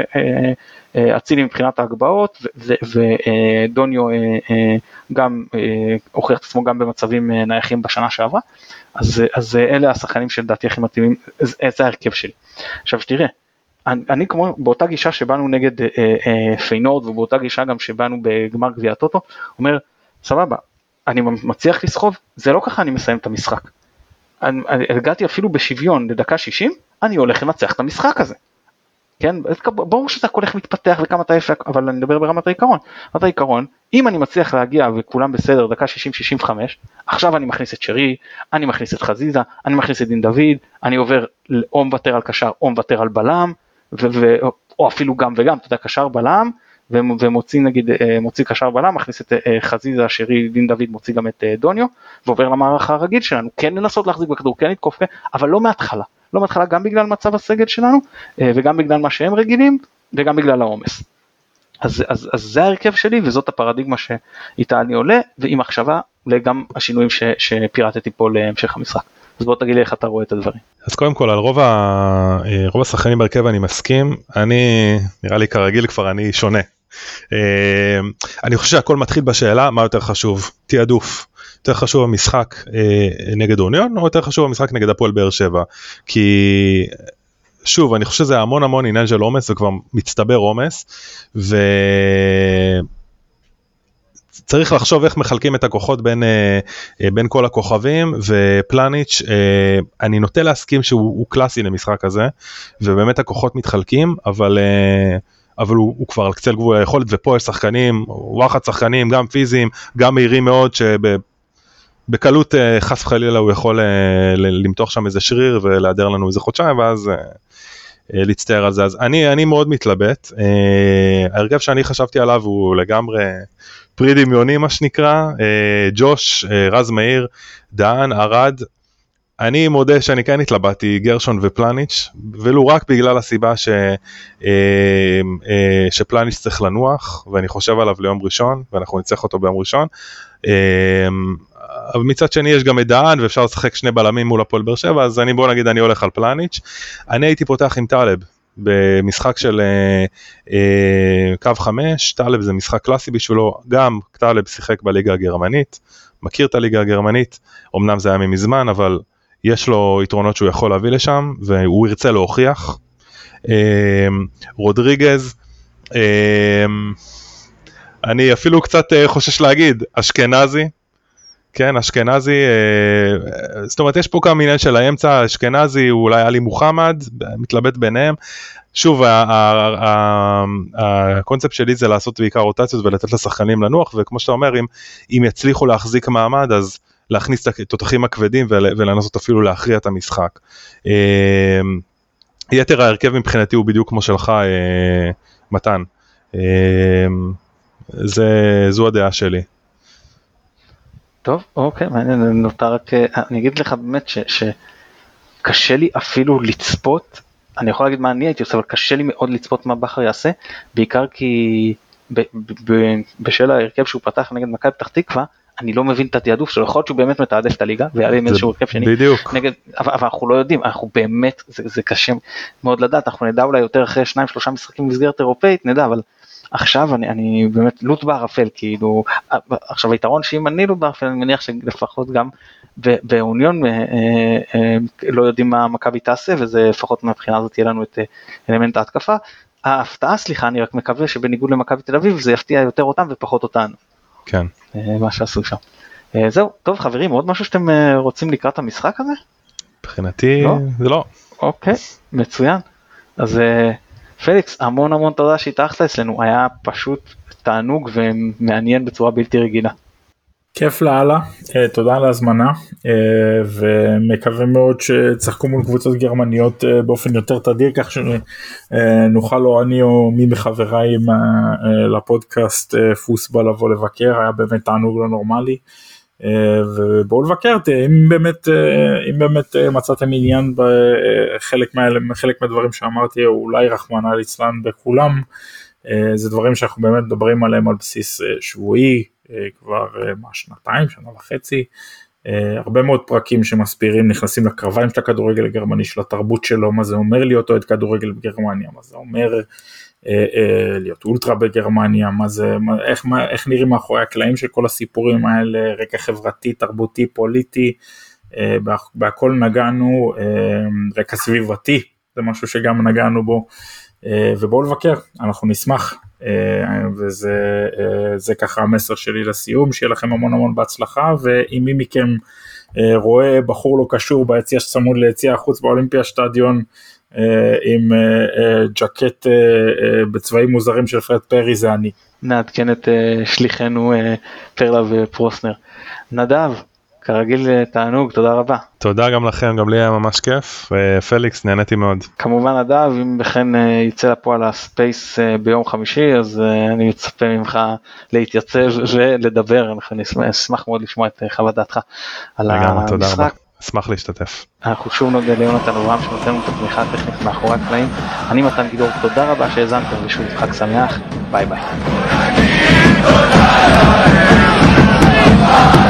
שאצילי מבחינת ההגבהות, ודוניו גם הוכיח את עצמו גם במצבים נייחים בשנה שעברה, אז אלה השחקנים שלדעתי הכי מתאימים, זה ההרכב שלי. עכשיו תראה, אני כמו באותה גישה שבאנו נגד פיינורד, ובאותה גישה גם שבאנו בגמר גביע הטוטו, אומר, סבבה, אני מצליח לסחוב, זה לא ככה אני מסיים את המשחק. הגעתי אפילו בשוויון לדקה 60, אני הולך לנצח את המשחק הזה. כן, ברור שזה הכל איך מתפתח וכמה אתה יפה, אבל אני מדבר ברמת העיקרון. ברמת העיקרון, אם אני מצליח להגיע וכולם בסדר, דקה 60-65, עכשיו אני מכניס את שרי, אני מכניס את חזיזה, אני מכניס את דין דוד, אני עובר או מוותר על קשר או מוותר על בלם, או אפילו גם וגם, אתה יודע, קשר בלם, ומוציא נגיד, מוציא קשר בלם, מכניס את חזיזה, שרי, דין דוד, מוציא גם את דוניו, ועובר למערך הרגיל שלנו, כן לנסות להחזיק בכדור, כן לתקוף, אבל לא מההתחלה, לא מההתחלה, גם בגלל מצב הסגל שלנו, וגם בגלל מה שהם רגילים, וגם בגלל העומס. אז זה ההרכב שלי, וזאת הפרדיגמה שאיתה אני עולה, ועם מחשבה לגם השינויים שפירטתי פה להמשך המשחק. אז בוא תגיד לי איך אתה רואה את הדברים. אז קודם כל, על רוב השחקנים בהרכב אני מסכים, נראה לי כרגיל כבר אני שונה. אני חושב שהכל מתחיל בשאלה, מה יותר חשוב? תיעדוף. יותר חשוב המשחק נגד אוניון, או יותר חשוב המשחק נגד הפועל באר שבע? כי שוב, אני חושב שזה המון עניין של עומס, וכבר מצטבר עומס, צריך לחשוב איך מחלקים את הכוחות בין כל הכוכבים, ופלניץ' אני נוטה להסכים שהוא קלאסי למשחק הזה, ובאמת הכוחות מתחלקים, אבל הוא כבר על קצה גבול היכולת, ופה יש שחקנים, וואחד שחקנים, גם פיזיים, גם מהירים מאוד, שבקלות חס וחלילה הוא יכול למתוח שם איזה שריר, ולהדר לנו איזה חודשיים, ואז להצטער על זה. אז אני מאוד מתלבט, ההרכב שאני חשבתי עליו הוא לגמרי פרי דמיוני מה שנקרא, ג'וש, רז מאיר, דהן, ארד, אני מודה שאני כן התלבטתי גרשון ופלניץ', ולו רק בגלל הסיבה שפלניץ' צריך לנוח, ואני חושב עליו ליום ראשון, ואנחנו נצטרך אותו ביום ראשון, אבל מצד שני יש גם את דהן, ואפשר לשחק שני בלמים מול הפועל באר שבע, אז בוא נגיד אני הולך על פלניץ', אני הייתי פותח עם טלב, במשחק של קו 5, טלב זה משחק קלאסי בשבילו, גם טלב שיחק בליגה הגרמנית, מכיר את הליגה הגרמנית, אמנם זה היה מזמן, אבל יש לו יתרונות שהוא יכול להביא לשם, והוא ירצה להוכיח. רודריגז, אני אפילו קצת חושש להגיד, אשכנזי, כן, אשכנזי, זאת אומרת, יש פה כמה עניין של האמצע, אשכנזי, הוא אולי עלי מוחמד, מתלבט ביניהם, שוב, הקונספט שלי זה לעשות בעיקר רוטציות ולתת לשחקנים לנוח, וכמו שאתה אומר, אם יצליחו להחזיק מעמד, אז להכניס את התותחים הכבדים ולנסות אפילו להכריע את המשחק. יתר ההרכב מבחינתי הוא בדיוק כמו שלך, מתן. זו הדעה שלי. טוב, אוקיי, מעניין, נותר רק, אני אגיד לך באמת שקשה לי אפילו לצפות, אני יכול להגיד מה אני הייתי עושה, אבל קשה לי מאוד לצפות מה בכר יעשה, בעיקר כי בשל ההרכב שהוא פתח נגד מכבי פתח תקווה, אני לא מבין את התיעדוף שלו, יכול להיות שהוא באמת מתעדף את הליגה, ויעלה עם איזשהו הרכב שני, נגד, אבל אנחנו לא יודעים, אנחנו באמת, זה קשה מאוד לדעת, אנחנו נדע אולי יותר אחרי 2-3 משחקים במסגרת אירופאית, נדע, אבל עכשיו אני באמת לוט בערפל, כאילו, עכשיו היתרון שאם אני לוט בערפל, אני מניח שלפחות גם באוניון לא יודעים מה מכבי תעשה, וזה לפחות מהבחינה הזאת יהיה לנו את אלמנט ההתקפה. ההפתעה, סליחה, אני רק מקווה שבניגוד למכבי תל אביב, זה יפתיע יותר אותם ופחות אותנו. כן. מה שעשו שם. זהו, טוב חברים, עוד משהו שאתם רוצים לקראת המשחק הזה? מבחינתי זה לא. אוקיי, מצוין. אז פליקס, המון תודה שהתארחת אצלנו, היה פשוט תענוג ומעניין בצורה בלתי רגילה. כיף לאללה, תודה על ההזמנה, ומקווה מאוד שצחקו מול קבוצות גרמניות באופן יותר תדיר, כך שנוכל או אני או מי מחבריי לפודקאסט פוסבול לבוא לבקר, היה באמת תענוג לא נורמלי, ובואו לבקר, אם באמת מצאתם עניין בחלק מהדברים שאמרתי, אולי רחמנא ליצלן בכולם, זה דברים שאנחנו באמת מדברים עליהם על בסיס שבועי, כבר שנתיים, שנה וחצי, הרבה מאוד פרקים שמסבירים, נכנסים לקרביים של הכדורגל הגרמני, של התרבות שלו, מה זה אומר להיות אוהד כדורגל בגרמניה, מה זה אומר להיות אולטרה בגרמניה, איך נראים מאחורי הקלעים של כל הסיפורים האלה, רקע חברתי, תרבותי, פוליטי, בהכל נגענו, רקע סביבתי, זה משהו שגם נגענו בו, ובואו לבקר, אנחנו נשמח, וזה ככה המסר שלי לסיום, שיהיה לכם המון בהצלחה, ואם מי מכם רואה בחור לא קשור ביציע שצמוד ליציע החוץ באולימפיה שטדיון, עם ג'קט בצבעים מוזרים של פרד פרי, זה אני. נעדכן את שליחנו פרלה ופרוסנר. נדב, כרגיל תענוג, תודה רבה. תודה גם לכם, גם לי היה ממש כיף, ופליקס, נהניתי מאוד. כמובן נדב, אם בכן יצא לפועל הספייס ביום חמישי, אז אני מצפה ממך להתייצב ולדבר, אני אשמח מאוד לשמוע את חוות דעתך על המשחק. אשמח להשתתף. אנחנו שוב נודה ליונתן אברהם שנותן את התמיכה הטכנית מאחורי הקלעים. אני מתן גידור, תודה רבה שהאזנתם ושוב חג שמח, ביי ביי.